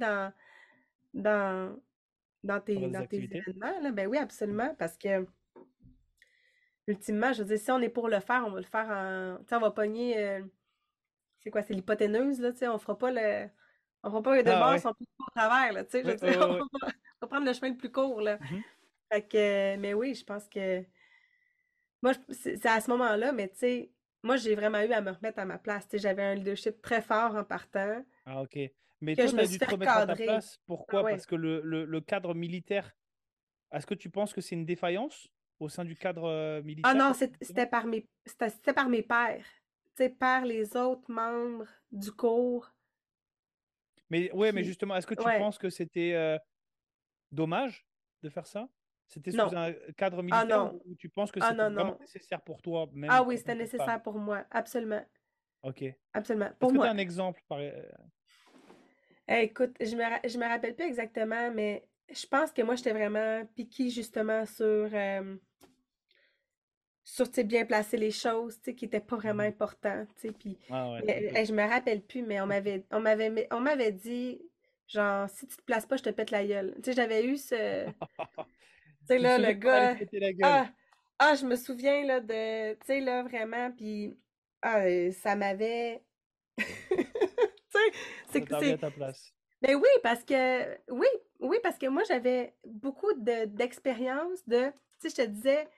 dans, dans des dans tes activités. événements, là. Ben oui, absolument, parce que, ultimement, je veux dire, si on est pour le faire, on va le faire tu sais, on va pogner, c'est quoi, c'est l'hypoténeuse, là, tu sais, on fera pas de Ah base, ouais, on peut pas au travers, là, tu sais, je oui, veux oui, dire, oui. on va prendre le chemin le plus court, là. Mhm. Fait que, mais oui, je pense que moi, c'est à ce moment-là, mais tu sais, moi, j'ai vraiment eu à me remettre à ma place. Tu sais, j'avais un leadership très fort en partant, Ah ok. Mais que toi, je tu me as suis dû fait te remettre à ta recadrer. place. Ah Pourquoi? ouais. Parce que le cadre militaire, est-ce que tu penses que c'est une défaillance au sein du cadre Ah militaire? non, c'était par mes pairs. Tu sais, par les autres membres du cours Mais ouais, mais qui. justement, est-ce que tu Ouais. penses que c'était dommage de faire ça? C'était sous Non. un cadre Ah militaire non. ou tu penses que Ah c'était non, vraiment non. nécessaire pour toi, Ah même oui, en c'était tant que femme? nécessaire pour moi. Absolument. Ok. Absolument. Est-ce Pour que tu as moi. un exemple Écoute, je me rappelle plus exactement, mais je pense que moi, j'étais vraiment piquée justement sur, tu sais, bien placer les choses, tu sais, qui étaient pas vraiment Mhm. importants, tu sais, puis Ah ouais, mais, ok. je me rappelle plus, mais on m'avait dit, genre, si tu te places pas, je te pète la gueule. Tu sais, j'avais eu tu sais, Tu te là, le souviens qu'on allait te gars, péter la gueule? ah, je me souviens, là, tu sais, là, vraiment, puis, ça m'avait, tu sais, Ça t'a remis à ta place. mais oui, oui, parce que moi, j'avais beaucoup d'expérience tu sais, je te disais,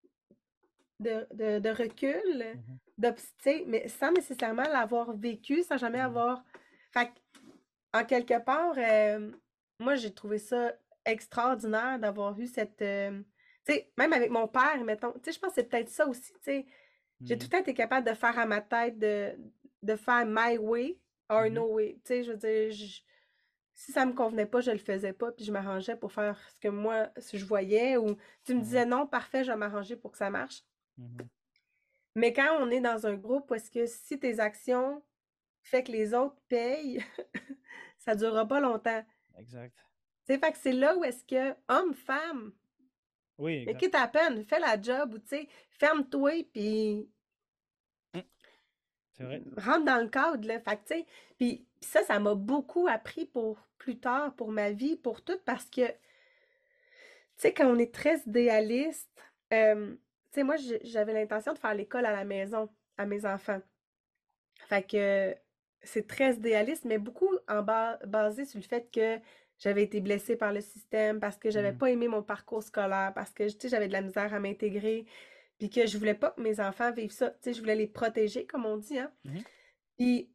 de recul, Mhm. tu sais, mais sans nécessairement l'avoir vécu, sans jamais Mhm. avoir. Fait en quelque part, moi, j'ai trouvé ça extraordinaire d'avoir eu tu sais, même avec mon père, mettons, tu sais, je pense que c'est peut-être ça aussi, tu sais, J'ai tout Mhm. le temps été capable de faire à ma tête, de faire my way or Mhm. no way. Tu sais, je veux dire, si ça me convenait pas, je le faisais pas, puis je m'arrangeais pour faire ce que moi, si je voyais, ou tu me Mhm. disais non, parfait, je vais m'arranger pour que ça marche. Mhm. Mais quand on est dans un groupe où est-ce que si tes actions fait que les autres payent, ça durera pas longtemps. Exact. Tu sais, fait que c'est là où est-ce que homme, femme, Oui, mais exact. quitte à peine, fais la job ou tu sais, ferme-toi puis Mm. C'est vrai. rentre dans le cadre, là. Fait que, tu sais, puis ça m'a beaucoup appris pour plus tard, pour ma vie, pour tout, parce que, tu sais, quand on est très idéaliste, tu sais, moi, j'avais l'intention de faire l'école à la maison, à mes enfants. Fait que c'est très idéaliste, mais beaucoup basé sur le fait que j'avais été blessée par le système, parce que j'avais Mhm. pas aimé mon parcours scolaire, parce que, tu sais, j'avais de la misère à m'intégrer, puis que je voulais pas que mes enfants vivent ça. Tu sais, je voulais les protéger, comme on dit, hein. Mhm. Puis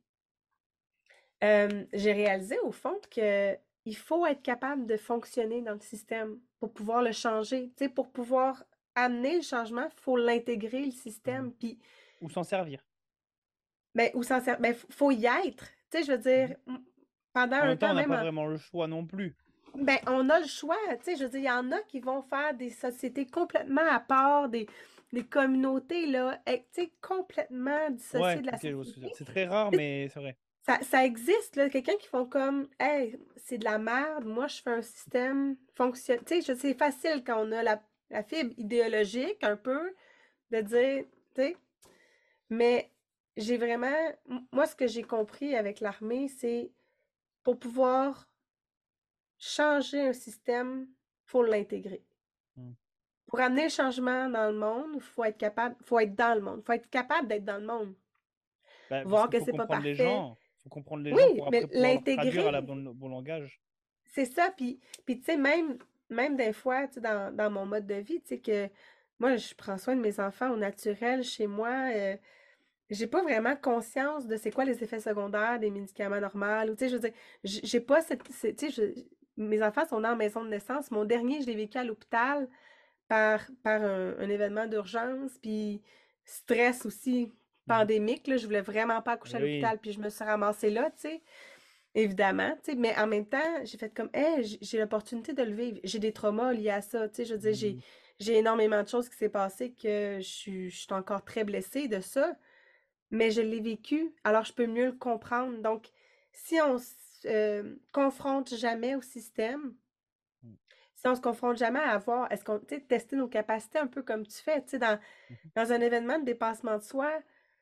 j'ai réalisé au fond que il faut être capable de fonctionner dans le système pour pouvoir le changer. Tu sais, pour pouvoir amener le changement, il faut l'intégrer, le Mhm. système. Puis, Ou s'en servir. ben, ou s'en servir, ben, faut y être. Tu sais, je veux dire, Mhm. pendant En un même temps, on temps, n'a même, pas vraiment le choix non plus. ben, on a le choix. Tu sais, je veux dire, il y en a qui vont faire des sociétés complètement à part, des communautés, là, tu sais, complètement dissociées Ouais, de la ok, je vois ce que société. c'est très rare, mais c'est vrai. Ça existe, là, quelqu'un qui font comme, hey, c'est de la merde, moi je fais un système fonctionne. Tu sais, c'est facile quand on a la fibre idéologique un peu de dire, tu sais, mais j'ai vraiment, moi ce que j'ai compris avec l'armée, c'est pour pouvoir changer un système, faut l'intégrer. Mhm. Pour amener le changement dans le monde, il faut être capable, faut être dans le monde, faut être capable d'être dans le monde, Bah, parce voir qu'il que faut c'est pas comprendre les parfait. gens. Il faut comprendre les Oui, gens pour mais après pouvoir leur traduire à la l'intégrer, bon langage. c'est ça, puis tu sais, même des fois, tu sais, dans mon mode de vie, tu sais, que moi, je prends soin de mes enfants au naturel chez moi. J'ai pas vraiment conscience de c'est quoi les effets secondaires des médicaments normaux. Ou, tu sais, je veux dire, j'ai pas tu sais, mes enfants sont dans la maison de naissance. Mon dernier, je l'ai vécu à l'hôpital par un événement d'urgence, puis stress aussi Mhm. pandémique, là. Je voulais vraiment pas accoucher Eh à oui. l'hôpital, puis je me suis ramassée là, tu sais. Évidemment, tu sais, mais en même temps, j'ai fait comme, hey, j'ai l'opportunité de le vivre. J'ai des traumas liés à ça, tu sais, je veux dire, Mhm. j'ai énormément de choses qui s'est passé que je suis encore très blessée de ça, mais je l'ai vécu, alors je peux mieux le comprendre. Donc, si on se confronte jamais au système, si on se confronte jamais à voir, est-ce qu'on, tu sais, tester nos capacités un peu comme tu fais, tu sais, Mhm. dans un événement de dépassement de soi,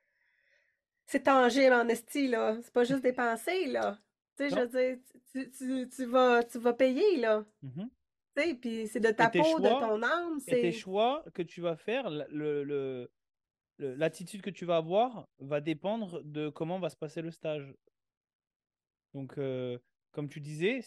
c'est tangible en esti, là. C'est pas juste des pensées, là. Tu sais, je Non. veux dire, tu vas payer, là. Mhm. Tu sais, puis c'est de Et ta peau, de ton âme, tes c'est... choix que tu vas faire, l'attitude que tu vas avoir va dépendre de comment va se passer le stage. Donc, comme tu disais,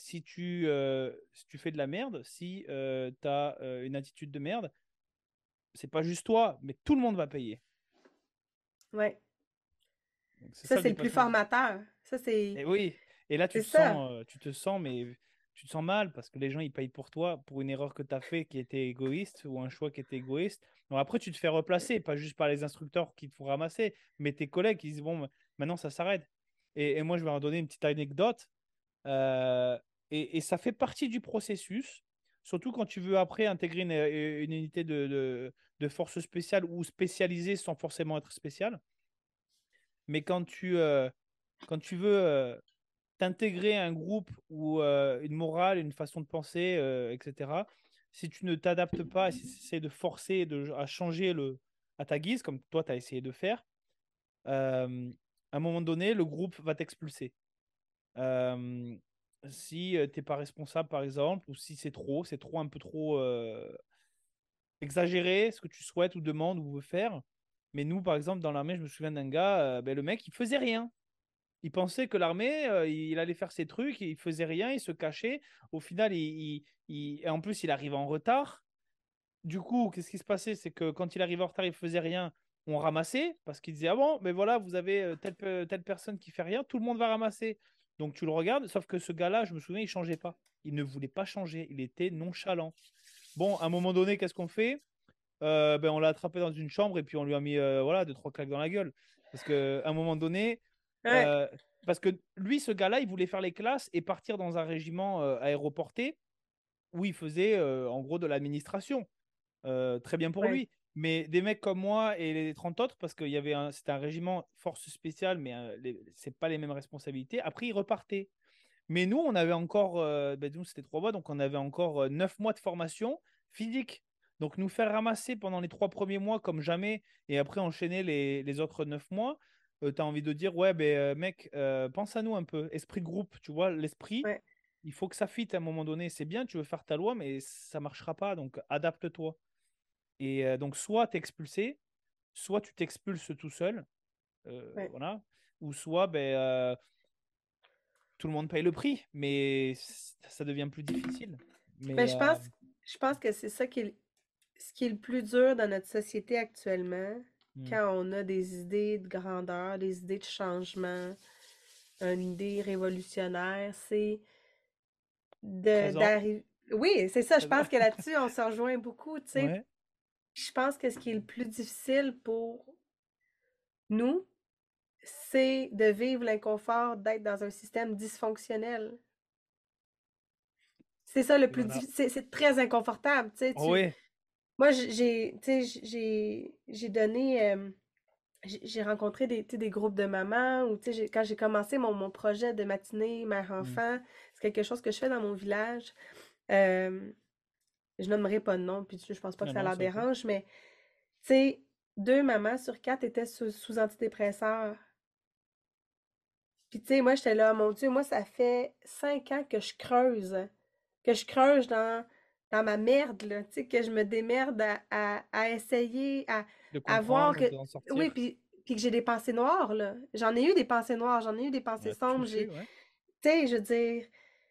si tu fais de la merde, si tu as une attitude de merde, c'est pas juste toi, mais tout le monde va payer. Ouais. Donc, c'est Ça, ça le c'est le plus dépassement. formateur. Ça, c'est... Et oui, et là C'est ça. tu te sens, mais tu te sens mal parce que les gens ils payent pour toi pour une erreur que tu as fait qui était égoïste ou un choix qui était égoïste. Donc après, tu te fais replacer, pas juste par les instructeurs qui te font ramasser, mais tes collègues qui disent bon, maintenant ça s'arrête. Et moi, je vais en donner une petite anecdote. Euh, et ça fait partie du processus, surtout quand tu veux après intégrer une unité de force spéciale ou spécialisée sans forcément être spécial. Mais quand tu veux t'intégrer un groupe ou une morale, une façon de penser, etc., si tu ne t'adaptes pas, si tu essaies de forcer à changer à ta guise, comme toi, tu as essayé de faire, à un moment donné, le groupe va t'expulser. Euh, si tu n'es pas responsable, par exemple, ou si c'est trop, un peu trop exagéré ce que tu souhaites ou demandes ou veux faire. Mais nous, par exemple, dans l'armée, je me souviens d'un gars, ben, le mec, il faisait rien. Il pensait que l'armée, il allait faire ses trucs, il faisait rien, il se cachait. Au final, et en plus, il arrivait en retard. Du coup, qu'est-ce qui se passait? C'est que quand il arrivait en retard, il faisait rien. On ramassait parce qu'il disait, ah bon, mais voilà, vous avez telle personne qui fait rien, tout le monde va ramasser. Donc tu le regardes, sauf que ce gars-là, je me souviens, il changeait pas. Il ne voulait pas changer, il était nonchalant. Bon, à un moment donné, qu'est-ce qu'on fait? ben, on l'a attrapé dans une chambre et puis on lui a mis voilà, 2, 3 claques dans la gueule. Parce qu'à un moment donné, Ouais, euh, parce que lui, ce gars-là, il voulait faire les classes et partir dans un régiment aéroporté où il faisait en gros de l'administration. Très bien pour ouais, lui. Mais des mecs comme moi et les 30 autres, parce qu'il y avait c'était un régiment force spéciale, mais c'est pas les mêmes responsabilités. Après, ils repartaient. Mais nous, on avait encore, ben, nous, c'était 3 mois, donc on avait encore 9 mois de formation physique. Donc nous faire ramasser pendant les 3 premiers mois comme jamais, et après enchaîner les autres 9 mois, tu as envie de dire, ouais, ben, mec, pense à nous un peu. Esprit de groupe, tu vois, l'esprit, ouais, il faut que ça fitte à un moment donné. C'est bien, tu veux faire ta loi, mais ça marchera pas, donc adapte-toi. Et donc, soit tu es expulsé, soit tu t'expulses tout seul, ouais. voilà, ou soit ben, tout le monde paye le prix, mais ça devient plus difficile. Mais Mais je pense que c'est ça ce qui est le plus dur dans notre société actuellement, hmm, quand on a des idées de grandeur, des idées de changement, une idée révolutionnaire, c'est présent. d'arriver. Oui, c'est ça. Je pense que là-dessus, on se rejoint beaucoup, tu sais. Ouais. Je pense que ce qui est le plus difficile pour nous, c'est de vivre l'inconfort d'être dans un système dysfonctionnel. C'est ça le plus Voilà. difficile. C'est très inconfortable, tu sais. Oh, ouais. Moi, tu sais, j'ai donné, j'ai rencontré des, tu sais, des groupes de mamans ou, tu sais, quand j'ai commencé mon projet de matinée Hmm. mère-enfant, c'est quelque chose que je fais dans mon village. Euh, je nommerai pas de nom, puis je pense pas que Non, ça non, leur c'est OK. dérange, mais, tu sais, 2 mamans sur 4 étaient sous antidépresseurs. Puis, tu sais, moi, j'étais là, mon Dieu, moi, ça fait 5 ans que je creuse dans ma merde, là, tu sais, que je me démerde à essayer, De à voir comprendre, que, d'en oui, sortir. puis que j'ai des pensées noires, là. J'en ai eu des pensées noires, j'en ai eu des On pensées a sombres, tous eu, ouais. tu sais, je veux dire,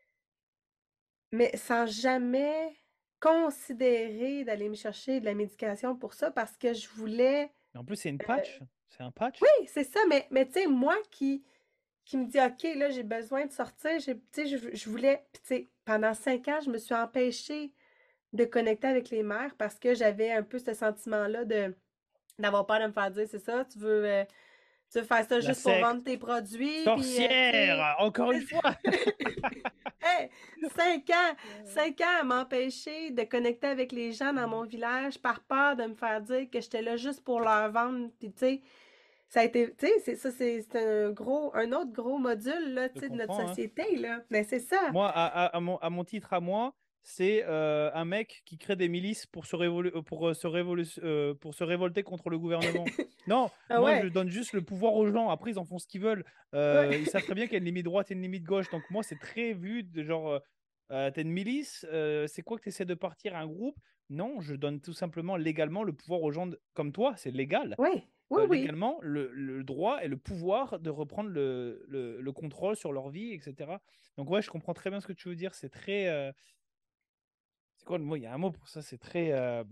mais sans jamais considérer d'aller me chercher de la médication pour ça parce que je voulais, Mais en plus, c'est une patch. C'est un oui, patch. c'est ça, mais tu sais, moi qui me dit, OK, là, j'ai besoin de sortir. Tu sais, je voulais, puis tu sais, pendant 5 ans, je me suis empêchée de connecter avec les mères parce que j'avais un peu ce sentiment-là d'avoir peur de me faire dire, c'est ça, tu veux faire ça La juste pour vendre secte. tes produits, puis, tu sais, Sorcière! Encore une c'est fois! ça. Hey, 5 ans, 5 ans à m'empêcher de connecter avec les gens dans mon village par peur de me faire dire que j'étais là juste pour leur vendre, puis tu sais, ça a été, tu sais, c'est un autre gros module, là, tu Je sais, de notre comprends, hein. société, là. Mais c'est ça. Moi, à mon titre à moi, c'est un mec qui crée des milices pour se révolter contre le gouvernement. Non, Ah moi, je ouais, donne juste le pouvoir aux gens. Après, ils en font ce qu'ils veulent. ouais, Ils savent très bien qu'il y a une limite droite et une limite gauche. Donc, moi, c'est très vu de genre, t'es une milice, c'est quoi que tu essaies de partir à un groupe? Non, je donne tout simplement légalement le pouvoir aux gens comme toi, c'est légal. ouais, oui, oui. Légalement le droit et le pouvoir de reprendre le contrôle sur leur vie, etc. Donc ouais, je comprends très bien ce que tu veux dire. C'est très... c'est quoi le mot? Il y a un mot pour ça. C'est très...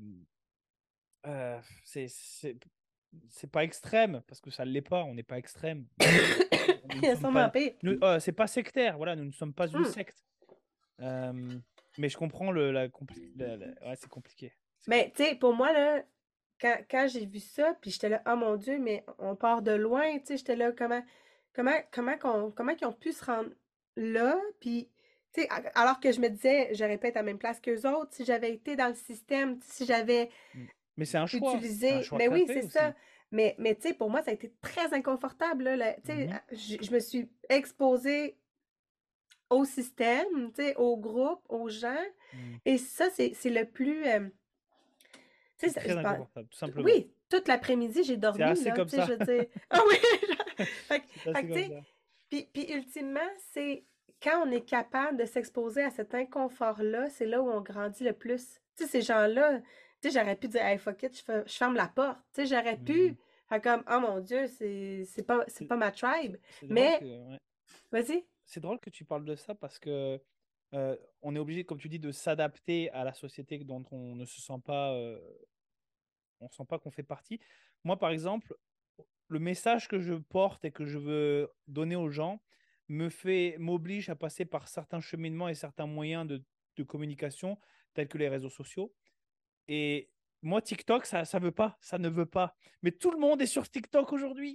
euh, c'est, c'est, c'est pas extrême, parce que ça ne l'est pas. On n'est pas extrême. Mais nous Il ne y a sommes pas... sûrement pire. c'est pas sectaire. Voilà, nous ne sommes pas une Hmm. secte. Euh, mais je comprends ouais, c'est compliqué. C'est Mais, tu compliqué. sais, pour moi, là, quand j'ai vu ça, puis j'étais là, oh mon Dieu, mais on part de loin, tu sais, j'étais là, comment qu'ils ont pu se rendre là, puis, tu sais, alors que je me disais, j'aurais pu être à la même place qu'eux autres si j'avais été dans le système, si j'avais Mm. Mais c'est un choix. C'est un utiliser. choix Mais que tu as oui, fait c'est ça. aussi. Mais tu sais, pour moi, ça a été très inconfortable, là. Tu sais, Mhm. je me suis exposée au système, tu sais, au groupe, aux gens. Mm. Et ça, c'est le plus. Tu C'est sais, très inconfortable, tout simplement. oui, toute l'après-midi, j'ai C'est dormi, assez là. comme Tu sais, je ça. veux dire. Ah oui! Fait, C'est fait assez que, tu comme sais, ça. puis ultimement, c'est quand on est capable de s'exposer à cet inconfort-là, c'est là où on grandit le plus. Tu sais, ces gens-là, tu sais, j'aurais pu dire, hey, fuck it, je ferme la porte. Tu sais, j'aurais Mm. pu faire comme, oh mon Dieu, c'est C'est pas ma tribe. c'est drôle Mais, que ouais. vas-y. C'est drôle que tu parles de ça parce que on est obligé, comme tu dis, de s'adapter à la société dont on ne se sent pas, on sent pas qu'on fait partie. Moi, par exemple, le message que je porte et que je veux donner aux gens m'oblige à passer par certains cheminements et certains moyens de communication tels que les réseaux sociaux. Et moi, TikTok, ça veut pas, ça ne veut pas. Mais tout le monde est sur TikTok aujourd'hui.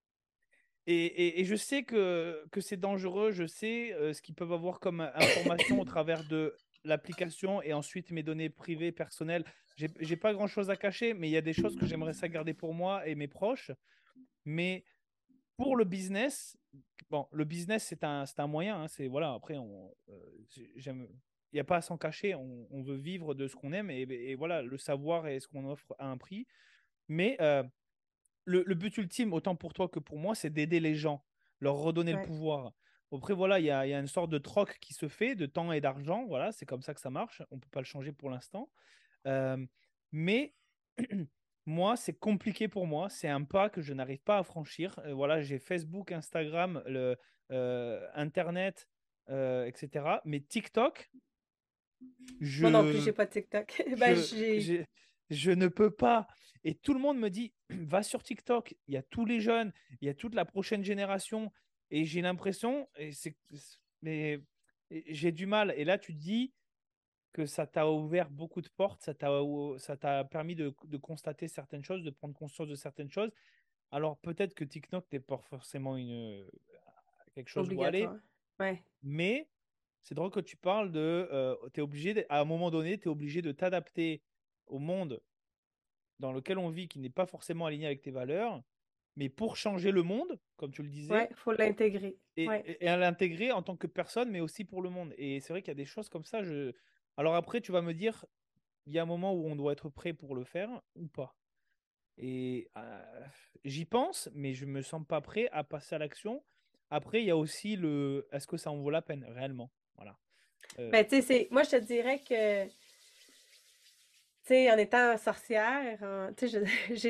Et je sais que c'est dangereux, je sais ce qu'ils peuvent avoir comme information au travers de l'application et ensuite mes données privées, personnelles. J'ai pas grand-chose à cacher, mais il y a des choses que j'aimerais ça garder pour moi et mes proches. Mais pour le business, bon, le business, c'est un moyen. Hein, c'est, voilà, après, il n'y a pas à s'en cacher. On veut vivre de ce qu'on aime et voilà, le savoir et ce qu'on offre à un prix. Mais le but ultime, autant pour toi que pour moi, c'est d'aider les gens, leur redonner le Ouais. pouvoir. Après, voilà, il y a une sorte de troc qui se fait de temps et d'argent. Voilà, c'est comme ça que ça marche. On ne peut pas le changer pour l'instant. Euh, mais moi, c'est compliqué pour moi. C'est un pas que je n'arrive pas à franchir. Voilà, j'ai Facebook, Instagram, Internet, etc. Mais TikTok, Moi non plus, je, j'ai pas de TikTok. Ben, je, je ne peux pas. Et tout le monde me dit, va sur TikTok. Il y a tous les jeunes, il y a toute la prochaine génération. Et j'ai l'impression, mais j'ai du mal. Et là, tu te dis que ça t'a ouvert beaucoup de portes, ça t'a permis de constater certaines choses, de prendre conscience de certaines choses. Alors peut-être que TikTok n'est pas forcément quelque chose où aller, obligatoire. Ouais. mais c'est drôle que tu parles t'es obligé, à un moment donné, tu es obligé de t'adapter au monde dans lequel on vit, qui n'est pas forcément aligné avec tes valeurs, mais pour changer le monde, comme tu le Ouais, disais, faut l'intégrer. Ouais. et à l'intégrer en tant que personne, mais aussi pour le monde. Et c'est vrai qu'il y a des choses comme ça. Alors après, tu vas me dire, il y a un moment où on doit être prêt pour le faire ou pas. Et j'y pense, mais je me sens pas prêt à passer à l'action. Après, il y a aussi est-ce que ça en vaut la peine réellement? Voilà. Euh, Ben, tu sais, moi, je te dirais que, tu sais, en étant sorcière, tu sais,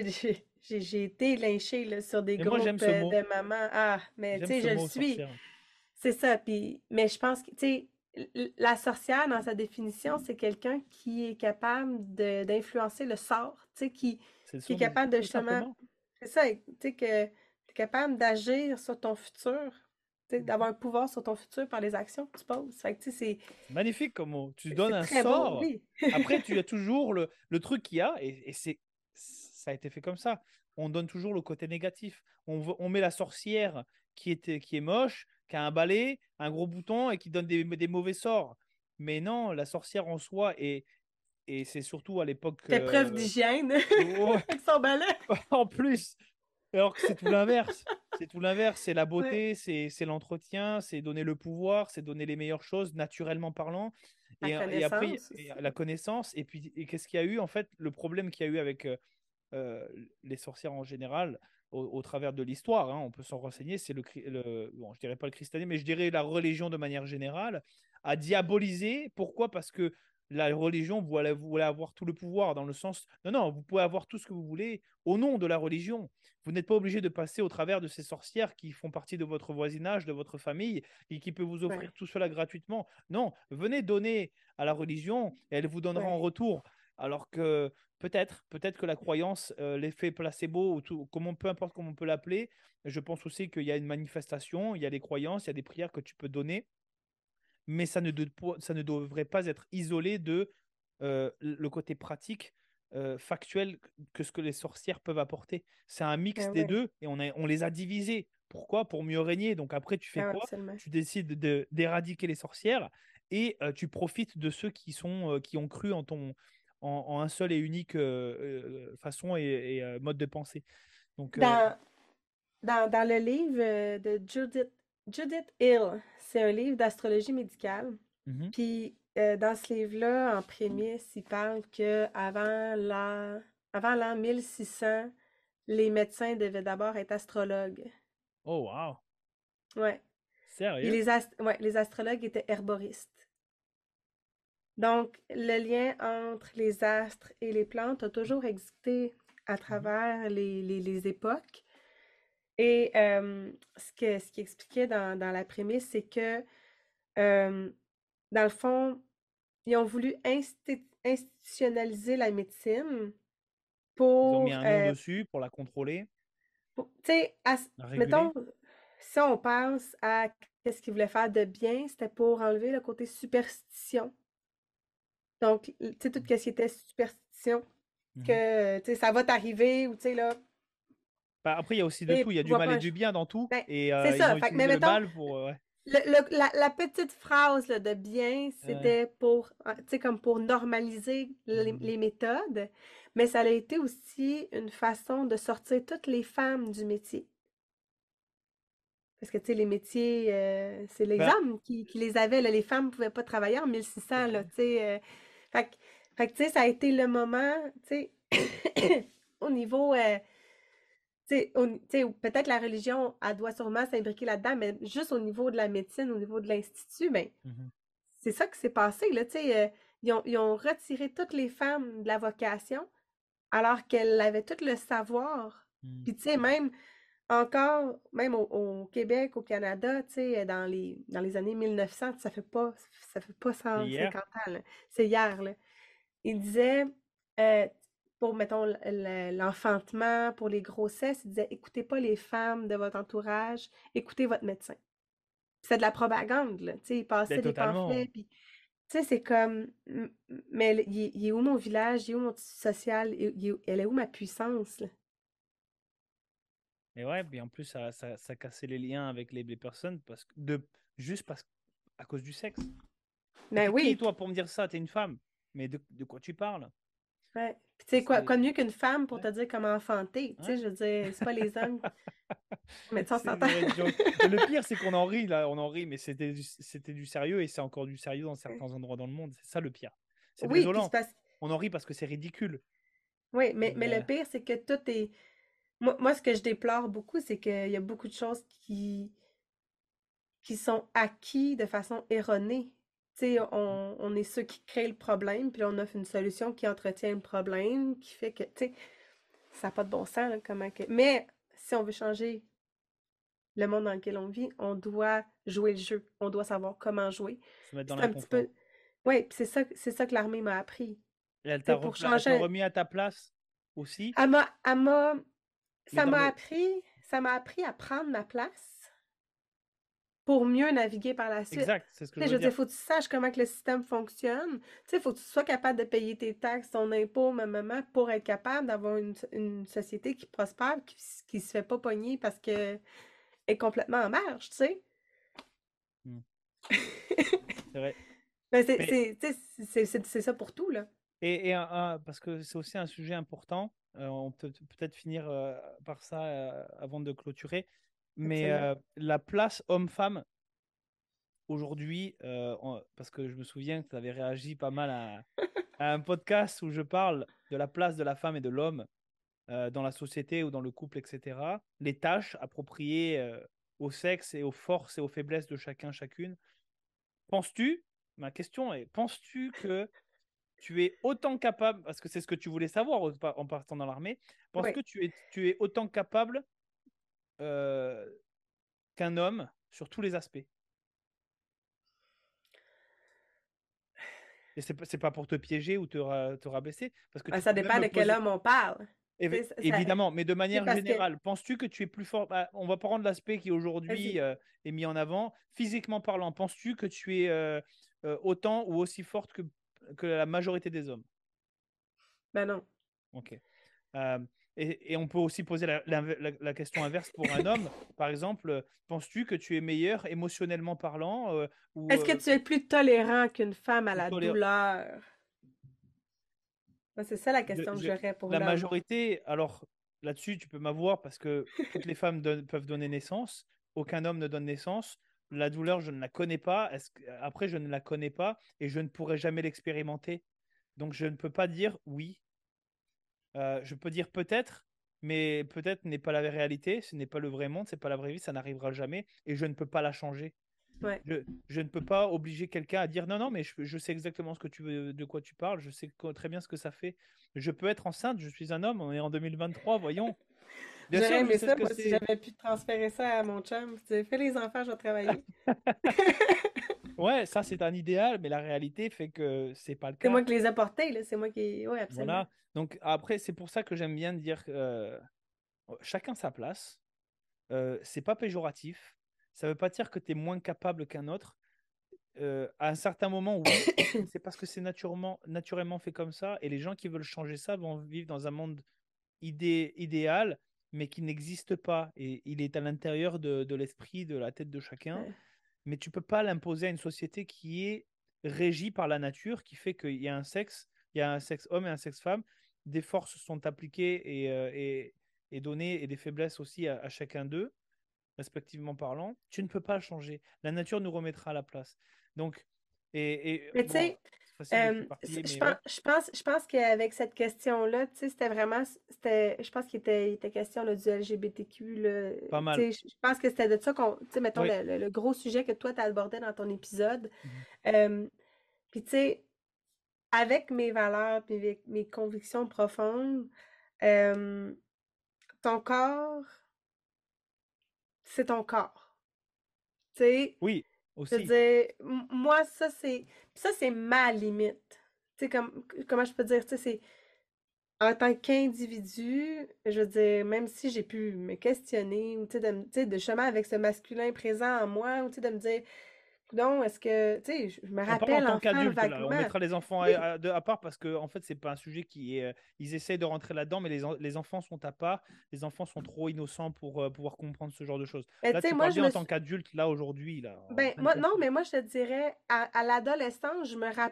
j'ai été lynchée là, sur des et moi, j'aime groupes ce mot. de mamans. Ah, mais tu J'aime sais, ce je le mot, suis. sorcière. C'est ça. Puis, mais je pense que, tu sais, la sorcière, dans sa définition, c'est quelqu'un qui est capable d'influencer le sort, tu sais, C'est qui est son, capable de tout justement, simplement. c'est ça, tu sais, que tu es capable d'agir sur ton futur, tu sais, Mhm. d'avoir un pouvoir sur ton futur par les actions que tu poses. Fait que, tu sais, C'est magnifique comme mot. Tu donnes c'est un très beau, sort. oui. Après, tu as toujours le truc qu'il y a, et ça a été fait comme ça. On donne toujours le côté négatif. On met la sorcière qui est moche, qui a un balai, un gros bouton et qui donne des mauvais sorts. Mais non, la sorcière en soi, et c'est surtout à l'époque. Fait preuve d'hygiène Oh, avec son balai. en plus, alors que c'est tout l'inverse. C'est tout l'inverse. C'est la Ouais. beauté, c'est l'entretien, c'est donner le pouvoir, c'est donner les meilleures choses, naturellement parlant. La Et après, connaissance aussi. la connaissance. Et puis, qu'est-ce qu'il y a eu? En fait, le problème qu'il y a eu avec les sorcières en général, au travers de l'histoire, hein, on peut s'en renseigner, c'est bon, je dirais pas le christianisme, mais je dirais la religion de manière générale, a diabolisé. Pourquoi? Parce que la religion voulait avoir tout le pouvoir, dans le sens, non, non, vous pouvez avoir tout ce que vous voulez au nom de la religion. Vous n'êtes pas obligé de passer au travers de ces sorcières qui font partie de votre voisinage, de votre famille, et qui peuvent vous Ouais. offrir tout cela gratuitement. Non, venez donner à la religion et elle vous donnera en Ouais. retour. Alors que peut-être que la croyance, l'effet placebo, ou tout, peu importe comment on peut l'appeler, je pense aussi qu'il y a une manifestation, il y a des croyances, il y a des prières que tu peux donner, mais ça ne devrait pas être isolé de le côté pratique, factuel, que ce que les sorcières peuvent apporter. C'est un mix Ah des ouais. deux et on les a divisés. Pourquoi? Pour mieux régner. Donc après, tu fais Ah ouais, quoi? absolument. Tu décides d'éradiquer les sorcières et tu profites de ceux qui ont cru en un seul et unique façon et mode de pensée. Donc, Dans, dans le livre de Judith Hill, c'est un livre d'astrologie médicale. mhm. Puis dans ce livre-là, en prémisse, il parle que avant l'an 1600, les médecins devaient d'abord être astrologues. Oh, wow. Ouais. Puis Sérieux? ouais, les astrologues étaient herboristes. Donc, le lien entre les astres et les plantes a toujours existé à Mhm. travers les époques. Et ce qui expliquait dans la prémisse, c'est que, euh, dans le fond, ils ont voulu institutionnaliser la médecine Ils ont mis pour, un nom dessus pour la contrôler, tu sais, la mettons, réguler. si on pense à qu'est-ce qu'ils voulaient faire de bien, c'était pour enlever le côté superstition. Donc, tu sais, tout ce qui était superstition. Mhm. que, tu sais, ça va t'arriver ou, tu sais, là, Bah, après, il y a aussi de et tout. Il y a du vois mal pas et du bien dans tout. ben, Et c'est ils ça. ont Fait que, mais utilisé le mettons, mal pour. Ouais. la petite phrase là, de bien, Ouais. c'était pour, tu sais, comme pour normaliser Mhm. les méthodes, mais ça a été aussi une façon de sortir toutes les femmes du métier. Parce que, tu sais, les métiers, c'est les Bah, hommes qui les avaient, là. Les femmes ne pouvaient pas travailler en c'est 1600, là, vrai. tu sais. Fait, tu sais, ça a été le moment, tu sais, au niveau, tu sais, tu sais, peut-être la religion, elle doit sûrement s'imbriquer là-dedans, mais juste au niveau de la médecine, au niveau de l'Institut, ben, Mhm. c'est ça qui s'est passé, là, tu sais. Ils ont retiré toutes les femmes de la vocation, alors qu'elles avaient tout le savoir. Mhm. Puis, tu sais, même encore, même au Québec, au Canada, tu sais, dans les années 1900, ça fait pas C'est hier. 150 ans, là. C'est hier, là. Il disait, euh, pour, mettons, l'enfantement, pour les grossesses, il disait, écoutez pas les femmes de votre entourage, écoutez votre médecin. C'est de la propagande, là. Tu sais, il Ben, passait des pamphlets, totalement. puis, tu sais, c'est comme, mais il est où mon village, il est où mon tissu social, elle est où ma puissance, là? Et ouais, puis en plus, ça cassait les liens avec les personnes juste parce à cause du sexe. Mais Ben t'es qui, oui, toi, pour me dire ça? T'es une femme. Mais de quoi tu parles? ouais. Puis tu sais quoi C'est. de mieux qu'une femme pour Ouais. te dire comment enfanter, tu sais, Ouais. je veux dire, c'est pas les hommes. Mais ça, on C'est s'entend. des red jokes. Mais le pire, c'est qu'on en rit, là. On en rit, mais c'était du sérieux et c'est encore du sérieux dans certains endroits dans le monde. C'est ça le pire. C'est Oui, puis c'est désolant. parce On en rit parce que c'est ridicule. oui, Mais mais le pire, c'est que tout est. Moi, ce que je déplore beaucoup, c'est qu'il y a beaucoup de choses qui sont acquis de façon erronée. Tu sais, on est ceux qui créent le problème, puis on offre une solution qui entretient le problème, qui fait que, tu sais, ça n'a pas de bon sens, là, comment que. Mais si on veut changer le monde dans lequel on vit, on doit jouer le jeu. On doit savoir comment jouer. se mettre dans C'est un petit peu. l'inconfort. Oui, puis c'est ça que l'armée m'a appris. Et Tu sais, pour elle t'a changer. remis à ta place aussi, Elle m'a, mais dans le. ça m'a appris à prendre ma place pour mieux naviguer par la suite. Exact, c'est ce que Tu je sais, je veux veux dire, dire. faut que tu saches comment que le système fonctionne. Tu sais, faut que tu sois capable de payer tes taxes, ton impôt, maman, pour être capable d'avoir une société qui prospère, qui se fait pas pogner parce que est complètement en marge, tu sais. Hmm, c'est vrai. Mais Mais tu sais, c'est ça pour tout, là. parce que c'est aussi un sujet important, on peut peut-être finir par ça avant de clôturer. Mais Absolument. la place homme-femme aujourd'hui, parce que je me souviens que tu avais réagi pas mal à un podcast où je parle de la place de la femme et de l'homme dans la société ou dans le couple, etc. Les tâches appropriées au sexe et aux forces et aux faiblesses de chacun, chacune. Penses-tu, ma question est, penses-tu que tu es autant capable, parce que c'est ce que tu voulais savoir en partant dans l'armée, penses Oui. que tu es autant capable euh, qu'un homme sur tous les aspects? Et c'est pas pour te piéger ou te rabaisser, parce que Ben, tu ça peux même dépend me de quel poser. homme on parle. Tu sais, Évidemment, mais de c'est manière parce que, générale, penses-tu que tu es plus fort? Bah, on va prendre l'aspect qui aujourd'hui vas-y. est mis en avant. Physiquement parlant, penses-tu que tu es autant ou aussi forte que la majorité des hommes? Ben non. Ok. Euh, et on peut aussi poser la question inverse pour un homme. Par exemple, penses-tu que tu es meilleur émotionnellement parlant ou Est-ce que tu es plus tolérant qu'une femme à plus la tolérant? douleur? Moi, c'est ça la question que j'aurais pour La l'homme. majorité, alors là-dessus, tu peux m'avoir parce que toutes les femmes peuvent donner naissance, aucun homme ne donne naissance. La douleur, je ne la connais pas. Après, je ne la connais pas et je ne pourrai jamais l'expérimenter. Donc, je ne peux pas dire oui. Je peux dire peut-être, mais peut-être n'est pas la réalité, ce n'est pas le vrai monde, c'est pas la vraie vie, ça n'arrivera jamais et je ne peux pas la changer. Ouais. Je ne peux pas obliger quelqu'un à dire non, non, mais je sais exactement ce que tu veux, de quoi tu parles, je sais très bien ce que ça fait. Je peux être enceinte, je suis un homme, on est en 2023, voyons. Bien J'aurais sûr, je aimé sais ce ça, que moi, si c'est. j'avais pu transférer ça à mon chum. Tu sais, fais les enfants, je vais travailler. Ouais, ça c'est un idéal, mais la réalité fait que c'est pas le C'est cas. moi qui les ai portés, là. C'est moi qui. Oui, absolument. Voilà. Donc après, c'est pour ça que j'aime bien dire chacun sa place. C'est pas péjoratif. Ça veut pas dire que tu es moins capable qu'un autre. à un certain moment, oui, c'est parce que c'est naturellement fait comme ça, et les gens qui veulent changer ça vont vivre dans un monde idéal, mais qui n'existe pas, et il est à l'intérieur de l'esprit, de la tête de chacun, Ouais. mais tu peux pas l'imposer à une société qui est régie par la nature, qui fait qu'il y a il y a un sexe homme et un sexe femme, des forces sont appliquées et données, et des faiblesses aussi à chacun d'eux, respectivement parlant. Tu ne peux pas le changer. La nature nous remettra à la place. Donc, Mais tu bon, sais, c'est facile de s'éparpiller, mais ouais, je pense qu'avec cette question-là, tu sais, c'était vraiment, je pense il était question là, du LGBTQ, là. pas Tu mal. sais, je pense que c'était de ça qu'on, tu sais, mettons Oui. le gros sujet que toi, tu abordé dans ton épisode. Mhm. Euh, Puis tu sais, avec mes valeurs puis avec mes convictions profondes, euh, ton corps, c'est ton corps. Tu sais, Oui, je veux aussi. dire, moi, ça, c'est ma limite. Tu sais, comment je peux dire, tu sais, c'est en tant qu'individu, je veux dire, même si j'ai pu me questionner, ou tu sais, tu sais, de chemin avec ce masculin présent en moi, ou tu sais, de me dire, non, est-ce que, tu sais, je me On parle en rappelle tant enfant qu'adulte, là. On vaguement. mettra les enfants Oui, à part parce que, en fait, c'est pas un sujet qui est. Ils essayent de rentrer là-dedans, mais les enfants sont à part. Les enfants sont trop innocents pour pouvoir comprendre ce genre de choses. mais Là, tu sais, tu moi, parles je bien me en tant suis, qu'adulte, là, aujourd'hui, là, en ben, pleine moi, non, mais conscience. moi, je te dirais, à l'adolescence,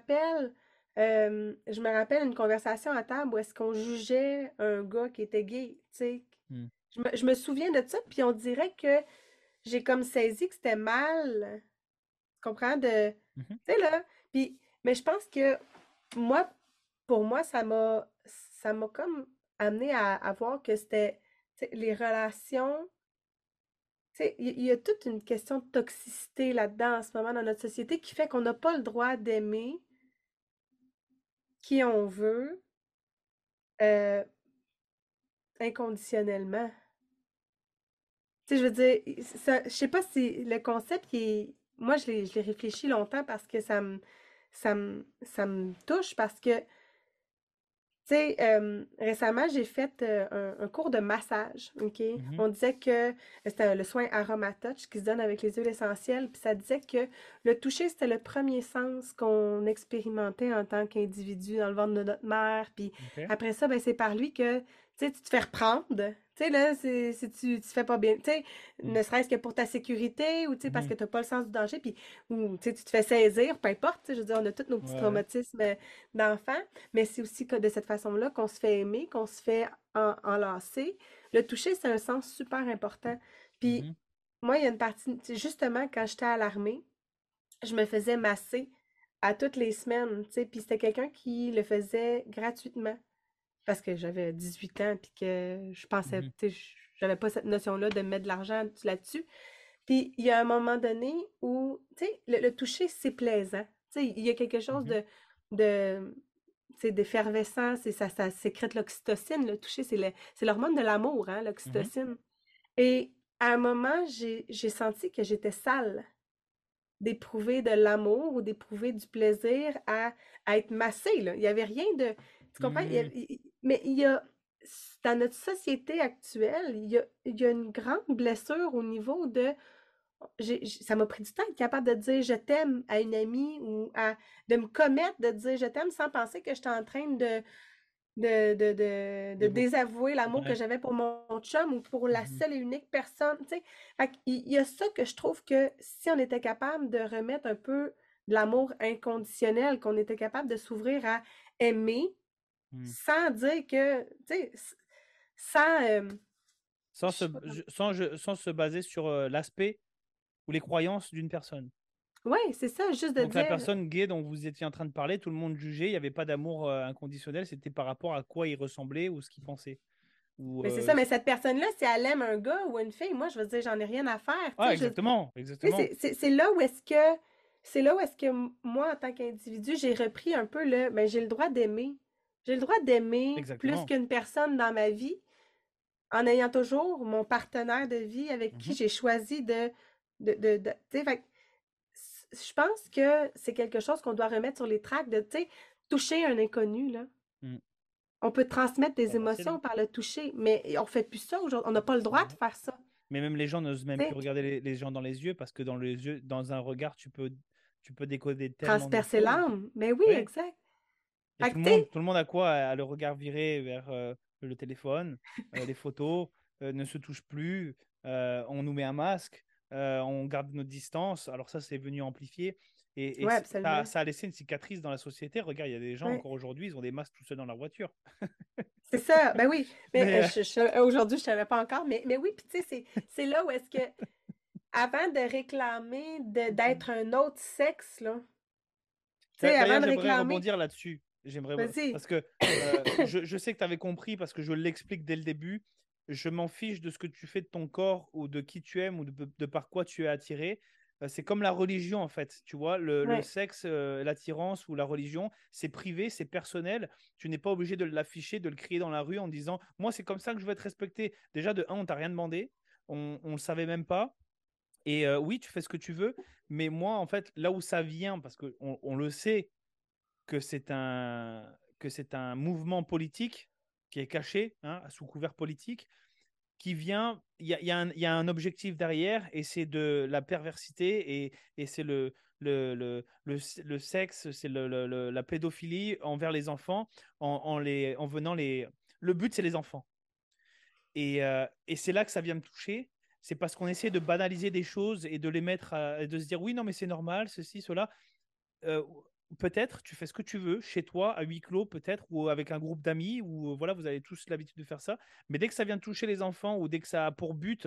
je me rappelle une conversation à table où est-ce qu'on jugeait un gars qui était gay, tu sais. Hmm. Je me souviens de ça, puis on dirait que j'ai comme saisi que c'était mal, tu comprends, de, Mhm. tu sais, là, puis, mais je pense que moi, pour moi, ça m'a comme amené à voir que c'était, tu sais, les relations. Tu sais, il y a toute une question de toxicité là-dedans en ce moment dans notre société qui fait qu'on n'a pas le droit d'aimer qui on veut euh, inconditionnellement. Tu sais, je veux dire, je sais pas si le concept qui est. Moi, je l'ai réfléchi longtemps parce que ça me touche parce que tu sais, récemment, j'ai fait un cours de massage, OK? Mhm. On disait que c'était le soin Aromatouch qui se donne avec les huiles essentielles, puis ça disait que le toucher, c'était le premier sens qu'on expérimentait en tant qu'individu dans le ventre de notre mère, puis OK. après ça, ben, c'est par lui que, tu sais, tu te fais reprendre, tu sais, là, si tu te fais pas bien, tu sais, Mhm. ne serait-ce que pour ta sécurité, ou tu sais, parce Mhm. que t'as pas le sens du danger, puis, ou, tu sais, tu te fais saisir, peu importe, tu sais, je veux dire, on a tous nos petits Ouais. traumatismes d'enfants, mais c'est aussi que de cette façon-là qu'on se fait aimer, qu'on se fait enlacer. Le toucher, c'est un sens super important. Puis Mhm. moi, il y a une partie, tu sais, justement, quand j'étais à l'armée, je me faisais masser à toutes les semaines, tu sais, puis c'était quelqu'un qui le faisait gratuitement parce que j'avais 18 ans puis que je pensais, Mhm. tu sais, j'avais pas cette notion-là de mettre de l'argent là-dessus. Puis il y a un moment donné où, tu sais, le toucher, c'est plaisant. Tu sais, il y a quelque chose Mhm. de tu sais, d'effervescent, ça sécrète l'oxytocine. Le toucher, c'est l'hormone de l'amour, hein, Mhm. l'oxytocine. Et à un moment, j'ai senti que j'étais sale d'éprouver de l'amour ou d'éprouver du plaisir à être massée, là. Il n'y avait rien de... Tu comprends? Mhm. Mais il y a... Dans notre société actuelle, il y a une grande blessure au niveau de ça m'a pris du temps d'être capable de dire je t'aime à une amie ou de me commettre de dire je t'aime sans penser que j'étais en train de D'évo- désavouer l'amour que Ouais. j'avais pour mon chum ou pour la Mhm. seule et unique personne. Tu sais. Fait qu'il y a ça que je trouve que si on était capable de remettre un peu de l'amour inconditionnel, qu'on était capable de s'ouvrir à aimer Mhm. sans dire que, tu sais, sans, je Sans se, sais pas comment. sans se baser sur l'aspect ou les croyances d'une personne. Oui, c'est ça, juste de Donc la dire, personne gay dont vous étiez en train de parler, tout le monde jugeait, il n'y avait pas d'amour inconditionnel, c'était par rapport à quoi il ressemblait ou ce qu'il pensait. Ou, mais c'est ça, mais cette personne-là, si elle aime un gars ou une fille, moi, je veux dire, j'en ai rien à faire. Ah, exactement, Tu sais, exactement, c'est là où est-ce que moi, en tant qu'individu, j'ai repris un peu ben, j'ai le droit d'aimer. J'ai le droit d'aimer plus exactement. qu'une personne dans ma vie, en ayant toujours mon partenaire de vie avec qui Mhm. j'ai choisi tu sais, fait que je pense que c'est quelque chose qu'on doit remettre sur les tracks de, tu sais, toucher un inconnu, là. Mm. On peut transmettre des Pas facile, émotions hein. par le toucher, mais on fait plus ça aujourd'hui. On n'a Pas pas le facile, droit de ouais. faire ça. Mais même les gens n'osent même Tu plus sais. regarder les gens dans les yeux parce que dans les yeux, dans un regard, tu peux tu peux décoder tellement de Transpercer choses. l'âme. Mais oui, Oui. exact. Et Fait que, tu sais, tout le monde a quoi? A le regard viré vers le téléphone, les photos, ne se touche plus, on nous met un masque, on garde notre distance. Alors ça, c'est venu amplifier. ouais, absolument. Ça a laissé une cicatrice dans la société. Regarde, il y a des gens Ouais. encore aujourd'hui, ils ont des masques tout seuls dans leur voiture. C'est ça, ben oui. Mais Mais aujourd'hui, je savais pas encore. Mais oui, puis tu sais, c'est là où est-ce que, avant de réclamer d'être un autre sexe, là, tu sais, avant d'ailleurs, de j'aimerais réclamer, rebondir là-dessus. vas-y. Parce que je sais que tu avais compris parce que je l'explique dès le début. Je m'en fiche de ce que tu fais de ton corps ou de qui tu aimes ou de par quoi tu es attiré. C'est comme la religion en fait. Tu vois, le Ouais, sexe, l'attirance ou la religion, c'est privé, c'est personnel. Tu n'es pas obligé de l'afficher, de le crier dans la rue en disant moi, c'est comme ça que je veux être respecté. Déjà, de un, on t'a rien demandé. On le savait même pas. Et oui, tu fais ce que tu veux. Mais moi, en fait, là où ça vient, parce qu'on on le sait, que c'est un mouvement politique qui est caché, hein, sous couvert politique, qui vient, il y a un objectif derrière, et c'est de la perversité, et c'est le sexe, c'est la pédophilie envers les enfants, en venant les... Le but, c'est les enfants. Et c'est là que ça vient me toucher. C'est parce qu'on essaie de banaliser des choses et de les mettre et de se dire oui, non, mais c'est normal, ceci, cela. euh, Peut-être tu fais ce que tu veux chez toi à huis clos peut-être ou avec un groupe d'amis ou voilà vous avez tous l'habitude de faire ça, mais dès que ça vient toucher les enfants ou dès que ça a pour but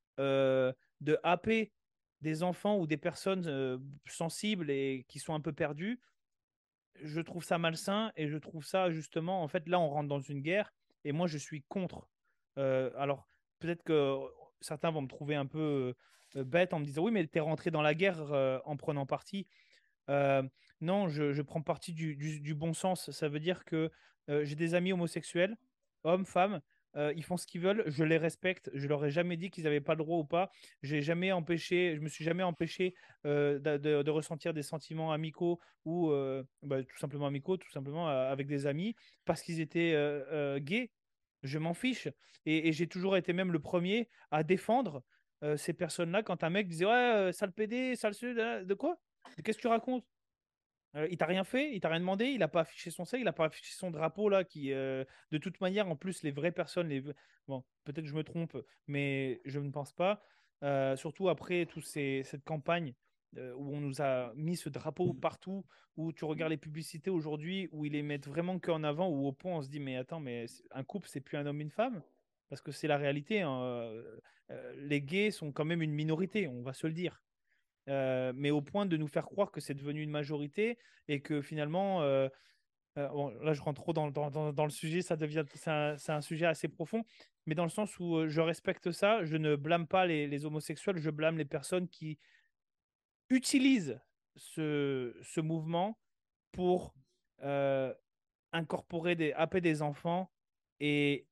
de happer des enfants ou des personnes sensibles et qui sont un peu perdues, je trouve ça malsain et je trouve ça justement en fait là on rentre dans une guerre et moi je suis contre. Alors peut-être que certains vont me trouver un peu bête en me disant oui mais t'es rentré dans la guerre en prenant parti. euh, non, je prends parti du bon sens. Ça veut dire que j'ai des amis homosexuels, hommes, femmes, ils font ce qu'ils veulent, je les respecte. Je leur ai jamais dit qu'ils n'avaient pas le droit ou pas. Je me suis jamais empêché de ressentir des sentiments amicaux ou bah, tout simplement amicaux, tout simplement avec des amis parce qu'ils étaient gays. Je m'en fiche. Et j'ai toujours été même le premier à défendre ces personnes-là quand un mec disait ouais, sale pédé, sale sud, de quoi? Qu'est-ce que tu racontes? Il t'a rien fait, il t'a rien demandé, il a pas affiché son sexe, il a pas affiché son drapeau là qui, de toute manière, en plus, les vraies personnes, bon, peut-être je me trompe, mais je ne pense pas. Surtout après cette campagne où on nous a mis ce drapeau partout, où tu regardes les publicités aujourd'hui, où ils les mettent vraiment qu'en avant, où au point on se dit mais attends, mais un couple c'est plus un homme et une femme, parce que c'est la réalité, hein. Les gays sont quand même une minorité, on va se le dire. Mais au point de nous faire croire que c'est devenu une majorité et que finalement, bon, là je rentre trop dans le sujet, c'est un sujet assez profond, mais dans le sens où je respecte ça, je ne blâme pas les homosexuels, je blâme les personnes qui utilisent ce mouvement pour euh, incorporer happer des enfants et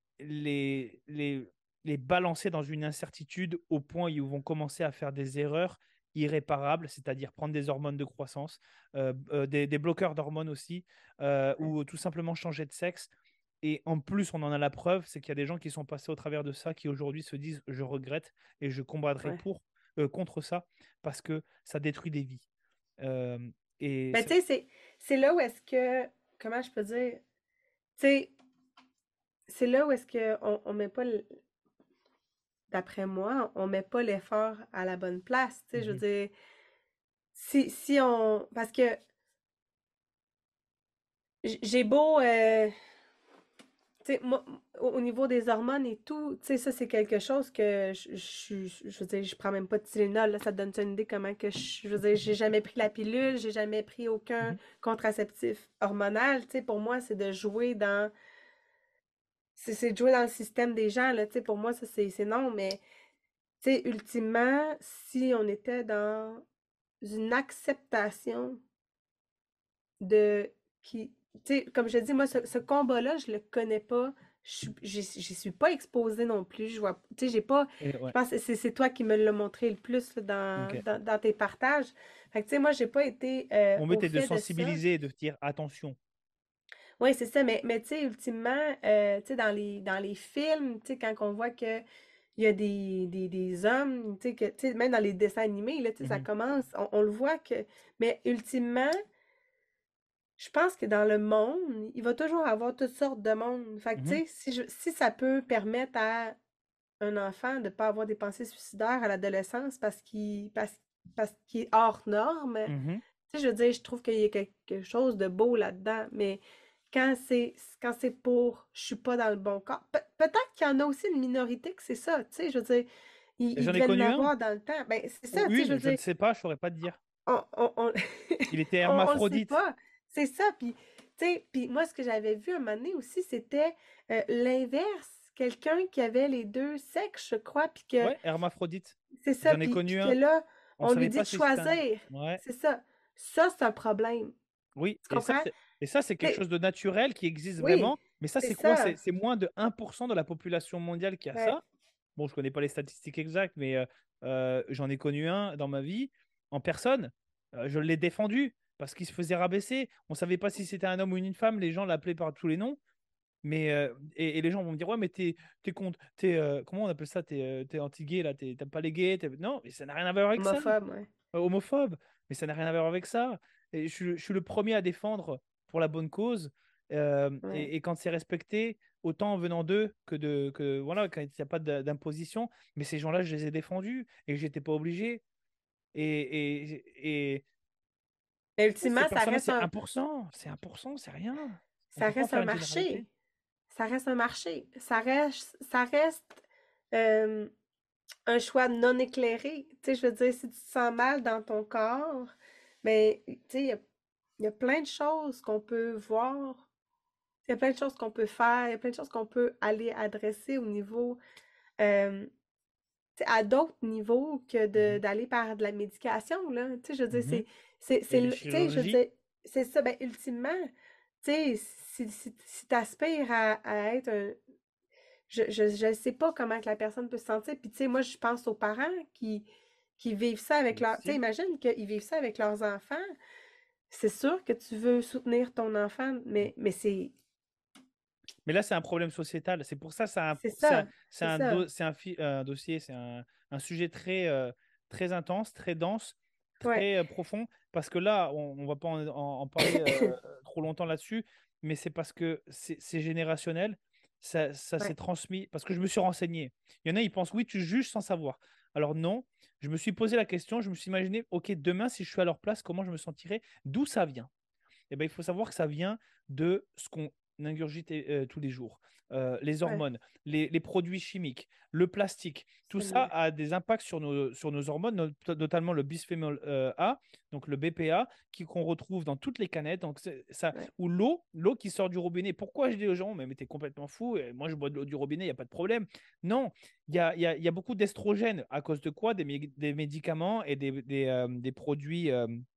les balancer dans une incertitude au point où ils vont commencer à faire des erreurs irréparables, c'est-à-dire prendre des hormones de croissance, des bloqueurs d'hormones aussi, ou tout simplement changer de sexe. Et en plus, on en a la preuve, c'est qu'il y a des gens qui sont passés au travers de ça, qui aujourd'hui se disent je regrette et je combattrai Ouais. contre ça parce que ça détruit des vies. Euh, et Ben, tu sais, c'est là où est-ce que, comment je peux dire, tu sais, c'est là où est-ce que on met pas, d'après moi, on met pas l'effort à la bonne place. Tu sais, je veux Mhm, dire, si on, parce que j'ai beau, tu sais, moi, au niveau des hormones et tout, tu sais, ça, c'est quelque chose que je veux dire, je prends même pas de Tylenol, là, ça te donne une idée comment que je veux dire, j'ai jamais pris la pilule, j'ai jamais pris aucun mhm. contraceptif hormonal, tu sais, pour moi, c'est de jouer dans, c'est de jouer dans le système des gens, là, tu sais, pour moi, ça, c'est non, mais, tu sais, ultimement, si on était dans une acceptation de qui, tu sais, comme je dis, moi, ce combat-là, je le connais pas. J'y suis pas exposée non plus. Je vois, tu sais, j'ai pas. Je Ouais, pense que c'est toi qui me l'as montré le plus là, ok. dans tes partages. Fait que, tu sais, moi, j'ai pas été Mon au but est de fait de ça. sensibiliser et de dire attention. Oui, c'est ça, mais tu sais, ultimement, tu sais, dans les films, tu sais, quand on voit que il y a des hommes, tu sais, même dans les dessins animés, là, tu sais, ça Mhm, commence, on le voit que, mais ultimement, je pense que dans le monde, il va toujours avoir toutes sortes de monde. Fait que, tu mhm, sais, si ça peut permettre à un enfant de ne pas avoir des pensées suicidaires à l'adolescence parce qu'il est hors norme, mhm. tu sais, je veux dire, je trouve qu'il y a quelque chose de beau là-dedans, mais quand c'est pour je suis pas dans le bon corps, peut-être qu'il y en a aussi une minorité que c'est ça, tu sais, je veux dire, il J'en ai devait en connu un, avoir dans le temps. Ben, c'est ça, ou tu sais, je une, veux je ne dire, sais pas, je saurais pas te dire. on Il était on le sait hermaphrodite. pas. C'est ça, puis, tu sais, puis moi, ce que j'avais vu un moment donné aussi, c'était l'inverse. Quelqu'un qui avait les deux sexes, je crois, puis que Ouais, hermaphrodite. c'est ça, J'en ai puis connu que un. là, On on lui savait dit pas de si c'était un. choisir. Ouais. C'est ça. Ça, c'est un problème. Oui, Tu comprends? et ça c'est quelque T'sais, chose de naturel qui existe oui, vraiment. Mais ça, c'est c'est quoi? ça. C'est moins de 1% de la population mondiale qui a Ouais. ça. Bon, je connais pas les statistiques exactes, mais j'en ai connu un dans ma vie en personne. Je l'ai défendu parce qu'il se faisait rabaisser. On savait pas si c'était un homme ou une femme. Les gens l'appelaient par tous les noms. Mais et les gens vont me dire ouais mais t'es contre comment on appelle ça t'es anti-gay là t'aimes pas les gays non mais ça n'a rien à voir avec ça. Homophobe, ouais. Homophobe, mais ça n'a rien à voir avec ça. Et je suis le premier à défendre pour la bonne cause. Ouais. Et quand c'est respecté, autant venant d'eux que voilà, quand il n'y a pas d'imposition. Mais ces gens-là, je les ai défendus et j'étais pas obligé. Et Mais ces ultimement, personnes-là, c'est 1%. C'est 1%, c'est rien. On ça peut pas en reste faire un une généralité. marché. Ça reste un marché. Ça reste euh, un choix non éclairé. Tu sais, je veux dire, si tu te sens mal dans ton corps, ben, tu sais, il y a plein de choses qu'on peut voir. Il y a plein de choses qu'on peut faire. Il y a plein de choses qu'on peut aller adresser au niveau, euh, tu sais, à d'autres niveaux que Mhm. d'aller par de la médication, là. Tu sais, je veux dire, Mhm. c'est Et les tu sais, je veux chirurgies. dire, c'est ça, ben, ultimement, tu sais, si tu aspires à être un, je sais pas comment que la personne peut se sentir. Puis, tu sais, moi, je pense aux parents qui vivent ça C'est avec leur. Tu sais, difficile. imagine qu'ils vivent ça avec leurs enfants. C'est sûr que tu veux soutenir ton enfant, mais Mais là, c'est un problème sociétal. C'est pour ça, c'est ça. C'est ça. un dossier, un sujet très intense, très dense, Ouais. très profond. Parce que là, on va pas en parler trop longtemps là-dessus, mais c'est parce que c'est générationnel. Ça s'est Ouais. transmis. Parce que je me suis renseigné. Il y en a, ils pensent, oui, tu juges sans savoir. Alors non, je me suis posé la question, je me suis imaginé, OK, demain, si je suis à leur place, comment je me sentirais? D'où ça vient? Eh ben, il faut savoir que ça vient de ce qu'on ingurgite tous les jours. Les Ouais. hormones, les produits chimiques, le plastique, tout ça Absolument. a des impacts sur nos hormones, notamment le bisphénol A, donc le BPA, qu'on retrouve dans toutes les canettes. Donc ça, Ouais. ou l'eau qui sort du robinet. Pourquoi je dis aux gens, mais t'es complètement fou, et moi je bois de l'eau du robinet, il n'y a pas de problème. Non, il y a beaucoup d'estrogènes. À cause de quoi? Des médicaments et des produits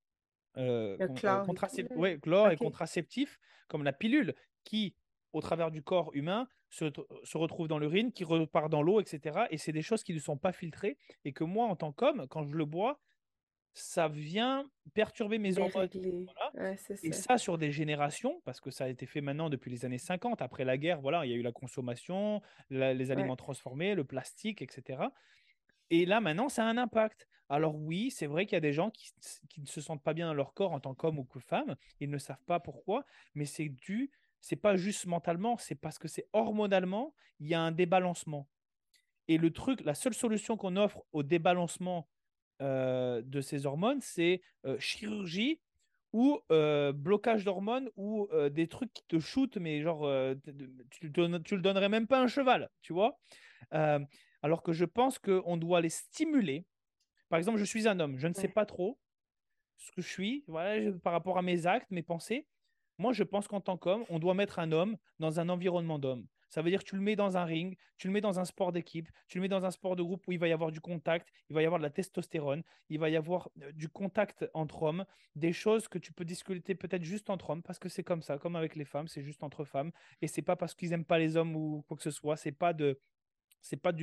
Le chlore et tout, là. ouais, chlore et OK. contraceptifs, comme la pilule, qui, au travers du corps humain, se retrouve dans l'urine, qui repart dans l'eau, etc. Et c'est des choses qui ne sont pas filtrées et que moi, en tant qu'homme, quand je le bois, ça vient perturber mes hormones. Dérégler. Voilà. Ouais, c'est Et ça. ça, sur des générations, parce que ça a été fait maintenant depuis les années 50, après la guerre, voilà, il y a eu la consommation, les Ouais. aliments transformés, le plastique, etc. Et là, maintenant, ça a un impact. Alors oui, c'est vrai qu'il y a des gens qui ne se sentent pas bien dans leur corps en tant qu'homme ou que femme. Ils ne savent pas pourquoi, mais c'est pas juste mentalement, c'est parce que c'est hormonalement, il y a un débalancement. Et le truc, la seule solution qu'on offre au débalancement de ces hormones, c'est chirurgie ou blocage d'hormones ou des trucs qui te shootent, mais genre, tu le donnerais même pas à un cheval, tu vois. Euh, alors que je pense qu'on doit les stimuler. Par exemple, je suis un homme, je ne sais Ouais. pas trop ce que je suis, voilà, par rapport à mes actes, mes pensées. Moi, je pense qu'en tant qu'homme, on doit mettre un homme dans un environnement d'homme. Ça veut dire que tu le mets dans un ring, tu le mets dans un sport d'équipe, tu le mets dans un sport de groupe où il va y avoir du contact, il va y avoir de la testostérone, il va y avoir du contact entre hommes, des choses que tu peux discuter peut-être juste entre hommes, parce que c'est comme ça, comme avec les femmes, c'est juste entre femmes, et c'est pas parce qu'ils n'aiment pas les hommes ou quoi que ce soit, c'est pas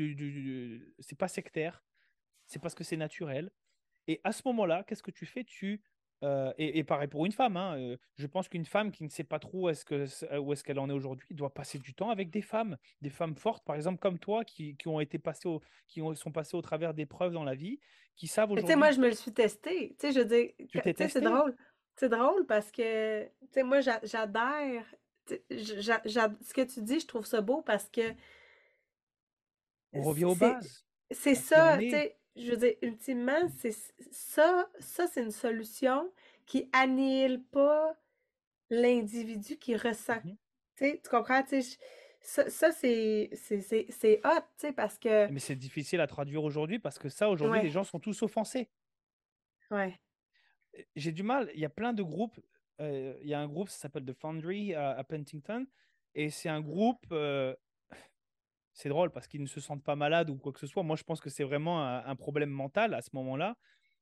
c'est pas sectaire, c'est parce que c'est naturel. Et à ce moment-là, qu'est-ce que tu fais? Et pareil pour une femme, hein, je pense qu'une femme qui ne sait pas trop où est-ce qu'elle en est aujourd'hui doit passer du temps avec des femmes fortes, par exemple comme toi, qui ont été sont passées au travers d'épreuves dans la vie, qui savent Mais tu sais, moi, aujourd'hui. je me le suis testé. Tu sais, je veux dire, Tu t'es tu sais, c'est testé. drôle. C'est drôle parce que, tu sais, moi, j'adhère. Tu sais, ce que tu dis, je trouve ça beau parce que On revient aux c'est bases, c'est à qui on ça, tu est. sais, je veux dire, ultimement, c'est ça, c'est une solution qui annihile pas l'individu qui ressent. Mhm. Tu sais, tu comprends? Tu sais, ça, c'est hot, tu sais, parce que, Mais c'est difficile à traduire aujourd'hui parce que ça, aujourd'hui, les ouais, gens sont tous offensés. ouais. J'ai du mal. Il y a plein de groupes. Il y a un groupe, ça s'appelle The Foundry à Penticton. Et c'est un groupe. C'est drôle parce qu'ils ne se sentent pas malades ou quoi que ce soit. Moi, je pense que c'est vraiment un problème mental à ce moment-là.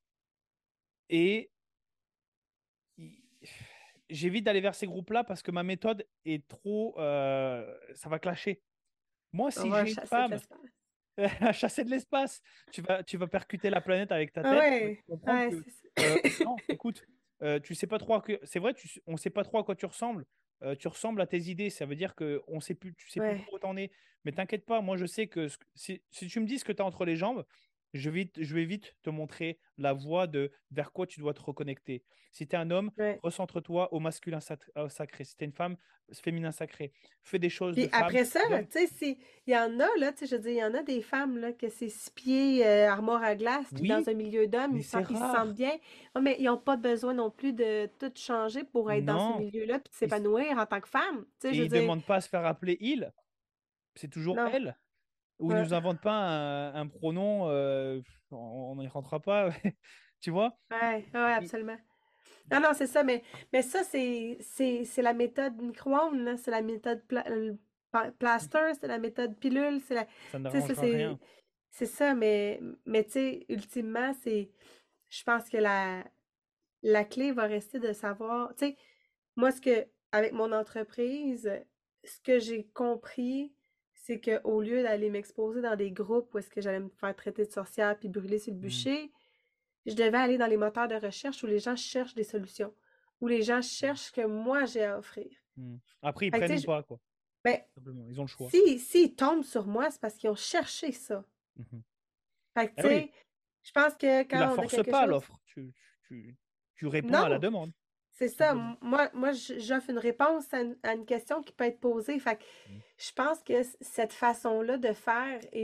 Et il- j'évite d'aller vers ces groupes-là parce que ma méthode est trop. Ça va clasher. Moi, On si va j'ai une chasser de femme l'espace. à chasser de l'espace. Tu vas percuter la planète avec ta Ah tête. Tu vas ouais, comprendre ouais, que c'est ça. non, écoute, tu sais pas trop c'est vrai, on sait pas trop à quoi tu ressembles. Tu ressembles à tes idées. Ça veut dire que on sait plus, tu sais plus Ouais, trop où t'en es. Mais t'inquiète pas, moi je sais que si tu me dis ce que tu as entre les jambes, je vais vite te montrer la voie de vers quoi tu dois te reconnecter. Si tu es un homme, ouais. recentre-toi au masculin sacré. Si tu es une femme, féminin sacré. Fais des choses de Puis femme, après ça, d'homme. tu sais, il y en a, là, tu sais, je veux dire, il y en a des femmes, là, que c'est 6 pieds, armoire à glace, puis dans Oui, un milieu d'hommes, mais c'est ils se sentent rare. bien. Ouais, mais ils n'ont pas besoin non plus de tout changer pour être dans ce Non. milieu-là, puis de Ils- s'épanouir en tant que femme. Tu sais, je Et veux ils ne dire, demandent pas à se faire appeler il, c'est toujours non. elle. Ou ils Ouais, nous inventent pas un pronom, on n'y rentrera pas. Tu vois? ouais, ouais, Et- absolument. Non, non, c'est ça, mais ça, c'est la méthode micro-ondes, là, c'est la méthode plaster, c'est la méthode pilule, c'est la. Tu Ça sais, ça, n'arrangera rien. c'est ça, mais tu sais, ultimement, je pense que la clé va rester de savoir, tu sais, moi, avec mon entreprise, ce que j'ai compris, c'est qu'au lieu d'aller m'exposer dans des groupes où est-ce que j'allais me faire traiter de sorcière puis brûler sur le Hmm. bûcher, je devais aller dans les moteurs de recherche où les gens cherchent des solutions, où les gens cherchent ce que moi j'ai à offrir. Hmm. Après, ils Fait que, prennent tu ou sais, pas, quoi. ben, Simplement, ils ont le choix. s'ils tombent sur moi, c'est parce qu'ils ont cherché ça. Mhm. Fait que, tu Eh oui, sais, je pense que tu la quand on a forces quelque pas à chose. l'offre. Tu réponds à la Non! demande, C'est ça. simplement. Moi, j'offre une réponse à une question qui peut être posée. Fait que Hmm. je pense que cette façon-là de faire est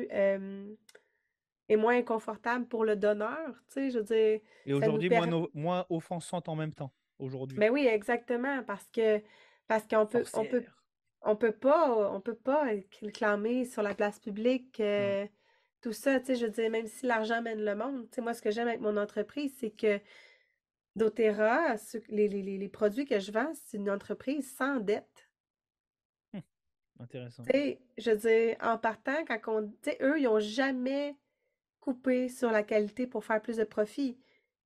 est moins inconfortable pour le donneur. Tu sais, je veux dire, Et ça nous aujourd'hui, permet. moins offensante en même temps. Aujourd'hui. Ben oui, exactement, parce Sorcière. on peut pas clamer sur la place publique Non. tout ça. Tu sais, je veux dire, même si l'argent mène le monde. Tu sais, moi, ce que j'aime avec mon entreprise, c'est que doTERRA, les produits que je vends, c'est une entreprise sans dette. Hmm. Intéressant. Tu sais, je veux dire, en partant, tu sais, eux, ils n'ont jamais coupé sur la qualité pour faire plus de profit.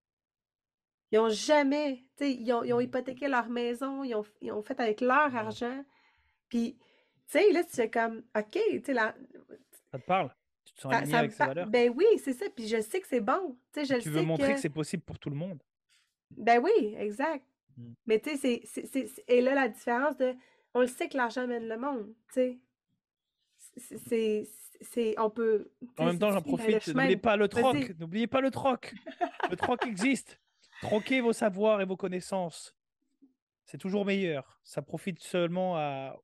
Ils n'ont jamais, tu sais, ils ont Hmm. hypothéqué leur maison, ils ont fait avec leur Wow. argent. Puis, tu sais, là, tu fais comme, OK, tu sais, Ça te parle? Tu te sens aligné avec ces valeurs? ben oui, c'est ça. Puis je sais que c'est bon. Tu sais, je Et le tu veux sais montrer que, que c'est possible pour tout le monde. ben oui, exact. Hmm. Mais tu sais, et là, la différence de, on le sait que l'argent mène le monde, tu sais. C'est, c'est, on peut, En tu sais, même si temps, tu j'en suis le profite. chemin, N'oubliez pas le troc. vas-y. N'oubliez pas le troc. Le troc existe. Troquez vos savoirs et vos connaissances. C'est toujours meilleur. Ça profite seulement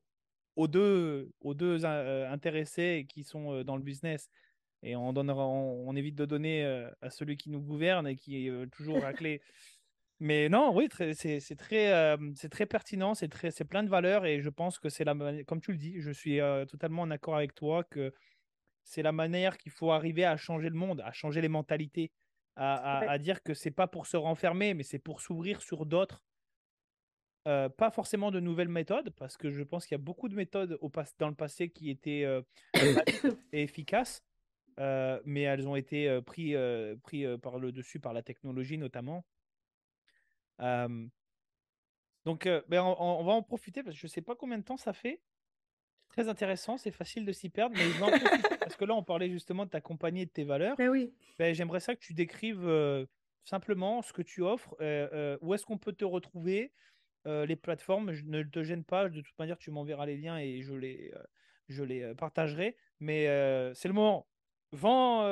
aux deux intéressés qui sont dans le business. Et on évite de donner à celui qui nous gouverne et qui est toujours raclé. Mais non, oui, c'est très pertinent, c'est plein de valeurs et je pense que comme tu le dis, je suis totalement en accord avec toi que c'est la manière qu'il faut arriver à changer le monde, à changer les mentalités, Ouais, à dire que c'est pas pour se renfermer, mais c'est pour s'ouvrir sur d'autres. Pas forcément de nouvelles méthodes, parce que je pense qu'il y a beaucoup de méthodes dans le passé qui étaient valides et efficaces, mais elles ont été pris par le dessus par la technologie notamment. Euh, ben, on va en profiter parce que je ne sais pas combien de temps ça fait. Très intéressant, c'est facile de s'y perdre, mais je vais en profiter parce que là, on parlait justement de ta compagnie et de tes valeurs. ben oui. Ben, j'aimerais ça que tu décrives simplement ce que tu offres, où est-ce qu'on peut te retrouver, les plateformes, ne te gêne pas, de toute manière, tu m'enverras les liens et je les partagerai. Mais c'est le moment. Vends,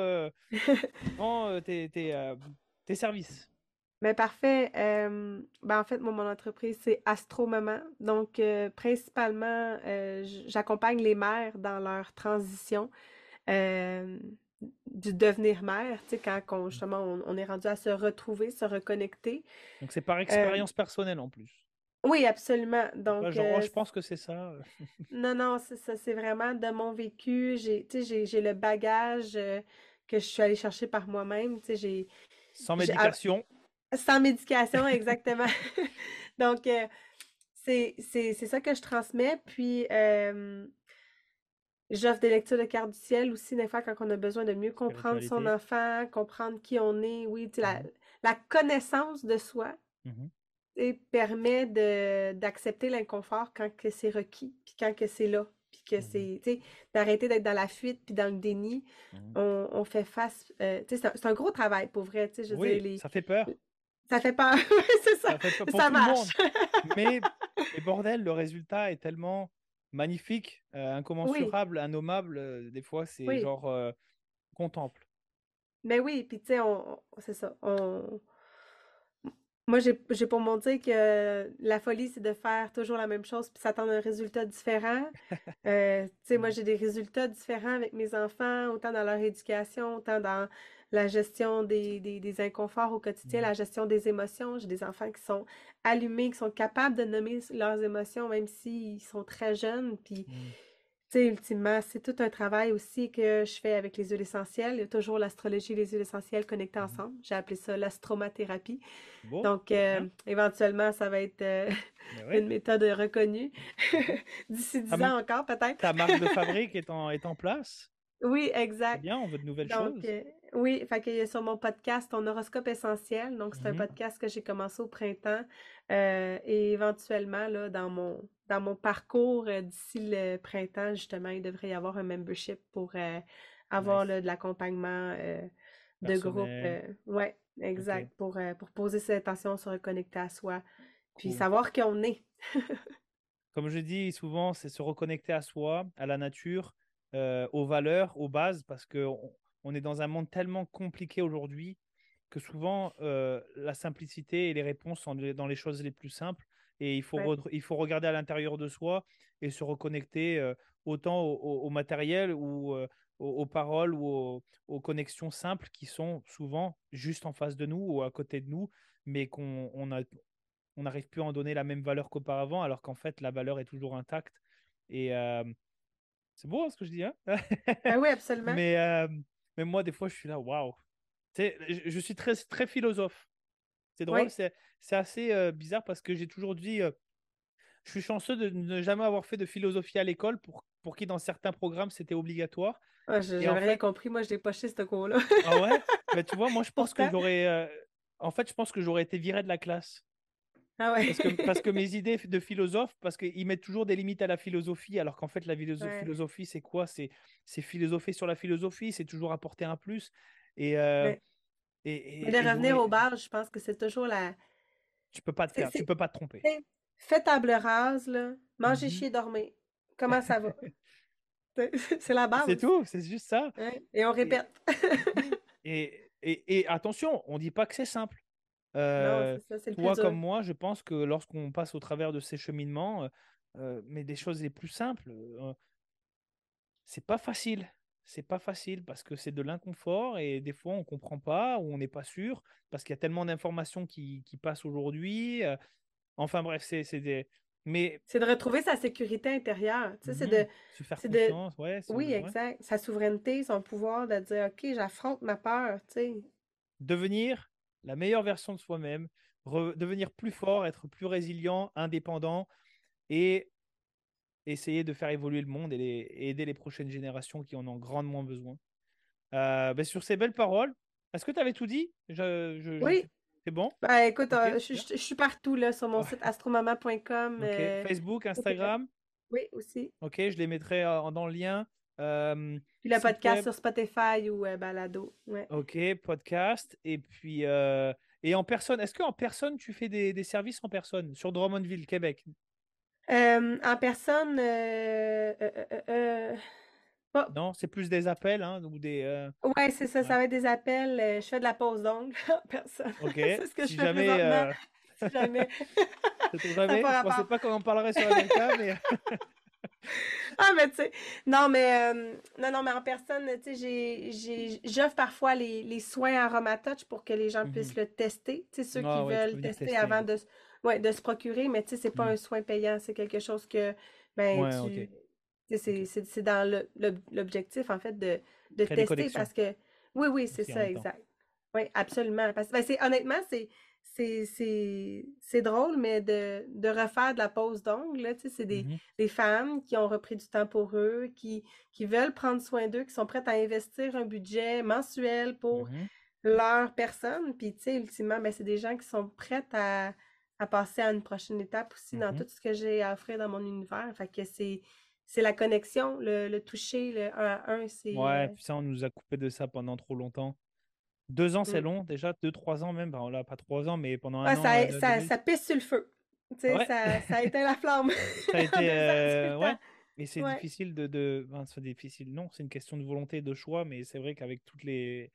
tes services. Mais parfait. Ben en fait, moi, mon entreprise, c'est Astro Maman. Donc, principalement, j'accompagne les mères dans leur transition euh, du devenir mère, tu sais, justement, on est rendu à se retrouver, se reconnecter. Donc, c'est par Euh, expérience personnelle en plus. oui, absolument. C'est pas Donc, genre, oh, je pense que c'est ça. non, non, c'est ça, c'est vraiment de mon vécu. Tu sais, j'ai le bagage que je suis allée chercher par moi-même. Tu sais, Sans j'ai, ah, médication. sans médication, exactement. Donc, c'est ça que je transmets. Puis, j'offre des lectures de cartes du ciel aussi, des fois, quand on a besoin de mieux comprendre son Spiritualité. enfant, comprendre qui on est. Oui, tu sais, Mhm, la connaissance de soi, mhm, et permet d'accepter l'inconfort quand que c'est requis, puis quand que c'est là, puis que mhm, tu sais, d'arrêter d'être dans la fuite, puis dans le déni. mhm. On fait face, tu sais, c'est un gros travail, pour vrai, tu sais, je veux dire, Oui, ça fait peur. ça fait peur, c'est ça, Ça fait peur pour ça tout le marche. monde. Mais, mais bordel, le résultat est tellement magnifique, Oui, incommensurable, innommable. Des fois, c'est oui, genre contemple. mais oui, puis tu sais, c'est ça, moi, j'ai pour mon dire que la folie, c'est de faire toujours la même chose puis s'attendre à un résultat différent. Tu sais, moi, Mm, j'ai des résultats différents avec mes enfants, autant dans leur éducation, autant dans la gestion des inconforts au quotidien, mm, la gestion des émotions. J'ai des enfants qui sont allumés, qui sont capables de nommer leurs émotions, même s'ils sont très jeunes. Puis, mm, tu sais, ultimement, c'est tout un travail aussi que je fais avec les huiles essentielles. Il y a toujours l'astrologie et les huiles essentielles connectées mhm. ensemble. J'ai appelé ça l'astromathérapie. Bon, Donc, bien. éventuellement, ça va être Mais ouais. une méthode reconnue. Mhm. D'ici Ta, 10 ans encore, peut-être. ta marque de fabrique est en place. Oui, C'est exact. bien, on veut de nouvelles Donc, choses. oui, fait qu'il y a sur mon podcast ton horoscope essentiel. Donc, c'est un Mhm. podcast que j'ai commencé au printemps. Et éventuellement, là, dans mon parcours, d'ici le printemps, justement, il devrait y avoir un membership pour avoir Nice. là, de l'accompagnement de groupe. Personnel. Ouais, Ok. exact. Pour poser ses intentions, se reconnecter à soi, puis Cool. savoir qui on est. Comme je dis souvent, c'est se reconnecter à soi, à la nature, aux valeurs, aux bases, parce qu'on est dans un monde tellement compliqué aujourd'hui que souvent la simplicité et les réponses sont dans les choses les plus simples. Et Ouais. il faut regarder à l'intérieur de soi et se reconnecter autant au matériel ou aux paroles ou aux connexions simples qui sont souvent juste en face de nous ou à côté de nous, mais on n'arrive plus à en donner la même valeur qu'auparavant, alors qu'en fait, la valeur est toujours intacte. Et c'est beau hein, ce que je dis, hein. Ben oui, absolument. mais, euh, mais moi, des fois, je suis là, waouh. Tu sais, je suis très, très philosophe. C'est drôle, Oui. c'est assez bizarre parce que j'ai toujours dit, je suis chanceux de ne jamais avoir fait de philosophie à l'école pour qui, dans certains programmes, c'était obligatoire. Ah, Et en j'avais rien fait, compris. Moi, je l'ai poché, ce cours-là. ah ouais, mais tu vois, moi, je pense que Pourtant. j'aurais, en fait, je pense que j'aurais été viré de la classe. Ah ouais. Parce que mes idées de philosophe, parce qu'ils mettent toujours des limites à la philosophie, alors qu'en fait, la Ouais. philosophie, c'est quoi? C'est philosopher sur la philosophie, c'est toujours apporter un plus. Et, euh, Ouais. et, Mais de et revenir aux j'aurais, bases, je pense que c'est toujours tu peux pas te C'est, faire, tu c'est, peux pas te tromper. c'est- fais table rase, là. Manger, Mhm. chier, dormir. Comment ça va? C'est la C'est base. tout, c'est juste ça. Ouais. Et on Et, répète. mhm. Et attention, on dit pas que c'est simple. Non, Euh, c'est ça, c'est le plus Toi comme dur. moi, je pense que lorsqu'on passe au travers de ces cheminements, mais des choses les plus simples, c'est pas facile. C'est pas facile parce que c'est de l'inconfort et des fois on comprend pas ou on n'est pas sûr parce qu'il y a tellement d'informations qui passent aujourd'hui. Enfin bref, c'est des. Mais C'est de retrouver sa sécurité intérieure. Tu sais, mhm, se faire c'est de, confiance, ouais, oui, ouais. exact. Sa souveraineté, son pouvoir de dire, OK, j'affronte ma peur, tu sais. Devenir la meilleure version de soi-même, devenir plus fort, être plus résilient, indépendant et essayer de faire évoluer le monde et aider les prochaines générations qui en ont grandement besoin. Ben, sur ces belles paroles, est-ce que tu avais tout dit? Oui. C'est bon? Ben, écoute, Ok, je, super. je- je suis partout, là, sur mon site astromama.com. Ok, Facebook, Tout est là. Instagram. Oui, aussi. Ok, je les mettrai dans le lien. Puis le Site podcast web. sur Spotify ou Balado. Ouais. Ok, podcast. Et puis, Et en personne, est-ce qu'en personne, tu fais des services en personne sur Drummondville, Québec? En personne, pas. Non, c'est plus des appels hein, ou des. Ouais, c'est ça, Ouais. ça va être des appels. Je fais de la pose d'ongles en personne. Ok. C'est ce que je Si fais jamais. présentement, si jamais. Sait-on Ça n'a jamais? pas Je pensais rapport. pas qu'on en parlerait sur MLK, mais. Ah, mais tu sais, non, mais, non, mais en personne, tu sais, j'offre parfois les soins Aromatouch pour que les gens puissent Mhm. le tester. Tu sais, ceux qui Ah ouais, tu peux veulent venir tester tester. avant ouais, de se procurer, mais tu sais, c'est pas Mhm. un soin payant, c'est quelque chose que, ben, Ouais, ok. tu sais, Ok. c'est dans l'objectif, en fait, de Créer des tester connexions parce que, oui, c'est aussi en ça, même temps. exact. Oui, absolument. Parce que, ben, honnêtement, c'est drôle, mais de refaire de la pose d'ongles, là, tu sais, c'est Mhm. des femmes qui ont repris du temps pour eux, qui veulent prendre soin d'eux, qui sont prêtes à investir un budget mensuel pour Mhm. leur personne. Puis, tu sais, ultimement, ben, c'est des gens qui sont prêtes à passer à une prochaine étape aussi dans Mhm. tout ce que j'ai à offrir dans mon univers. Fait que c'est la connexion, le toucher, le un à un, c'est... Ouais, puis ça, on nous a coupé de ça pendant trop longtemps. 2 ans, c'est mm. long, déjà. 2, 3 ans même. Enfin, là, pas 3 ans, mais pendant un Ouais, an, ça pisse sur le feu. Tu sais, Ouais, ça éteint la flamme. ça a En été. 2 ans, c'est le Ouais. temps. Et c'est Ouais. difficile enfin, c'est difficile. Non, c'est une question de volonté et de choix, mais c'est vrai qu'avec toutes les.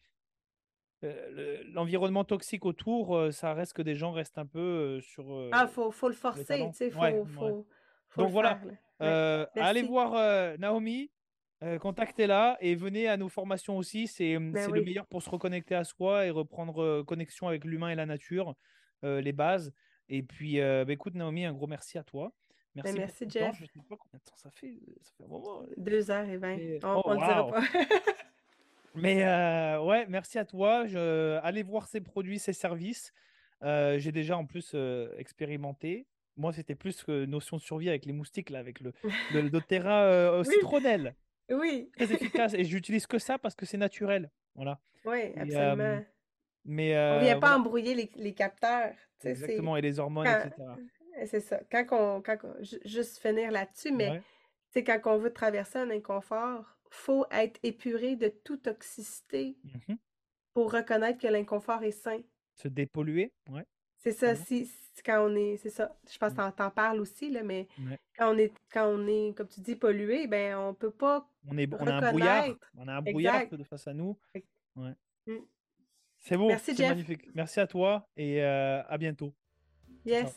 L'environnement toxique autour, ça reste que des gens restent un peu sur Ah, faut le les forcer, tu talents. sais, Ouais, ouais. faut le Donc voilà, faire, là. Ouais. allez Merci. voir Naomi, contactez-la et venez à nos formations aussi. Ben C'est le oui. meilleur pour se reconnecter à soi et reprendre connexion avec l'humain et la nature, les bases. Et puis, bah, écoute, Naomi, un gros merci à toi. Ben Merci pour merci, ton temps. Jeff. Je ne sais pas combien de temps ça fait un moment. 2h20. Oh, On le dira waouh! pas. Mais ouais, merci à toi. Allez voir ses produits, ses services. J'ai déjà en plus expérimenté. Moi, c'était plus que notion de survie avec les moustiques, là, avec le doTERRA au Oui, citronnelle. oui. Très efficace. Et j'utilise que ça parce que c'est naturel. Voilà. Oui, Et, absolument. mais On vient pas voilà, embrouiller les capteurs. Tu sais, exactement. Et les hormones, quand, etc. c'est ça. Juste finir là-dessus, mais Ouais. tu sais, quand on veut traverser un inconfort, faut être épuré de toute toxicité Mhm. pour reconnaître que l'inconfort est sain. Se dépolluer. Ouais, C'est ça, absolument. quand on est, c'est ça. Je pense que Mm. t'en parles aussi, là, mais Ouais. quand on est, comme tu dis, pollué, ben, on peut pas On a un brouillard. reconnaître. On a un brouillard Exact. de face à nous. Fait que, Ouais. mm. C'est beau, Merci, c'est Jeff. magnifique. Merci à toi et à bientôt. Ciao, ciao. Yes.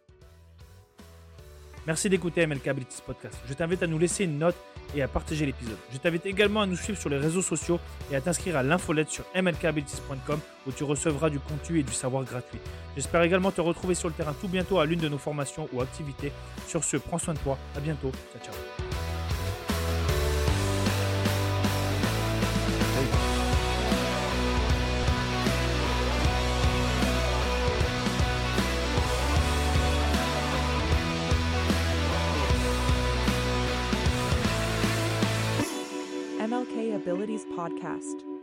Merci d'écouter MLK Abilities Podcast. Je t'invite à nous laisser une note et à partager l'épisode. Je t'invite également à nous suivre sur les réseaux sociaux et à t'inscrire à l'infolette sur mlkabilities.com où tu recevras du contenu et du savoir gratuit. J'espère également te retrouver sur le terrain tout bientôt à l'une de nos formations ou activités. Sur ce, prends soin de toi. À bientôt. Ciao, ciao. MLK Abilities Podcast.